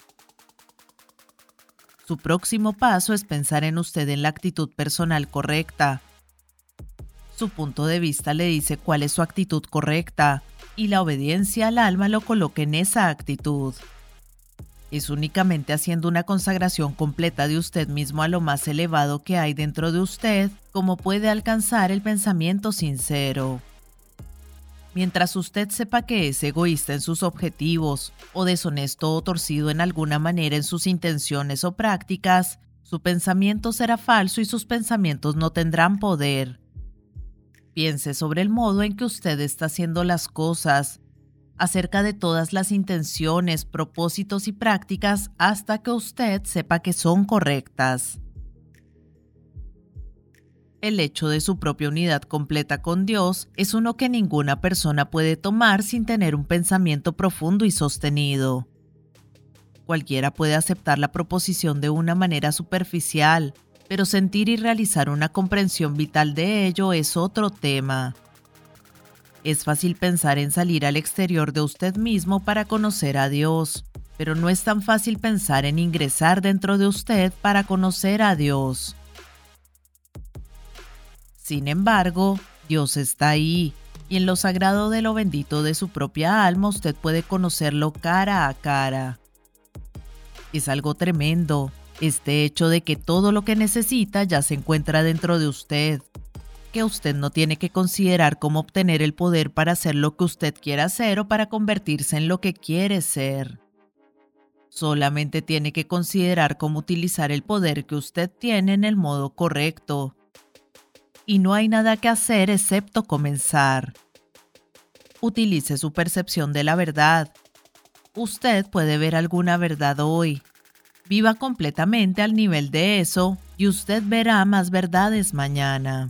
Su próximo paso es pensar en usted en la actitud personal correcta. Su punto de vista le dice cuál es su actitud correcta, y la obediencia al alma lo coloca en esa actitud. Es únicamente haciendo una consagración completa de usted mismo a lo más elevado que hay dentro de usted como puede alcanzar el pensamiento sincero. Mientras usted sepa que es egoísta en sus objetivos, o deshonesto o torcido en alguna manera en sus intenciones o prácticas, su pensamiento será falso y sus pensamientos no tendrán poder. Piense sobre el modo en que usted está haciendo las cosas, acerca de todas las intenciones, propósitos y prácticas hasta que usted sepa que son correctas. El hecho de su propia unidad completa con Dios es uno que ninguna persona puede tomar sin tener un pensamiento profundo y sostenido. Cualquiera puede aceptar la proposición de una manera superficial, pero sentir y realizar una comprensión vital de ello es otro tema. Es fácil pensar en salir al exterior de usted mismo para conocer a Dios, pero no es tan fácil pensar en ingresar dentro de usted para conocer a Dios. Sin embargo, Dios está ahí, y en lo sagrado de lo bendito de su propia alma usted puede conocerlo cara a cara. Es algo tremendo, este hecho de que todo lo que necesita ya se encuentra dentro de usted. Que usted no tiene que considerar cómo obtener el poder para hacer lo que usted quiera hacer o para convertirse en lo que quiere ser. Solamente tiene que considerar cómo utilizar el poder que usted tiene en el modo correcto. Y no hay nada que hacer excepto comenzar. Utilice su percepción de la verdad. Usted puede ver alguna verdad hoy. Viva completamente al nivel de eso y usted verá más verdades mañana.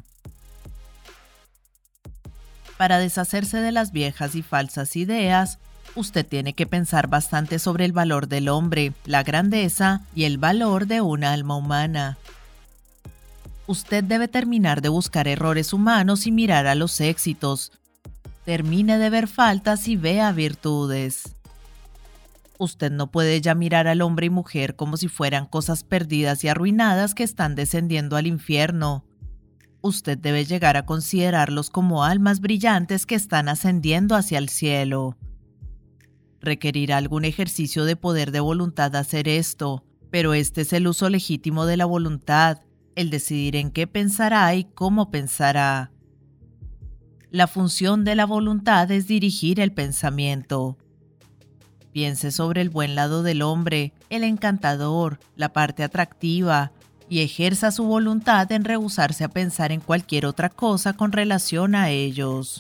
Para deshacerse de las viejas y falsas ideas, usted tiene que pensar bastante sobre el valor del hombre, la grandeza y el valor de una alma humana. Usted debe terminar de buscar errores humanos y mirar a los éxitos. Termine de ver faltas y vea virtudes. Usted no puede ya mirar al hombre y mujer como si fueran cosas perdidas y arruinadas que están descendiendo al infierno. Usted debe llegar a considerarlos como almas brillantes que están ascendiendo hacia el cielo. Requerirá algún ejercicio de poder de voluntad hacer esto, pero este es el uso legítimo de la voluntad, el decidir en qué pensará y cómo pensará. La función de la voluntad es dirigir el pensamiento. Piense sobre el buen lado del hombre, el encantador, la parte atractiva, y ejerza su voluntad en rehusarse a pensar en cualquier otra cosa con relación a ellos.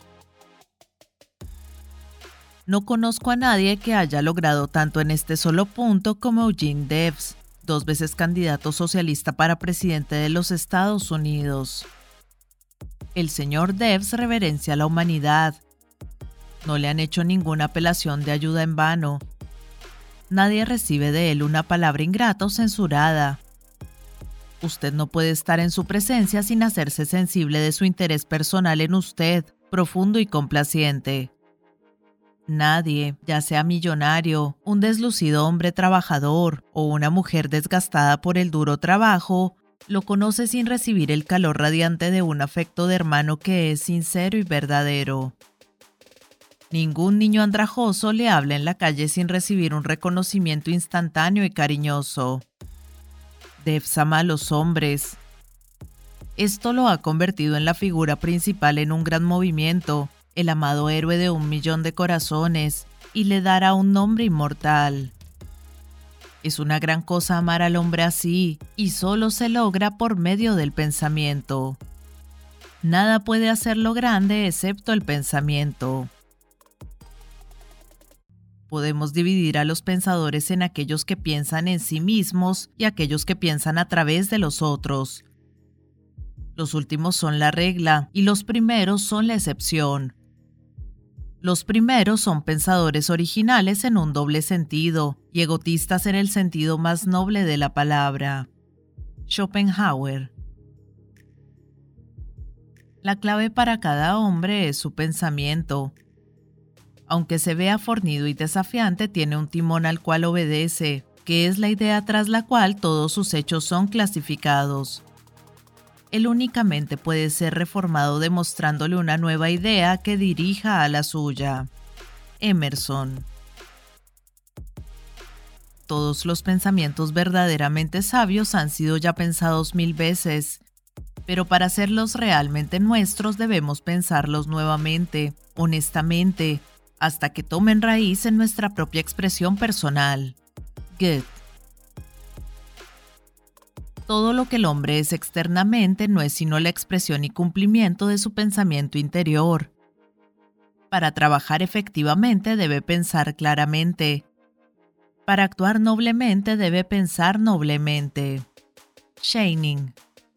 No conozco a nadie que haya logrado tanto en este solo punto como Eugene Debs, 2 veces candidato socialista para presidente de los Estados Unidos. El señor Debs reverencia a la humanidad. No le han hecho ninguna apelación de ayuda en vano. Nadie recibe de él una palabra ingrata o censurada. Usted no puede estar en su presencia sin hacerse sensible de su interés personal en usted, profundo y complaciente. Nadie, ya sea millonario, un deslucido hombre trabajador o una mujer desgastada por el duro trabajo, lo conoce sin recibir el calor radiante de un afecto de hermano que es sincero y verdadero. Ningún niño andrajoso le habla en la calle sin recibir un reconocimiento instantáneo y cariñoso. Debs ama a los hombres. Esto lo ha convertido en la figura principal en un gran movimiento, el amado héroe de 1 millón de corazones, y le dará un nombre inmortal. Es una gran cosa amar al hombre así, y solo se logra por medio del pensamiento. Nada puede hacerlo grande excepto el pensamiento. Podemos dividir a los pensadores en aquellos que piensan en sí mismos y aquellos que piensan a través de los otros. Los últimos son la regla y los primeros son la excepción. Los primeros son pensadores originales en un doble sentido y egotistas en el sentido más noble de la palabra. Schopenhauer. La clave para cada hombre es su pensamiento. Aunque se vea fornido y desafiante, tiene un timón al cual obedece, que es la idea tras la cual todos sus hechos son clasificados. Él únicamente puede ser reformado demostrándole una nueva idea que dirija a la suya. Emerson. Todos los pensamientos verdaderamente sabios han sido ya pensados 1000 veces, pero para hacerlos realmente nuestros debemos pensarlos nuevamente, honestamente, hasta que tomen raíz en nuestra propia expresión personal. Goethe. Todo lo que el hombre es externamente no es sino la expresión y cumplimiento de su pensamiento interior. Para trabajar efectivamente debe pensar claramente. Para actuar noblemente debe pensar noblemente. Shining.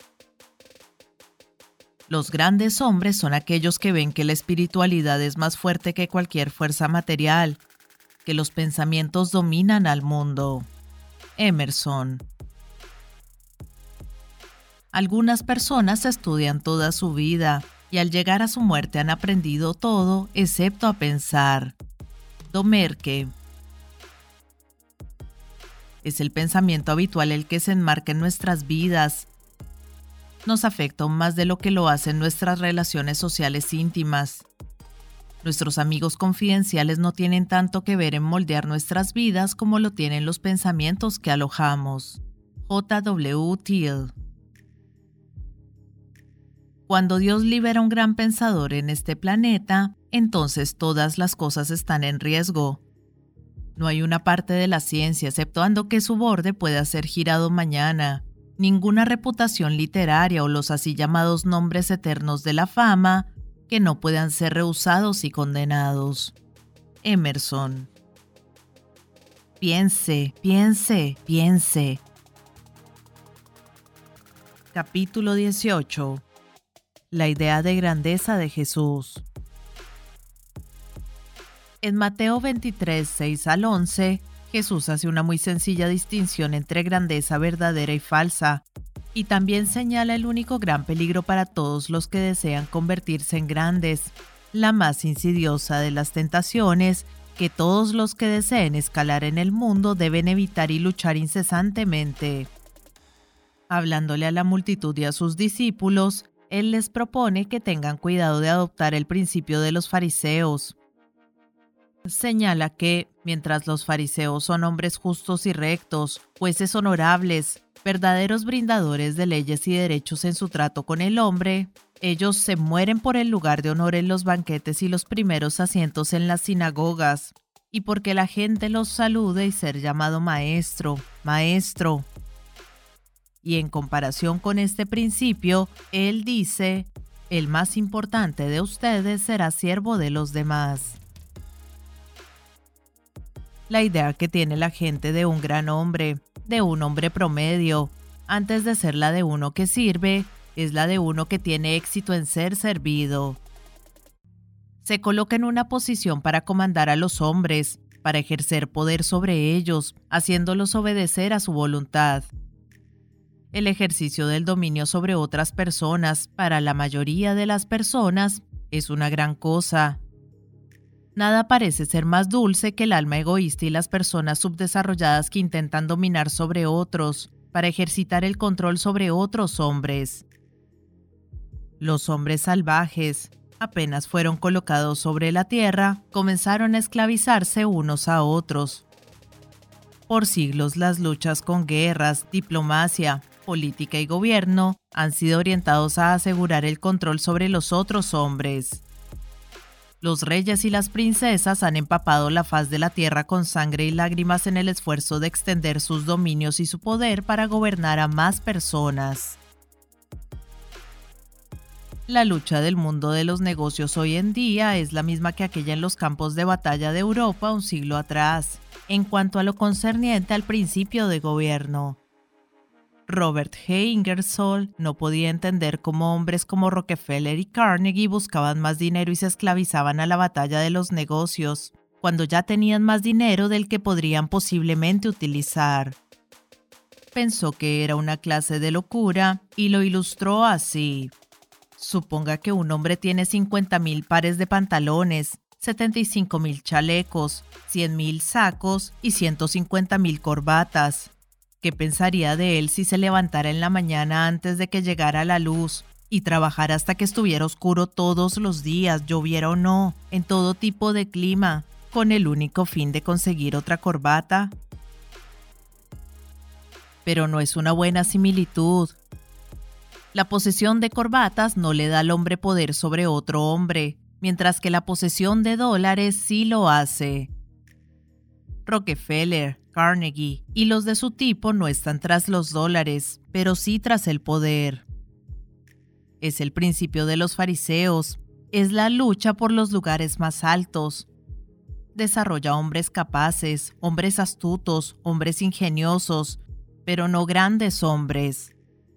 Los grandes hombres son aquellos que ven que la espiritualidad es más fuerte que cualquier fuerza material, que los pensamientos dominan al mundo. Emerson. Algunas personas estudian toda su vida y al llegar a su muerte han aprendido todo excepto a pensar. Domerque. Es el pensamiento habitual el que se enmarca en nuestras vidas. Nos afecta aún más de lo que lo hacen nuestras relaciones sociales íntimas. Nuestros amigos confidenciales no tienen tanto que ver en moldear nuestras vidas como lo tienen los pensamientos que alojamos. J.W. Thiel. Cuando Dios libera un gran pensador en este planeta, entonces todas las cosas están en riesgo. No hay una parte de la ciencia, exceptuando que su borde pueda ser girado mañana. Ninguna reputación literaria o los así llamados nombres eternos de la fama que no puedan ser rehusados y condenados. Emerson. Piense, piense, piense. Capítulo 18. La idea de grandeza de Jesús. En Mateo 23, 6 al 11, Jesús hace una muy sencilla distinción entre grandeza verdadera y falsa, y también señala el único gran peligro para todos los que desean convertirse en grandes, la más insidiosa de las tentaciones que todos los que deseen escalar en el mundo deben evitar y luchar incesantemente. Hablándole a la multitud y a sus discípulos, Él les propone que tengan cuidado de adoptar el principio de los fariseos. Señala que, mientras los fariseos son hombres justos y rectos, jueces honorables, verdaderos brindadores de leyes y derechos en su trato con el hombre, ellos se mueren por el lugar de honor en los banquetes y los primeros asientos en las sinagogas, y porque la gente los salude y ser llamado maestro, maestro. Y en comparación con este principio, él dice, el más importante de ustedes será siervo de los demás. La idea que tiene la gente de un gran hombre, de un hombre promedio, antes de ser la de uno que sirve, es la de uno que tiene éxito en ser servido. Se coloca en una posición para comandar a los hombres, para ejercer poder sobre ellos, haciéndolos obedecer a su voluntad. El ejercicio del dominio sobre otras personas, para la mayoría de las personas, es una gran cosa. Nada parece ser más dulce que el alma egoísta y las personas subdesarrolladas que intentan dominar sobre otros, para ejercitar el control sobre otros hombres. Los hombres salvajes, apenas fueron colocados sobre la tierra, comenzaron a esclavizarse unos a otros. Por siglos las luchas con guerras, diplomacia, política y gobierno han sido orientados a asegurar el control sobre los otros hombres. Los reyes y las princesas han empapado la faz de la tierra con sangre y lágrimas en el esfuerzo de extender sus dominios y su poder para gobernar a más personas. La lucha del mundo de los negocios hoy en día es la misma que aquella en los campos de batalla de Europa un siglo atrás, en cuanto a lo concerniente al principio de gobierno. Robert G. Ingersoll no podía entender cómo hombres como Rockefeller y Carnegie buscaban más dinero y se esclavizaban a la batalla de los negocios, cuando ya tenían más dinero del que podrían posiblemente utilizar. Pensó que era una clase de locura y lo ilustró así. Suponga que un hombre tiene 50,000 pares de pantalones, 75,000 chalecos, 100,000 sacos y 150,000 corbatas. ¿Qué pensaría de él si se levantara en la mañana antes de que llegara la luz y trabajara hasta que estuviera oscuro todos los días, lloviera o no, en todo tipo de clima, con el único fin de conseguir otra corbata? Pero no es una buena similitud. La posesión de corbatas no le da al hombre poder sobre otro hombre, mientras que la posesión de dólares sí lo hace. Rockefeller, Carnegie y los de su tipo no están tras los dólares, pero sí tras el poder. Es el principio de los fariseos, es la lucha por los lugares más altos. Desarrolla hombres capaces, hombres astutos, hombres ingeniosos, pero no grandes hombres.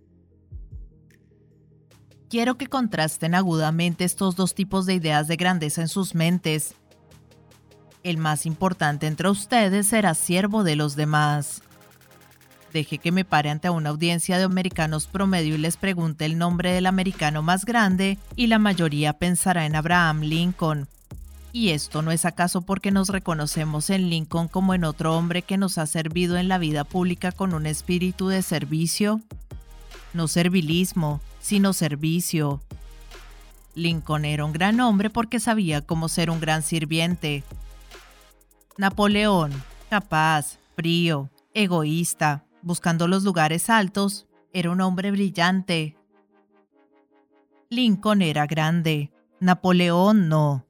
Quiero que contrasten agudamente estos dos tipos de ideas de grandeza en sus mentes. El más importante entre ustedes será siervo de los demás. Deje que me pare ante una audiencia de americanos promedio y les pregunte el nombre del americano más grande y la mayoría pensará en Abraham Lincoln. ¿Y esto no es acaso porque nos reconocemos en Lincoln como en otro hombre que nos ha servido en la vida pública con un espíritu de servicio? No servilismo, sino servicio. Lincoln era un gran hombre porque sabía cómo ser un gran sirviente. Napoleón, capaz, frío, egoísta, buscando los lugares altos, era un hombre brillante. Lincoln era grande, Napoleón no.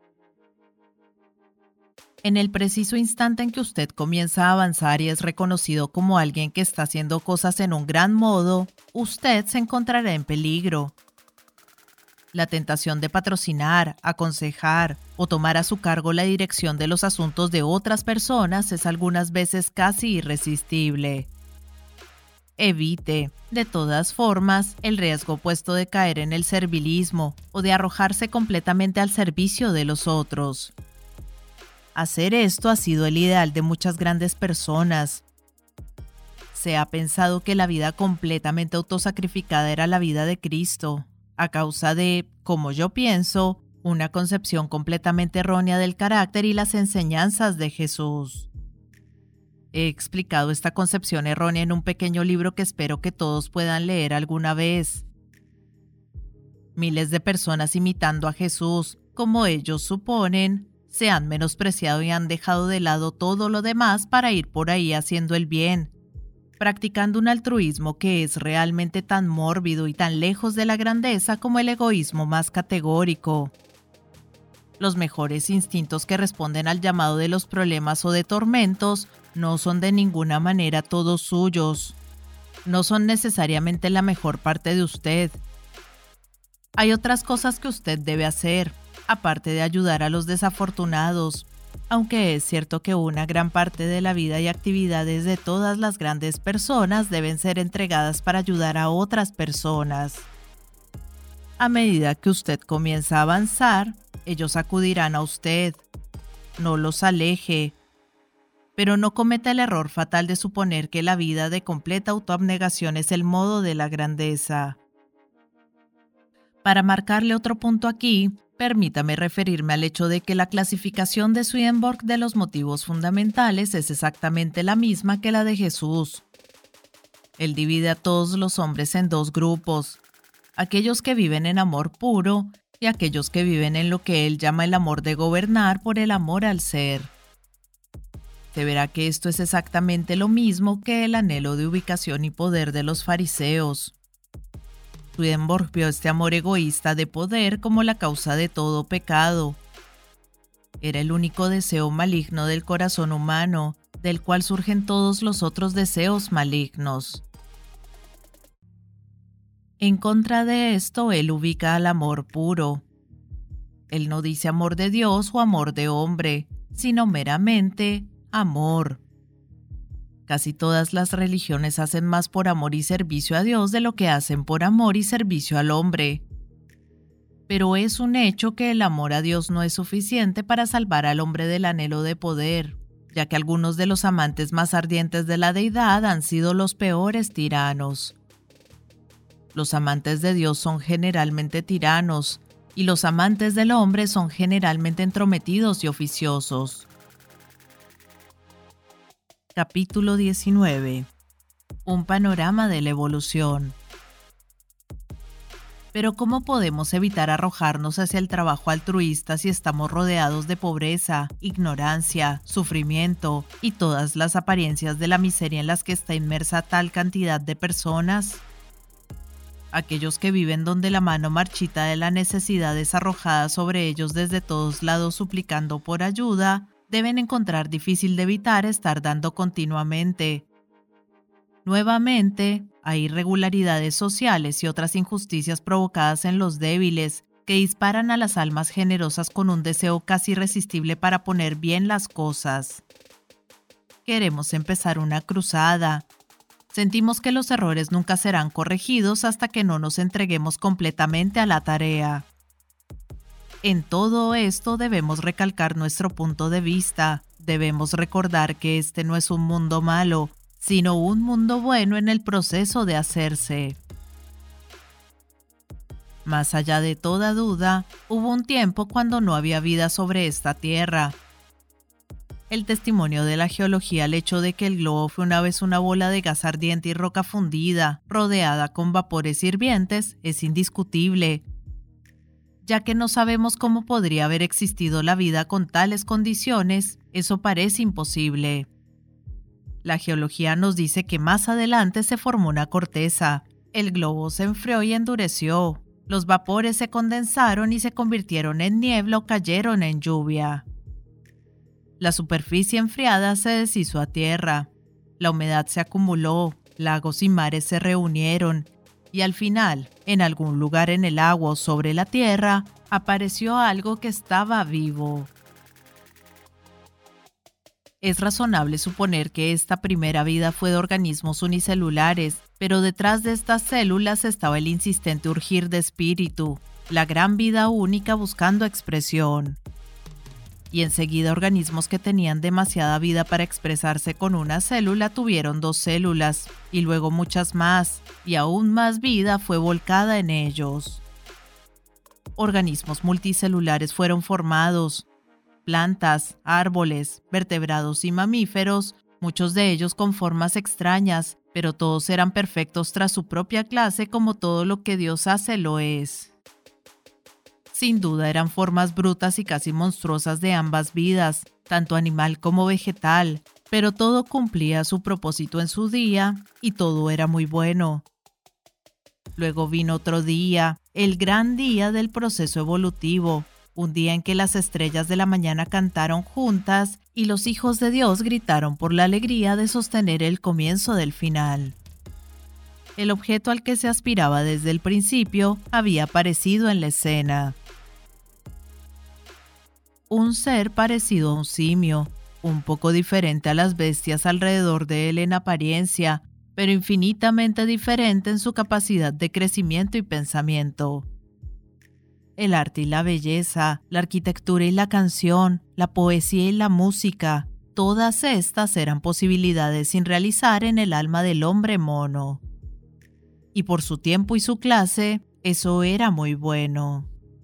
En el preciso instante en que usted comienza a avanzar y es reconocido como alguien que está haciendo cosas en un gran modo, usted se encontrará en peligro. La tentación de patrocinar, aconsejar o tomar a su cargo la dirección de los asuntos de otras personas es algunas veces casi irresistible. Evite, de todas formas, el riesgo opuesto de caer en el servilismo o de arrojarse completamente al servicio de los otros. Hacer esto ha sido el ideal de muchas grandes personas. Se ha pensado que la vida completamente autosacrificada era la vida de Cristo, a causa de, como yo pienso, una concepción completamente errónea del carácter y las enseñanzas de Jesús. He explicado esta concepción errónea en un pequeño libro que espero que todos puedan leer alguna vez. Miles de personas imitando a Jesús, como ellos suponen, se han menospreciado y han dejado de lado todo lo demás para ir por ahí haciendo el bien, practicando un altruismo que es realmente tan mórbido y tan lejos de la grandeza como el egoísmo más categórico. Los mejores instintos que responden al llamado de los problemas o de tormentos no son de ninguna manera todos suyos. No son necesariamente la mejor parte de usted. Hay otras cosas que usted debe hacer, aparte de ayudar a los desafortunados, Aunque es cierto que una gran parte de la vida y actividades de todas las grandes personas deben ser entregadas para ayudar a otras personas. A medida que usted comienza a avanzar, ellos acudirán a usted. No los aleje. Pero no cometa el error fatal de suponer que la vida de completa autoabnegación es el modo de la grandeza. Para marcarle otro punto aquí, permítame referirme al hecho de que la clasificación de Swedenborg de los motivos fundamentales es exactamente la misma que la de Jesús. Él divide a todos los hombres en dos grupos, aquellos que viven en amor puro y aquellos que viven en lo que él llama el amor de gobernar por el amor al ser. Se verá que esto es exactamente lo mismo que el anhelo de ubicación y poder de los fariseos. Swedenborg vio este amor egoísta de poder como la causa de todo pecado. Era el único deseo maligno del corazón humano, del cual surgen todos los otros deseos malignos. En contra de esto, él ubica al amor puro. Él no dice amor de Dios o amor de hombre, sino meramente amor. Casi todas las religiones hacen más por amor y servicio a Dios de lo que hacen por amor y servicio al hombre. Pero es un hecho que el amor a Dios no es suficiente para salvar al hombre del anhelo de poder, ya que algunos de los amantes más ardientes de la deidad han sido los peores tiranos. Los amantes de Dios son generalmente tiranos, y los amantes del hombre son generalmente entrometidos y oficiosos. Capítulo 19. Un panorama de la evolución. Pero ¿cómo podemos evitar arrojarnos hacia el trabajo altruista si estamos rodeados de pobreza, ignorancia, sufrimiento y todas las apariencias de la miseria en las que está inmersa tal cantidad de personas? Aquellos que viven donde la mano marchita de la necesidad es arrojada sobre ellos desde todos lados suplicando por ayuda, deben encontrar difícil de evitar estar dando continuamente. Nuevamente, hay irregularidades sociales y otras injusticias provocadas en los débiles que disparan a las almas generosas con un deseo casi irresistible para poner bien las cosas. Queremos empezar una cruzada. Sentimos que los errores nunca serán corregidos hasta que no nos entreguemos completamente a la tarea. En todo esto debemos recalcar nuestro punto de vista. Debemos recordar que este no es un mundo malo, sino un mundo bueno en el proceso de hacerse. Más allá de toda duda, hubo un tiempo cuando no había vida sobre esta tierra. El testimonio de la geología al hecho de que el globo fue una vez una bola de gas ardiente y roca fundida, rodeada con vapores hirvientes, es indiscutible, ya que no sabemos cómo podría haber existido la vida con tales condiciones. Eso parece imposible. La geología nos dice que más adelante se formó una corteza, el globo se enfrió y endureció, los vapores se condensaron y se convirtieron en niebla o cayeron en lluvia. La superficie enfriada se deshizo a tierra, la humedad se acumuló, lagos y mares se reunieron, y al final, en algún lugar en el agua o sobre la tierra, apareció algo que estaba vivo. Es razonable suponer que esta primera vida fue de organismos unicelulares, pero detrás de estas células estaba el insistente urgir de espíritu, la gran vida única buscando expresión. Y enseguida organismos que tenían demasiada vida para expresarse con una célula tuvieron dos células, y luego muchas más, y aún más vida fue volcada en ellos. Organismos multicelulares fueron formados, plantas, árboles, vertebrados y mamíferos, muchos de ellos con formas extrañas, pero todos eran perfectos tras su propia clase como todo lo que Dios hace lo es. Sin duda eran formas brutas y casi monstruosas de ambas vidas, tanto animal como vegetal, pero todo cumplía su propósito en su día y todo era muy bueno. Luego vino otro día, el gran día del proceso evolutivo, un día en que las estrellas de la mañana cantaron juntas y los hijos de Dios gritaron por la alegría de sostener el comienzo del final. El objeto al que se aspiraba desde el principio había aparecido en la escena. un ser parecido a un simio, un poco diferente a las bestias alrededor de él en apariencia, pero infinitamente diferente en su capacidad de crecimiento y pensamiento. El arte y la belleza, la arquitectura y la canción, la poesía y la música, todas estas eran posibilidades sin realizar en el alma del hombre mono. Y por su tiempo y su clase, eso era muy bueno.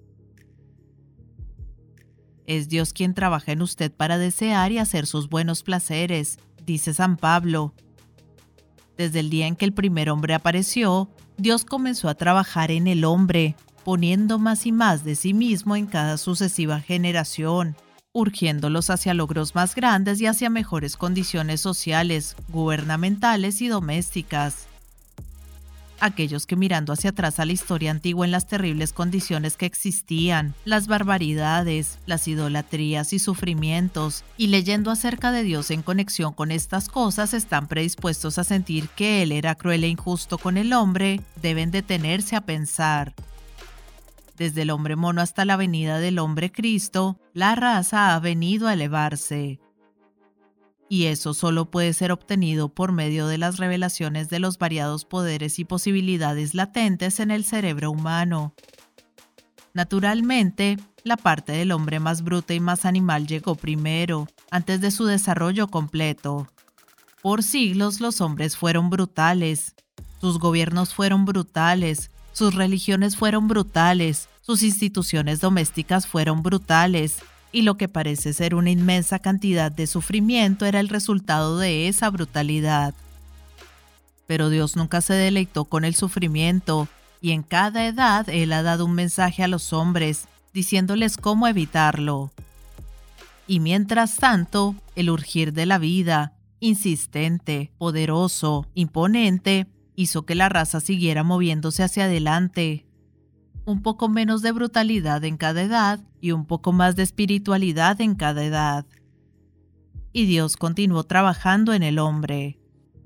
Es Dios quien trabaja en usted para desear y hacer sus buenos placeres, dice San Pablo. Desde el día en que el primer hombre apareció, Dios comenzó a trabajar en el hombre, poniendo más y más de sí mismo en cada sucesiva generación, urgiéndolos hacia logros más grandes y hacia mejores condiciones sociales, gubernamentales y domésticas. Aquellos que mirando hacia atrás a la historia antigua en las terribles condiciones que existían, las barbaridades, las idolatrías y sufrimientos, y leyendo acerca de Dios en conexión con estas cosas están predispuestos a sentir que Él era cruel e injusto con el hombre, deben detenerse a pensar. Desde el hombre mono hasta la venida del hombre Cristo, la raza ha venido a elevarse. Y eso solo puede ser obtenido por medio de las revelaciones de los variados poderes y posibilidades latentes en el cerebro humano. Naturalmente, la parte del hombre más bruta y más animal llegó primero, antes de su desarrollo completo. Por siglos los hombres fueron brutales, sus gobiernos fueron brutales, sus religiones fueron brutales, sus instituciones domésticas fueron brutales, y lo que parece ser una inmensa cantidad de sufrimiento era el resultado de esa brutalidad. Pero Dios nunca se deleitó con el sufrimiento, y en cada edad Él ha dado un mensaje a los hombres, diciéndoles cómo evitarlo. Y mientras tanto, el urgir de la vida, insistente, poderoso, imponente, hizo que la raza siguiera moviéndose hacia adelante. Un poco menos de brutalidad en cada edad y un poco más de espiritualidad en cada edad. Y Dios continuó trabajando en el hombre.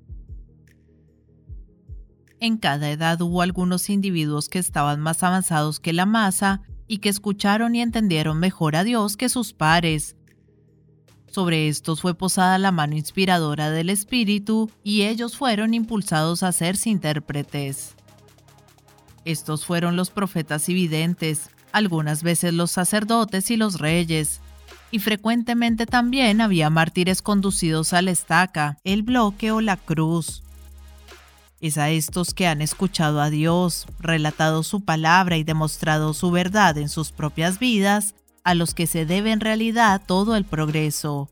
En cada edad hubo algunos individuos que estaban más avanzados que la masa y que escucharon y entendieron mejor a Dios que sus pares. Sobre estos fue posada la mano inspiradora del Espíritu y ellos fueron impulsados a hacerse intérpretes. Estos fueron los profetas y videntes, algunas veces los sacerdotes y los reyes, y frecuentemente también había mártires conducidos a la estaca, el bloque o la cruz. Es a estos que han escuchado a Dios, relatado su palabra y demostrado su verdad en sus propias vidas, a los que se debe en realidad todo el progreso.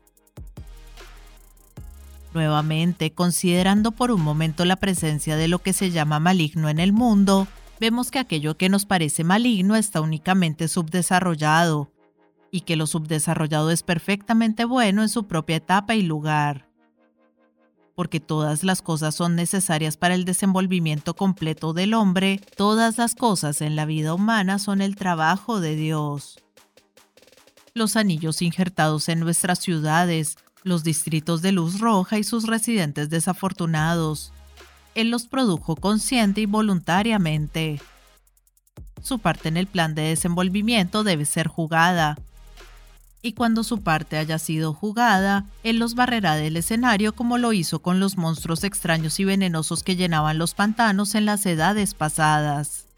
Nuevamente, considerando por un momento la presencia de lo que se llama maligno en el mundo, vemos que aquello que nos parece maligno está únicamente subdesarrollado, y que lo subdesarrollado es perfectamente bueno en su propia etapa y lugar. Porque todas las cosas son necesarias para el desenvolvimiento completo del hombre, todas las cosas en la vida humana son el trabajo de Dios. Los anillos injertados en nuestras ciudades, los distritos de luz roja y sus residentes desafortunados, Él los produjo consciente y voluntariamente. Su parte en el plan de desenvolvimiento debe ser jugada. Y cuando su parte haya sido jugada, Él los barrerá del escenario como lo hizo con los monstruos extraños y venenosos que llenaban los pantanos en las edades pasadas.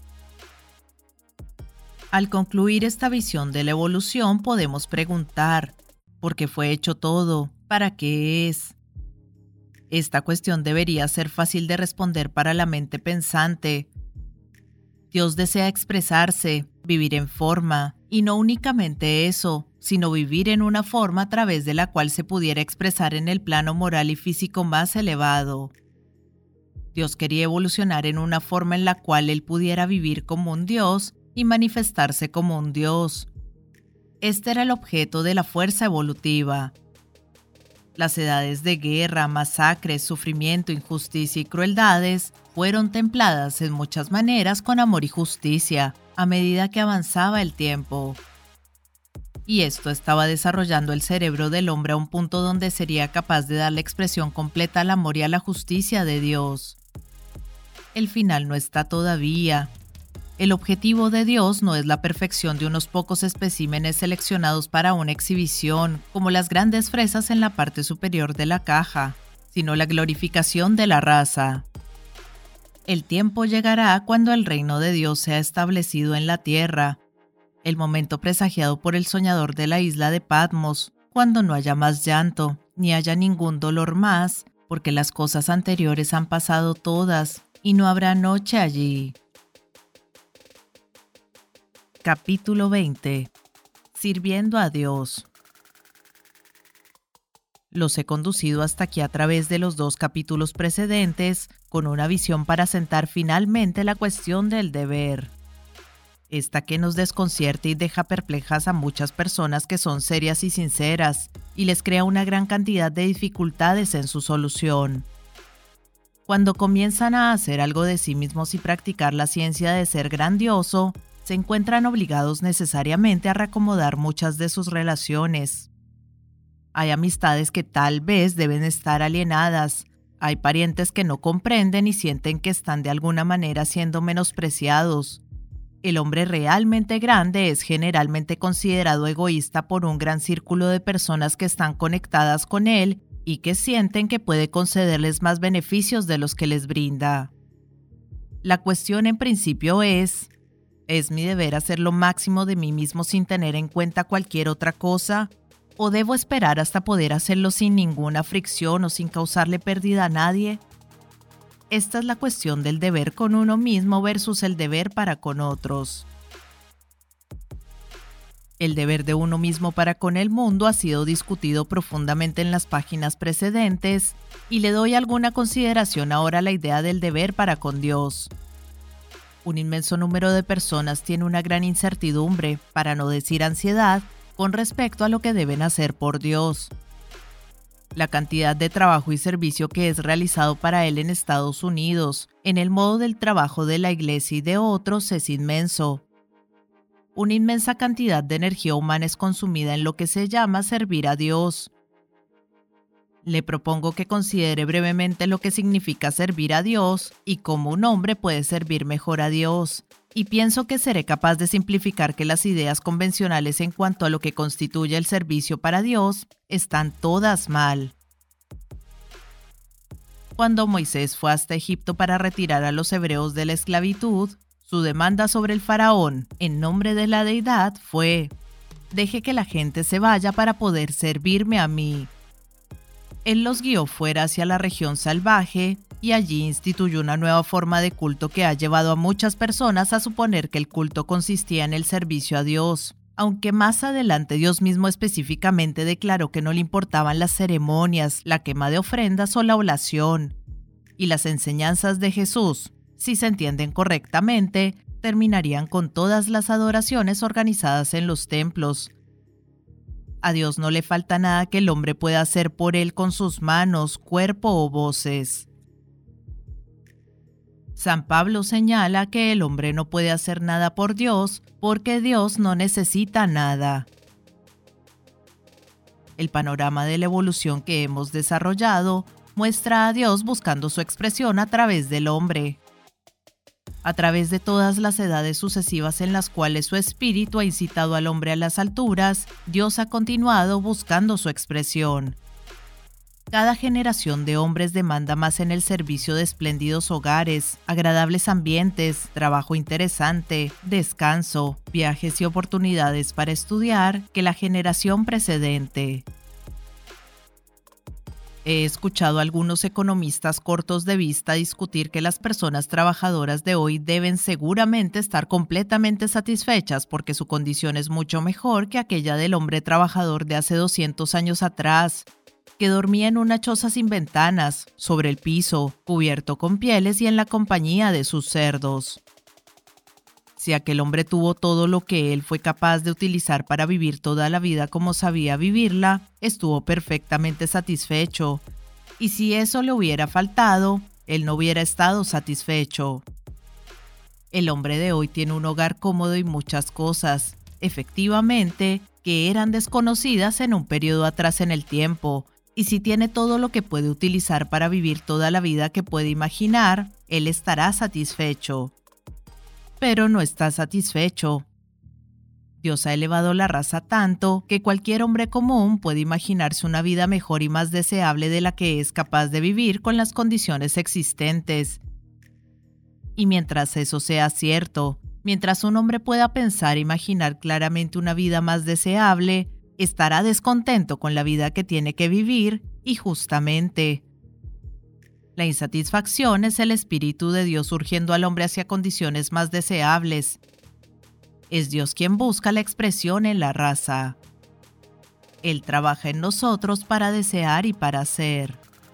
Al concluir esta visión de la evolución podemos preguntar, ¿por qué fue hecho todo? ¿Para qué es? Esta cuestión debería ser fácil de responder para la mente pensante. Dios desea expresarse, vivir en forma, y no únicamente eso, sino vivir en una forma a través de la cual se pudiera expresar en el plano moral y físico más elevado. Dios quería evolucionar en una forma en la cual Él pudiera vivir como un Dios y manifestarse como un Dios. Este era el objeto de la fuerza evolutiva. Las edades de guerra, masacres, sufrimiento, injusticia y crueldades fueron templadas en muchas maneras con amor y justicia a medida que avanzaba el tiempo. Y esto estaba desarrollando el cerebro del hombre a un punto donde sería capaz de dar la expresión completa al amor y a la justicia de Dios. El final no está todavía. El objetivo de Dios no es la perfección de unos pocos especímenes seleccionados para una exhibición, como las grandes fresas en la parte superior de la caja, sino la glorificación de la raza. El tiempo llegará cuando el reino de Dios sea establecido en la tierra, el momento presagiado por el soñador de la isla de Patmos, cuando no haya más llanto, ni haya ningún dolor más, porque las cosas anteriores han pasado todas, y no habrá noche allí. Capítulo 20. Sirviendo a Dios. Los he conducido hasta aquí a través de los 2 capítulos precedentes, con una visión para sentar finalmente la cuestión del deber. Esta que nos desconcierta y deja perplejas a muchas personas que son serias y sinceras, y les crea una gran cantidad de dificultades en su solución. Cuando comienzan a hacer algo de sí mismos y practicar la ciencia de ser grandioso, se encuentran obligados necesariamente a reacomodar muchas de sus relaciones. Hay amistades que tal vez deben estar alienadas, hay parientes que no comprenden y sienten que están de alguna manera siendo menospreciados. El hombre realmente grande es generalmente considerado egoísta por un gran círculo de personas que están conectadas con él y que sienten que puede concederles más beneficios de los que les brinda. La cuestión en principio ¿es mi deber hacer lo máximo de mí mismo sin tener en cuenta cualquier otra cosa? ¿O debo esperar hasta poder hacerlo sin ninguna fricción o sin causarle pérdida a nadie? Esta es la cuestión del deber con uno mismo versus el deber para con otros. El deber de uno mismo para con el mundo ha sido discutido profundamente en las páginas precedentes, y le doy alguna consideración ahora a la idea del deber para con Dios. Un inmenso número de personas tiene una gran incertidumbre, para no decir ansiedad, con respecto a lo que deben hacer por Dios. La cantidad de trabajo y servicio que es realizado para Él en Estados Unidos, en el modo del trabajo de la Iglesia y de otros, es inmenso. Una inmensa cantidad de energía humana es consumida en lo que se llama servir a Dios. Le propongo que considere brevemente lo que significa servir a Dios y cómo un hombre puede servir mejor a Dios, y pienso que seré capaz de simplificar que las ideas convencionales en cuanto a lo que constituye el servicio para Dios están todas mal. Cuando Moisés fue hasta Egipto para retirar a los hebreos de la esclavitud, su demanda sobre el faraón, en nombre de la deidad, fue: deje que la gente se vaya para poder servirme a mí. Él los guió fuera hacia la región salvaje y allí instituyó una nueva forma de culto que ha llevado a muchas personas a suponer que el culto consistía en el servicio a Dios, aunque más adelante Dios mismo específicamente declaró que no le importaban las ceremonias, la quema de ofrendas o la oblación. Y las enseñanzas de Jesús, si se entienden correctamente, terminarían con todas las adoraciones organizadas en los templos. A Dios no le falta nada que el hombre pueda hacer por él con sus manos, cuerpo o voces. San Pablo señala que el hombre no puede hacer nada por Dios porque Dios no necesita nada. El panorama de la evolución que hemos desarrollado muestra a Dios buscando su expresión a través del hombre. A través de todas las edades sucesivas en las cuales su espíritu ha incitado al hombre a las alturas, Dios ha continuado buscando su expresión. Cada generación de hombres demanda más en el servicio de espléndidos hogares, agradables ambientes, trabajo interesante, descanso, viajes y oportunidades para estudiar que la generación precedente. He escuchado a algunos economistas cortos de vista discutir que las personas trabajadoras de hoy deben seguramente estar completamente satisfechas porque su condición es mucho mejor que aquella del hombre trabajador de hace 200 años atrás, que dormía en una choza sin ventanas, sobre el piso, cubierto con pieles y en la compañía de sus cerdos. Si aquel hombre tuvo todo lo que él fue capaz de utilizar para vivir toda la vida como sabía vivirla, estuvo perfectamente satisfecho. Y si eso le hubiera faltado, él no hubiera estado satisfecho. El hombre de hoy tiene un hogar cómodo y muchas cosas, efectivamente, que eran desconocidas en un periodo atrás en el tiempo. Y si tiene todo lo que puede utilizar para vivir toda la vida que puede imaginar, él estará satisfecho. pero no está satisfecho. Dios ha elevado la raza tanto que cualquier hombre común puede imaginarse una vida mejor y más deseable de la que es capaz de vivir con las condiciones existentes. Y mientras eso sea cierto, mientras un hombre pueda pensar e imaginar claramente una vida más deseable, estará descontento con la vida que tiene que vivir y justamente. La insatisfacción es el Espíritu de Dios urgiendo al hombre hacia condiciones más deseables. Es Dios quien busca la expresión en la raza. Él trabaja en nosotros para desear y para hacer.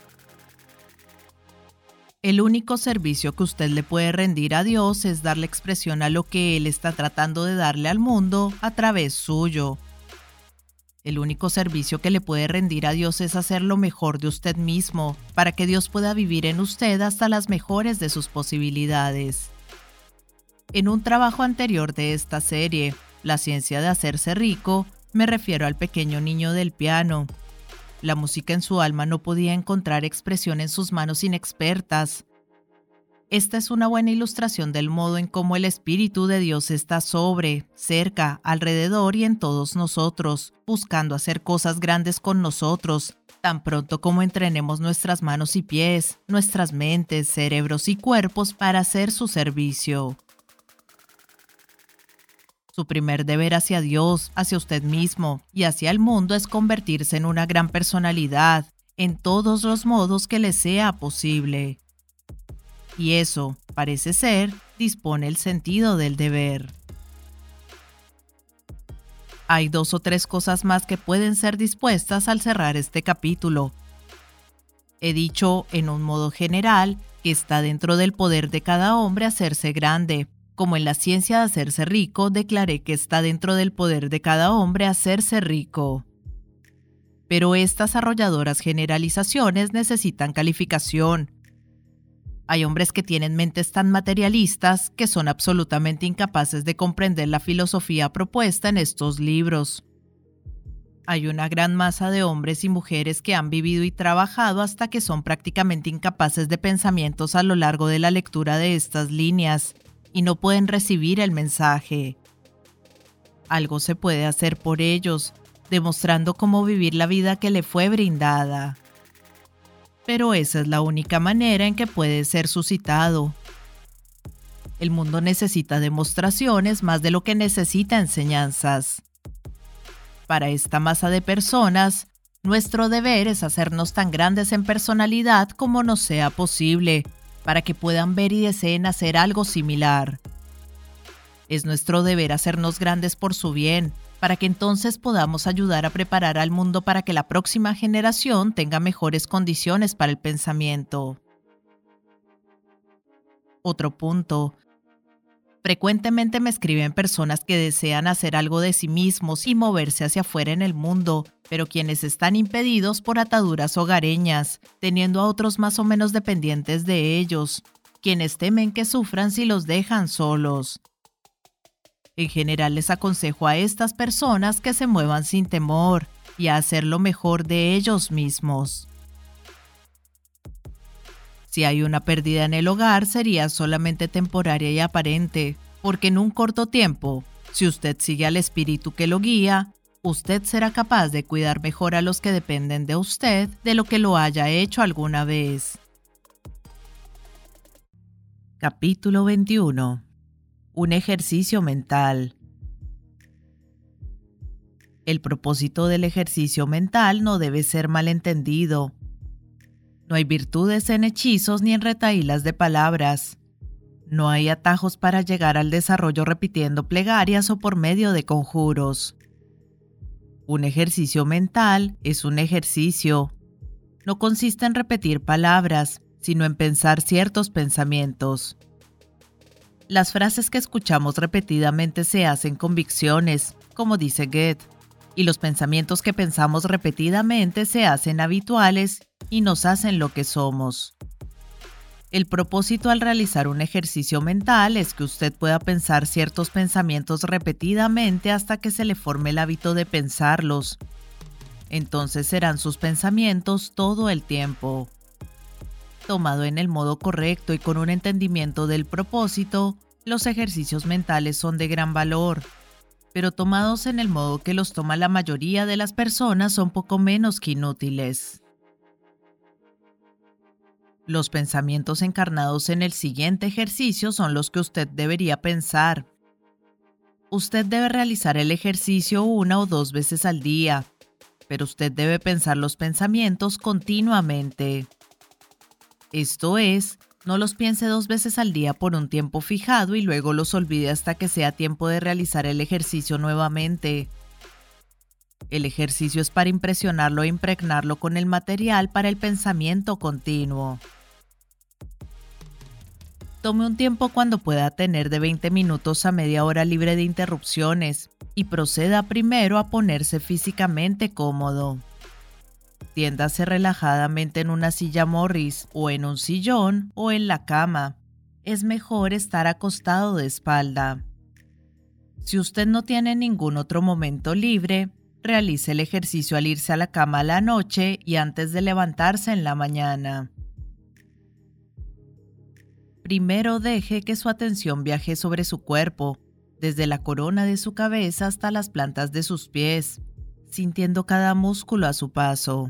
El único servicio que usted le puede rendir a Dios es darle expresión a lo que Él está tratando de darle al mundo a través suyo. El único servicio que le puede rendir a Dios es hacer lo mejor de usted mismo, para que Dios pueda vivir en usted hasta las mejores de sus posibilidades. En un trabajo anterior de esta serie, La ciencia de hacerse rico, me refiero al pequeño niño del piano. La música en su alma no podía encontrar expresión en sus manos inexpertas. Esta es una buena ilustración del modo en cómo el Espíritu de Dios está sobre, cerca, alrededor y en todos nosotros, buscando hacer cosas grandes con nosotros, tan pronto como entrenemos nuestras manos y pies, nuestras mentes, cerebros y cuerpos para hacer su servicio. Su primer deber hacia Dios, hacia usted mismo y hacia el mundo es convertirse en una gran personalidad, en todos los modos que le sea posible. Y eso, parece ser, dispone el sentido del deber. Hay 2 o 3 cosas más que pueden ser dispuestas al cerrar este capítulo. He dicho, en un modo general, que está dentro del poder de cada hombre hacerse grande. Como en la ciencia de hacerse rico, declaré que está dentro del poder de cada hombre hacerse rico. Pero estas arrolladoras generalizaciones necesitan calificación. Hay hombres que tienen mentes tan materialistas que son absolutamente incapaces de comprender la filosofía propuesta en estos libros. Hay una gran masa de hombres y mujeres que han vivido y trabajado hasta que son prácticamente incapaces de pensamientos a lo largo de la lectura de estas líneas y no pueden recibir el mensaje. Algo se puede hacer por ellos, demostrando cómo vivir la vida que le fue brindada. Pero esa es la única manera en que puede ser suscitado. El mundo necesita demostraciones más de lo que necesita enseñanzas. Para esta masa de personas, nuestro deber es hacernos tan grandes en personalidad como nos sea posible, para que puedan ver y deseen hacer algo similar. Es nuestro deber hacernos grandes por su bien, para que entonces podamos ayudar a preparar al mundo para que la próxima generación tenga mejores condiciones para el pensamiento. Otro punto. Frecuentemente me escriben personas que desean hacer algo de sí mismos y moverse hacia afuera en el mundo, pero quienes están impedidos por ataduras hogareñas, teniendo a otros más o menos dependientes de ellos, quienes temen que sufran si los dejan solos. En general les aconsejo a estas personas que se muevan sin temor y a hacer lo mejor de ellos mismos. Si hay una pérdida en el hogar, sería solamente temporaria y aparente, porque en un corto tiempo, si usted sigue al espíritu que lo guía, usted será capaz de cuidar mejor a los que dependen de usted de lo que lo haya hecho alguna vez. Capítulo 21. Un ejercicio mental. El propósito del ejercicio mental no debe ser malentendido. No hay virtudes en hechizos ni en retahílas de palabras. No hay atajos para llegar al desarrollo repitiendo plegarias o por medio de conjuros. Un ejercicio mental es un ejercicio. No consiste en repetir palabras, sino en pensar ciertos pensamientos. Las frases que escuchamos repetidamente se hacen convicciones, como dice Goethe, y los pensamientos que pensamos repetidamente se hacen habituales y nos hacen lo que somos. El propósito al realizar un ejercicio mental es que usted pueda pensar ciertos pensamientos repetidamente hasta que se le forme el hábito de pensarlos. Entonces serán sus pensamientos todo el tiempo. Tomado en el modo correcto y con un entendimiento del propósito, Los ejercicios mentales son de gran valor, pero tomados en el modo que los toma la mayoría de las personas son poco menos que inútiles. Los pensamientos encarnados en el siguiente ejercicio son los que usted debería pensar. Usted debe realizar el ejercicio 1 o 2 veces al día, pero usted debe pensar los pensamientos continuamente. Esto es, no los piense 2 veces al día por un tiempo fijado y luego los olvide hasta que sea tiempo de realizar el ejercicio nuevamente. El ejercicio es para impresionarlo e impregnarlo con el material para el pensamiento continuo. Tome un tiempo cuando pueda tener de 20 minutos a media hora libre de interrupciones y proceda primero a ponerse físicamente cómodo. Tiéndase relajadamente en una silla Morris o en un sillón o en la cama. Es mejor estar acostado de espalda. Si usted no tiene ningún otro momento libre, realice el ejercicio al irse a la cama a la noche y antes de levantarse en la mañana. Primero deje que su atención viaje sobre su cuerpo, desde la corona de su cabeza hasta las plantas de sus pies, sintiendo cada músculo a su paso.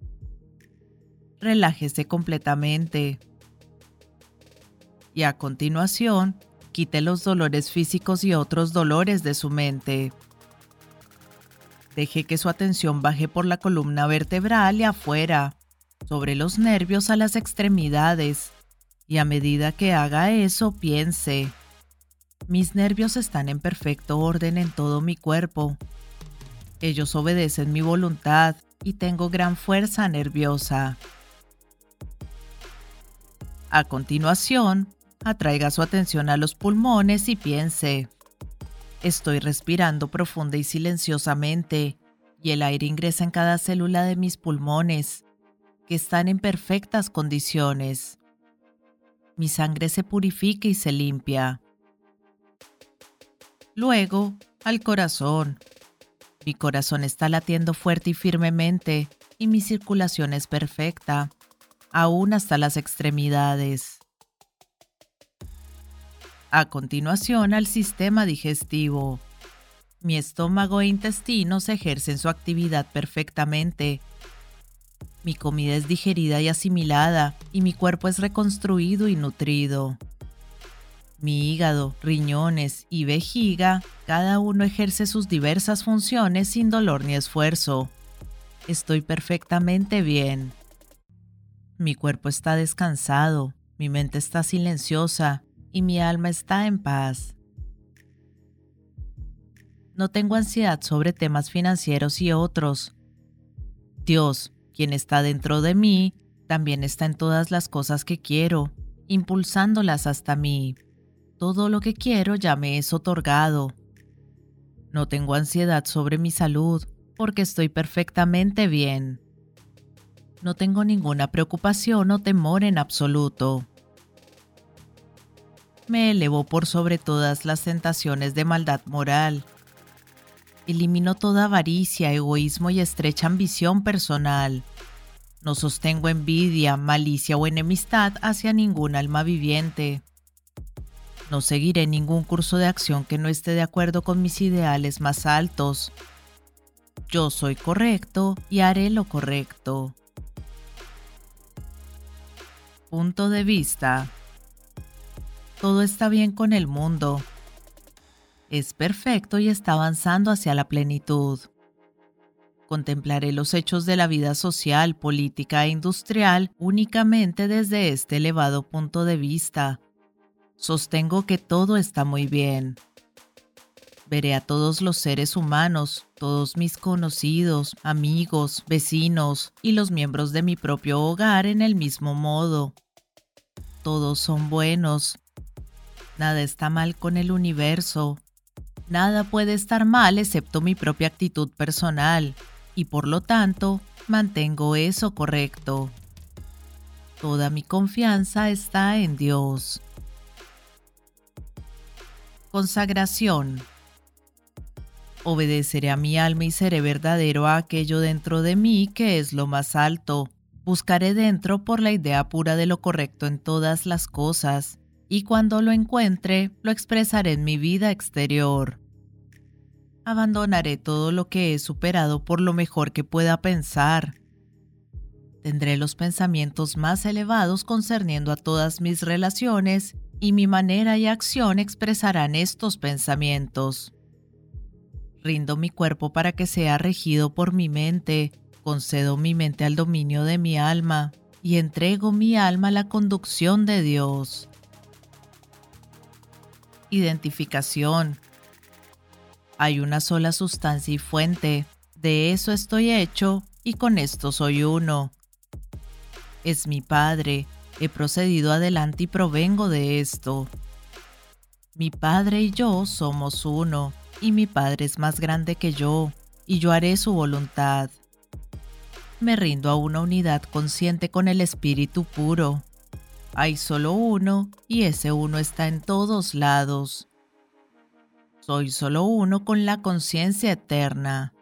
Relájese completamente. Y a continuación, quite los dolores físicos y otros dolores de su mente. Deje que su atención baje por la columna vertebral y afuera, sobre los nervios a las extremidades. Y a medida que haga eso, piense: mis nervios están en perfecto orden en todo mi cuerpo. Ellos obedecen mi voluntad y tengo gran fuerza nerviosa. A continuación, atraiga su atención a los pulmones y piense: estoy respirando profunda y silenciosamente, y el aire ingresa en cada célula de mis pulmones, que están en perfectas condiciones. Mi sangre se purifica y se limpia. Luego, al corazón. Mi corazón está latiendo fuerte y firmemente, y mi circulación es perfecta, aún hasta las extremidades. A continuación, al sistema digestivo. Mi estómago e intestinos ejercen su actividad perfectamente. Mi comida es digerida y asimilada, y mi cuerpo es reconstruido y nutrido. Mi hígado, riñones y vejiga, cada uno ejerce sus diversas funciones sin dolor ni esfuerzo. Estoy perfectamente bien. Mi cuerpo está descansado, mi mente está silenciosa y mi alma está en paz. No tengo ansiedad sobre temas financieros y otros. Dios, quien está dentro de mí, también está en todas las cosas que quiero, impulsándolas hasta mí. Todo lo que quiero ya me es otorgado. No tengo ansiedad sobre mi salud, porque estoy perfectamente bien. No tengo ninguna preocupación o temor en absoluto. Me elevo por sobre todas las tentaciones de maldad moral. Elimino toda avaricia, egoísmo y estrecha ambición personal. No sostengo envidia, malicia o enemistad hacia ningún alma viviente. No seguiré ningún curso de acción que no esté de acuerdo con mis ideales más altos. Yo soy correcto y haré lo correcto. Punto de vista. Todo está bien con el mundo. Es perfecto y está avanzando hacia la plenitud. Contemplaré los hechos de la vida social, política e industrial únicamente desde este elevado punto de vista. Sostengo que todo está muy bien. Veré a todos los seres humanos, todos mis conocidos, amigos, vecinos y los miembros de mi propio hogar en el mismo modo. Todos son buenos. Nada está mal con el universo. Nada puede estar mal excepto mi propia actitud personal, y por lo tanto, mantengo eso correcto. Toda mi confianza está en Dios. Consagración. Obedeceré a mi alma y seré verdadero a aquello dentro de mí que es lo más alto. Buscaré dentro por la idea pura de lo correcto en todas las cosas, y cuando lo encuentre, lo expresaré en mi vida exterior. Abandonaré todo lo que he superado por lo mejor que pueda pensar. Tendré los pensamientos más elevados concerniendo a todas mis relaciones y mi manera y acción expresarán estos pensamientos. Rindo mi cuerpo para que sea regido por mi mente, concedo mi mente al dominio de mi alma y entrego mi alma a la conducción de Dios. Identificación. Hay una sola sustancia y fuente, de eso estoy hecho y con esto soy uno. Es mi Padre, he procedido adelante y provengo de esto. Mi Padre y yo somos uno, y mi Padre es más grande que yo, y yo haré su voluntad. Me rindo a una unidad consciente con el Espíritu puro. Hay solo uno, y ese uno está en todos lados. Soy solo uno con la conciencia eterna.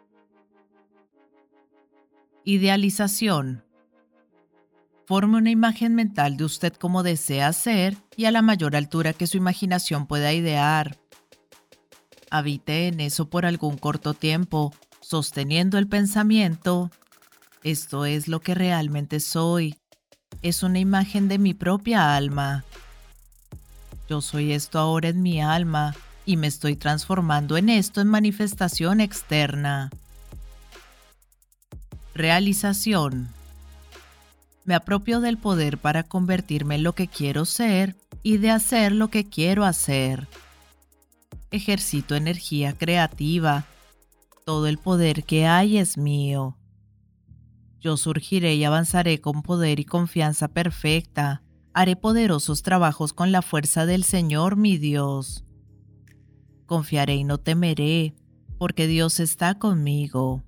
Idealización. Forme una imagen mental de usted como desea ser y a la mayor altura que su imaginación pueda idear. Habite en eso por algún corto tiempo, sosteniendo el pensamiento. Esto es lo que realmente soy. Es una imagen de mi propia alma. Yo soy esto ahora en mi alma y me estoy transformando en esto en manifestación externa. Realización. Me apropio del poder para convertirme en lo que quiero ser y de hacer lo que quiero hacer. Ejercito energía creativa. Todo el poder que hay es mío. Yo surgiré y avanzaré con poder y confianza perfecta. Haré poderosos trabajos con la fuerza del Señor mi Dios. Confiaré y no temeré, porque Dios está conmigo.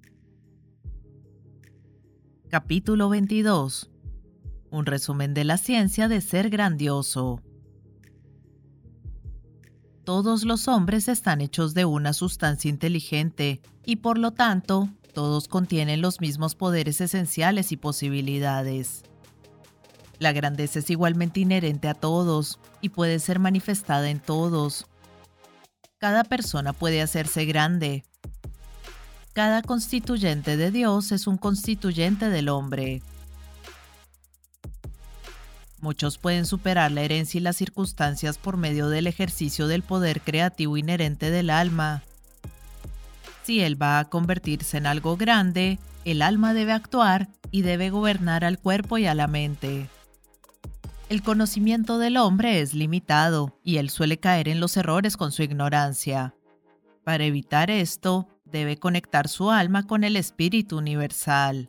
Capítulo 22. Un resumen de la ciencia de ser grandioso. Todos los hombres están hechos de una sustancia inteligente y por lo tanto, todos contienen los mismos poderes esenciales y posibilidades. La grandeza es igualmente inherente a todos y puede ser manifestada en todos. Cada persona puede hacerse grande. Cada constituyente de Dios es un constituyente del hombre. Muchos pueden superar la herencia y las circunstancias por medio del ejercicio del poder creativo inherente del alma. Si él va a convertirse en algo grande, el alma debe actuar y debe gobernar al cuerpo y a la mente. El conocimiento del hombre es limitado y él suele caer en los errores con su ignorancia. Para evitar esto, debe conectar su alma con el Espíritu Universal.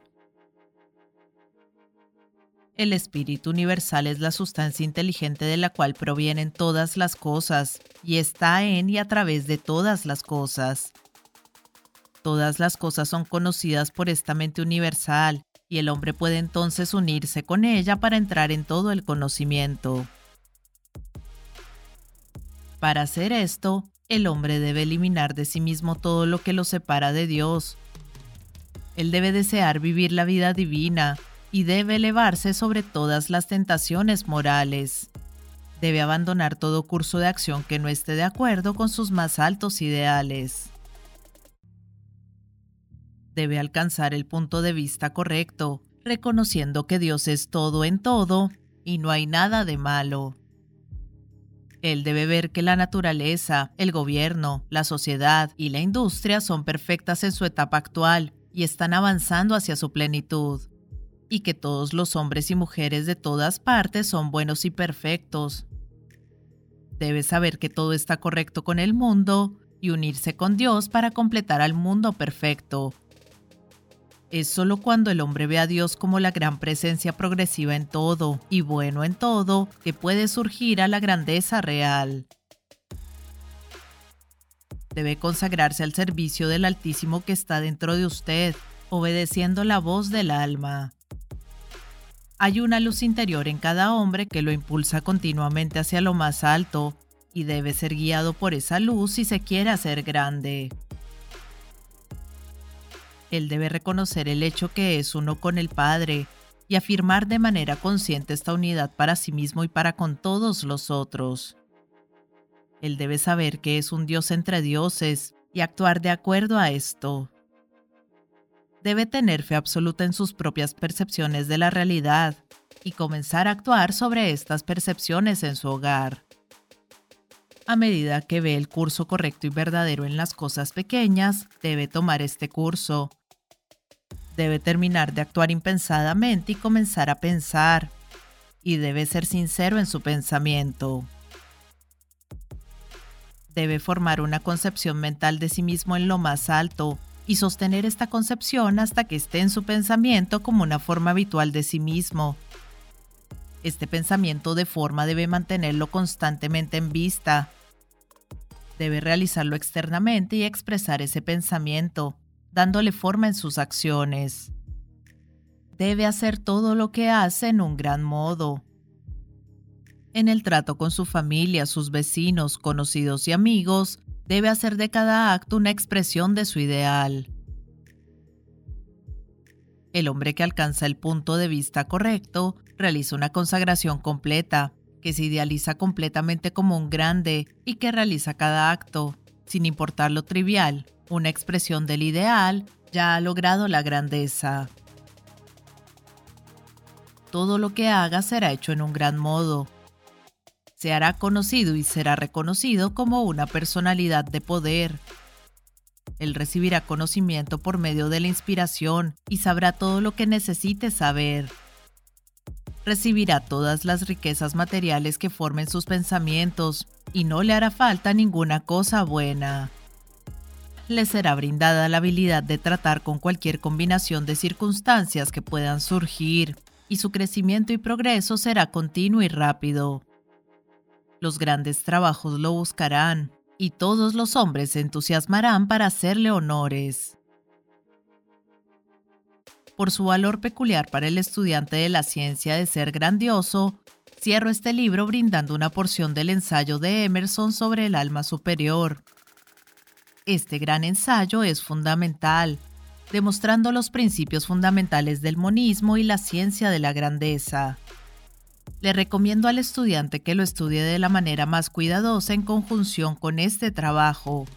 El Espíritu Universal es la sustancia inteligente de la cual provienen todas las cosas y está en y a través de todas las cosas. Todas las cosas son conocidas por esta mente universal y el hombre puede entonces unirse con ella para entrar en todo el conocimiento. Para hacer esto, el hombre debe eliminar de sí mismo todo lo que lo separa de Dios. Él debe desear vivir la vida divina y debe elevarse sobre todas las tentaciones morales. Debe abandonar todo curso de acción que no esté de acuerdo con sus más altos ideales. Debe alcanzar el punto de vista correcto, reconociendo que Dios es todo en todo y no hay nada de malo. Él debe ver que la naturaleza, el gobierno, la sociedad y la industria son perfectas en su etapa actual y están avanzando hacia su plenitud, y que todos los hombres y mujeres de todas partes son buenos y perfectos. Debe saber que todo está correcto con el mundo y unirse con Dios para completar al mundo perfecto. Es solo cuando el hombre ve a Dios como la gran presencia progresiva en todo y bueno en todo que puede surgir a la grandeza real. Debe consagrarse al servicio del Altísimo que está dentro de usted, obedeciendo la voz del alma. Hay una luz interior en cada hombre que lo impulsa continuamente hacia lo más alto y debe ser guiado por esa luz si se quiere hacer grande. Él debe reconocer el hecho que es uno con el Padre, y afirmar de manera consciente esta unidad para sí mismo y para con todos los otros. Él debe saber que es un Dios entre dioses y actuar de acuerdo a esto. Debe tener fe absoluta en sus propias percepciones de la realidad y comenzar a actuar sobre estas percepciones en su hogar. A medida que ve el curso correcto y verdadero en las cosas pequeñas, debe tomar este curso. Debe terminar de actuar impensadamente y comenzar a pensar, y debe ser sincero en su pensamiento. Debe formar una concepción mental de sí mismo en lo más alto y sostener esta concepción hasta que esté en su pensamiento como una forma habitual de sí mismo. Este pensamiento de forma debe mantenerlo constantemente en vista. Debe realizarlo externamente y expresar ese pensamiento, dándole forma en sus acciones. Debe hacer todo lo que hace en un gran modo. En el trato con su familia, sus vecinos, conocidos y amigos, debe hacer de cada acto una expresión de su ideal. El hombre que alcanza el punto de vista correcto realiza una consagración completa, que se idealiza completamente como un grande y que realiza cada acto, sin importar lo trivial, una expresión del ideal, ya ha logrado la grandeza. Todo lo que haga será hecho en un gran modo. Se hará conocido y será reconocido como una personalidad de poder. Él recibirá conocimiento por medio de la inspiración y sabrá todo lo que necesite saber. Recibirá todas las riquezas materiales que formen sus pensamientos y no le hará falta ninguna cosa buena. Le será brindada la habilidad de tratar con cualquier combinación de circunstancias que puedan surgir y su crecimiento y progreso será continuo y rápido. Los grandes trabajos lo buscarán y todos los hombres se entusiasmarán para hacerle honores. Por su valor peculiar para el estudiante de la ciencia de ser grandioso, cierro este libro brindando una porción del ensayo de Emerson sobre el alma superior. Este gran ensayo es fundamental, demostrando los principios fundamentales del monismo y la ciencia de la grandeza. Le recomiendo al estudiante que lo estudie de la manera más cuidadosa en conjunción con este trabajo.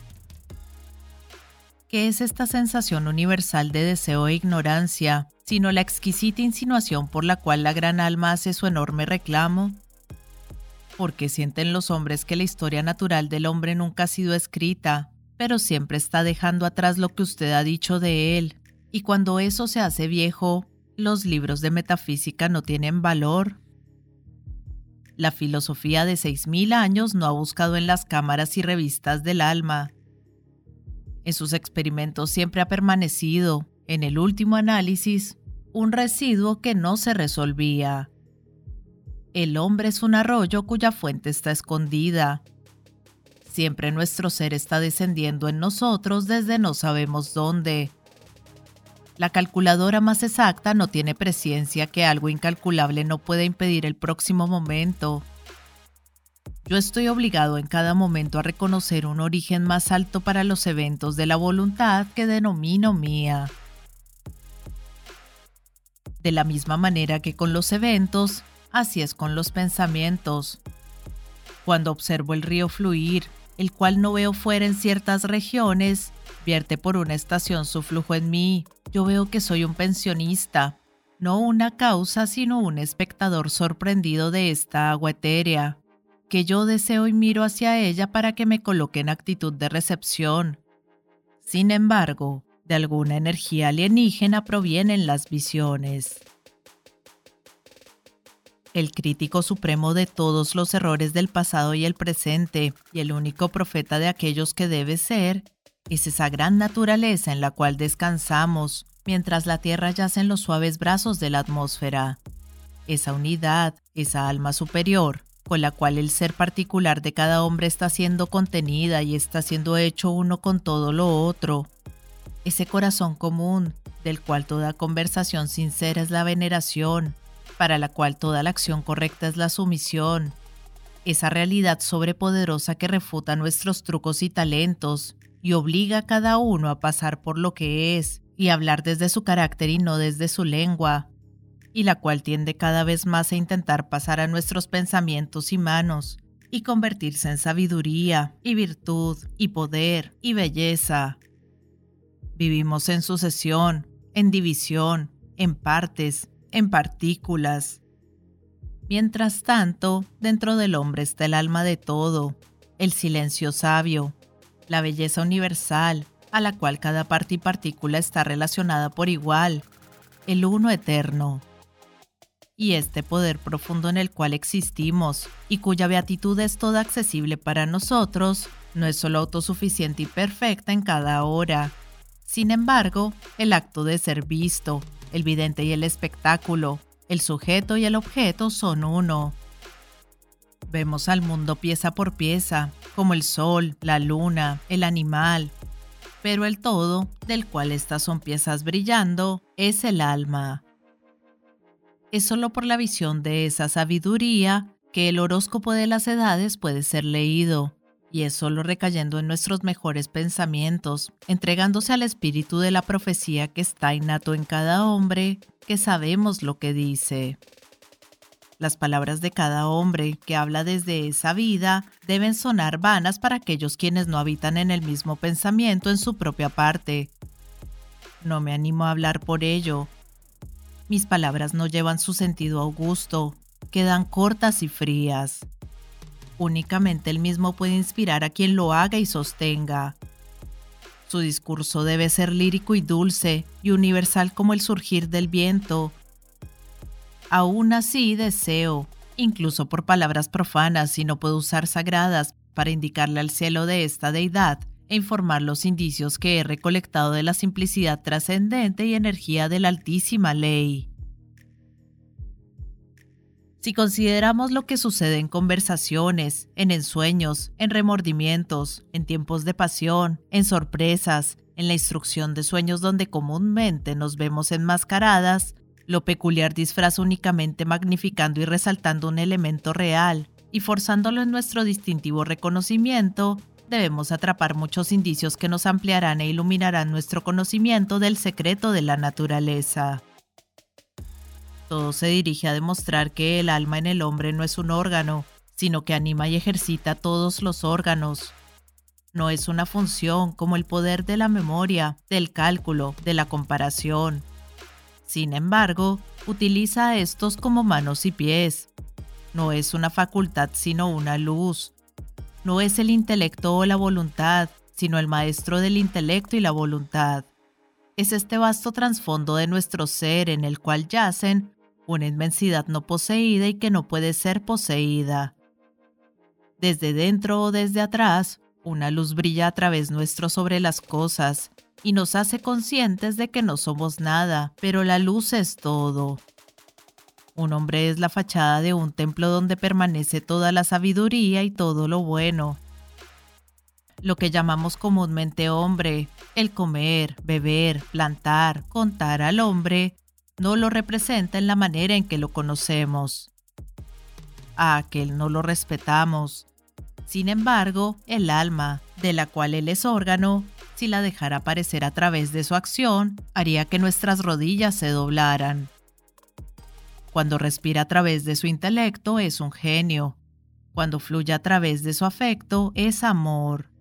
¿Qué es esta sensación universal de deseo e ignorancia, sino la exquisita insinuación por la cual la gran alma hace su enorme reclamo? ¿Por qué sienten los hombres que la historia natural del hombre nunca ha sido escrita, pero siempre está dejando atrás lo que usted ha dicho de él? Y cuando eso se hace viejo, los libros de metafísica no tienen valor. La filosofía de 6000 años no ha buscado en las cámaras y revistas del alma. En sus experimentos siempre ha permanecido, en el último análisis, un residuo que no se resolvía. El hombre es un arroyo cuya fuente está escondida. Siempre nuestro ser está descendiendo en nosotros desde no sabemos dónde. La calculadora más exacta no tiene presciencia que algo incalculable no pueda impedir el próximo momento. Yo estoy obligado en cada momento a reconocer un origen más alto para los eventos de la voluntad que denomino mía. De la misma manera que con los eventos, así es con los pensamientos. Cuando observo el río fluir, el cual no veo fuera en ciertas regiones, vierte por una estación su flujo en mí. Yo veo que soy un pensionista, no una causa, sino un espectador sorprendido de esta agua etérea, que yo deseo y miro hacia ella para que me coloque en actitud de recepción. Sin embargo, de alguna energía alienígena provienen las visiones. El crítico supremo de todos los errores del pasado y el presente, y el único profeta de aquellos que debe ser, es esa gran naturaleza en la cual descansamos, mientras la tierra yace en los suaves brazos de la atmósfera. Esa unidad, esa alma superior, con la cual el ser particular de cada hombre está siendo contenida y está siendo hecho uno con todo lo otro. Ese corazón común, del cual toda conversación sincera es la veneración, para la cual toda la acción correcta es la sumisión. Esa realidad sobrepoderosa que refuta nuestros trucos y talentos y obliga a cada uno a pasar por lo que es y hablar desde su carácter y no desde su lengua. y la cual tiende cada vez más a intentar pasar a nuestros pensamientos y manos y convertirse en sabiduría y virtud y poder y belleza. Vivimos en sucesión, en división, en partes, en partículas. Mientras tanto, dentro del hombre está el alma de todo, el silencio sabio, la belleza universal, a la cual cada parte y partícula está relacionada por igual, el uno eterno. Y este poder profundo en el cual existimos, y cuya beatitud es toda accesible para nosotros, no es solo autosuficiente y perfecta en cada hora. Sin embargo, el acto de ser visto, el vidente y el espectáculo, el sujeto y el objeto son uno. Vemos al mundo pieza por pieza, como el sol, la luna, el animal, pero el todo, del cual estas son piezas brillando, es el alma. Es solo por la visión de esa sabiduría que el horóscopo de las edades puede ser leído, y es solo recayendo en nuestros mejores pensamientos, entregándose al espíritu de la profecía que está innato en cada hombre, que sabemos lo que dice. Las palabras de cada hombre que habla desde esa vida deben sonar vanas para aquellos quienes no habitan en el mismo pensamiento en su propia parte. No me animo a hablar por ello. Mis palabras no llevan su sentido augusto, quedan cortas y frías. Únicamente él mismo puede inspirar a quien lo haga y sostenga. Su discurso debe ser lírico y dulce y universal como el surgir del viento. Aún así deseo, incluso por palabras profanas si no puedo usar sagradas, para indicarle al cielo de esta deidad e informar los indicios que he recolectado de la simplicidad trascendente y energía de la altísima ley. Si consideramos lo que sucede en conversaciones, en ensueños, en remordimientos, en tiempos de pasión, en sorpresas, en la instrucción de sueños donde comúnmente nos vemos enmascaradas, lo peculiar disfraza únicamente magnificando y resaltando un elemento real, y forzándolo en nuestro distintivo reconocimiento, debemos atrapar muchos indicios que nos ampliarán e iluminarán nuestro conocimiento del secreto de la naturaleza. Todo se dirige a demostrar que el alma en el hombre no es un órgano, sino que anima y ejercita todos los órganos. No es una función como el poder de la memoria, del cálculo, de la comparación. Sin embargo, utiliza a estos como manos y pies. No es una facultad sino una luz. No es el intelecto o la voluntad, sino el maestro del intelecto y la voluntad. Es este vasto trasfondo de nuestro ser en el cual yacen una inmensidad no poseída y que no puede ser poseída. Desde dentro o desde atrás, una luz brilla a través nuestro sobre las cosas y nos hace conscientes de que no somos nada, pero la luz es todo. Un hombre es la fachada de un templo donde permanece toda la sabiduría y todo lo bueno. Lo que llamamos comúnmente hombre, el comer, beber, plantar, contar al hombre, no lo representa en la manera en que lo conocemos. A aquel no lo respetamos. Sin embargo, el alma, de la cual él es órgano, si la dejara aparecer a través de su acción, haría que nuestras rodillas se doblaran. Cuando respira a través de su intelecto, es un genio. Cuando fluye a través de su afecto, es amor.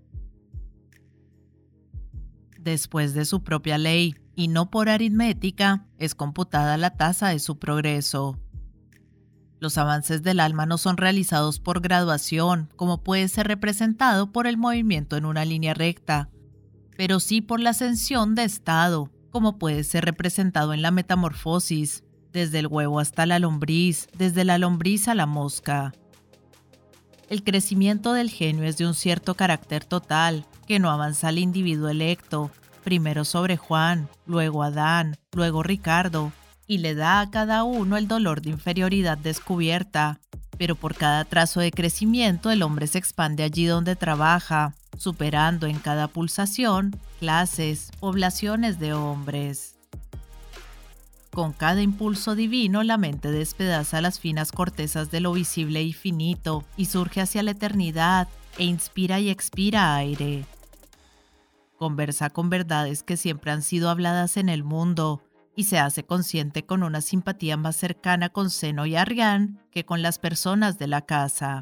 Después de su propia ley, y no por aritmética, es computada la tasa de su progreso. Los avances del alma no son realizados por graduación, como puede ser representado por el movimiento en una línea recta, pero sí por la ascensión de estado, como puede ser representado en la metamorfosis, desde el huevo hasta la lombriz, desde la lombriz a la mosca. El crecimiento del genio es de un cierto carácter total, que no avanza al individuo electo, primero sobre Juan, luego Adán, luego Ricardo, y le da a cada uno el dolor de inferioridad descubierta, pero por cada trazo de crecimiento el hombre se expande allí donde trabaja, superando en cada pulsación clases, poblaciones de hombres. Con cada impulso divino la mente despedaza las finas cortezas de lo visible y finito y surge hacia la eternidad e inspira y expira aire. Conversa con verdades que siempre han sido habladas en el mundo y se hace consciente con una simpatía más cercana con Zeno y Arrián que con las personas de la casa.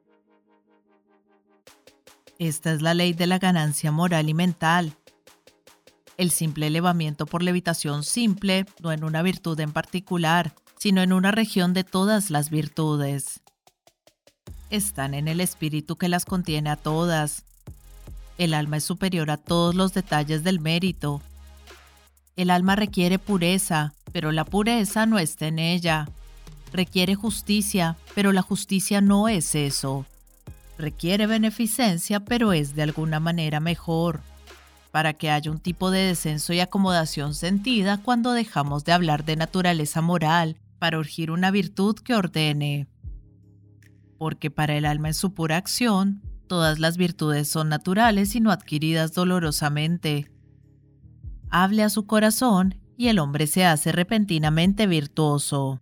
Esta es la ley de la ganancia moral y mental. El simple elevamiento por levitación simple, no en una virtud en particular, sino en una región de todas las virtudes. Están en el espíritu que las contiene a todas. El alma es superior a todos los detalles del mérito. El alma requiere pureza, pero la pureza no está en ella. Requiere justicia, pero la justicia no es eso. Requiere beneficencia, pero es de alguna manera mejor. Para que haya un tipo de descenso y acomodación sentida cuando dejamos de hablar de naturaleza moral para urgir una virtud que ordene. Porque para el alma en su pura acción, todas las virtudes son naturales y no adquiridas dolorosamente. Hable a su corazón y el hombre se hace repentinamente virtuoso.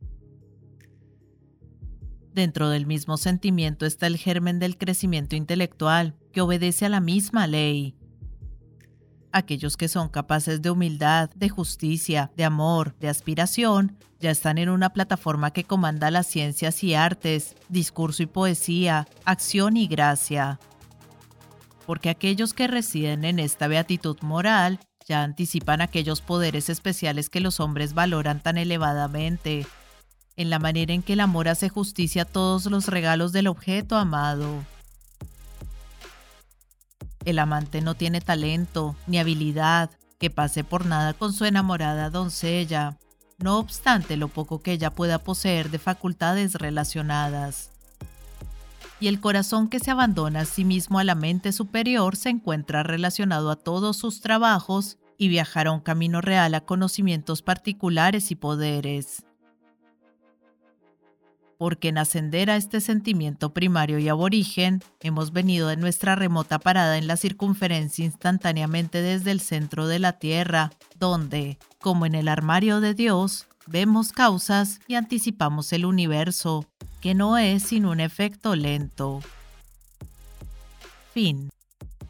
Dentro del mismo sentimiento está el germen del crecimiento intelectual, que obedece a la misma ley. Aquellos que son capaces de humildad, de justicia, de amor, de aspiración, ya están en una plataforma que comanda las ciencias y artes, discurso y poesía, acción y gracia. Porque aquellos que residen en esta beatitud moral ya anticipan aquellos poderes especiales que los hombres valoran tan elevadamente, en la manera en que el amor hace justicia a todos los regalos del objeto amado. El amante no tiene talento ni habilidad que pase por nada con su enamorada doncella, no obstante lo poco que ella pueda poseer de facultades relacionadas. Y el corazón que se abandona a sí mismo a la mente superior se encuentra relacionado a todos sus trabajos y viajará un camino real a conocimientos particulares y poderes. Porque en ascender a este sentimiento primario y aborigen, hemos venido de nuestra remota parada en la circunferencia instantáneamente desde el centro de la Tierra, donde, como en el armario de Dios, vemos causas y anticipamos el universo, que no es sino un efecto lento. Fin.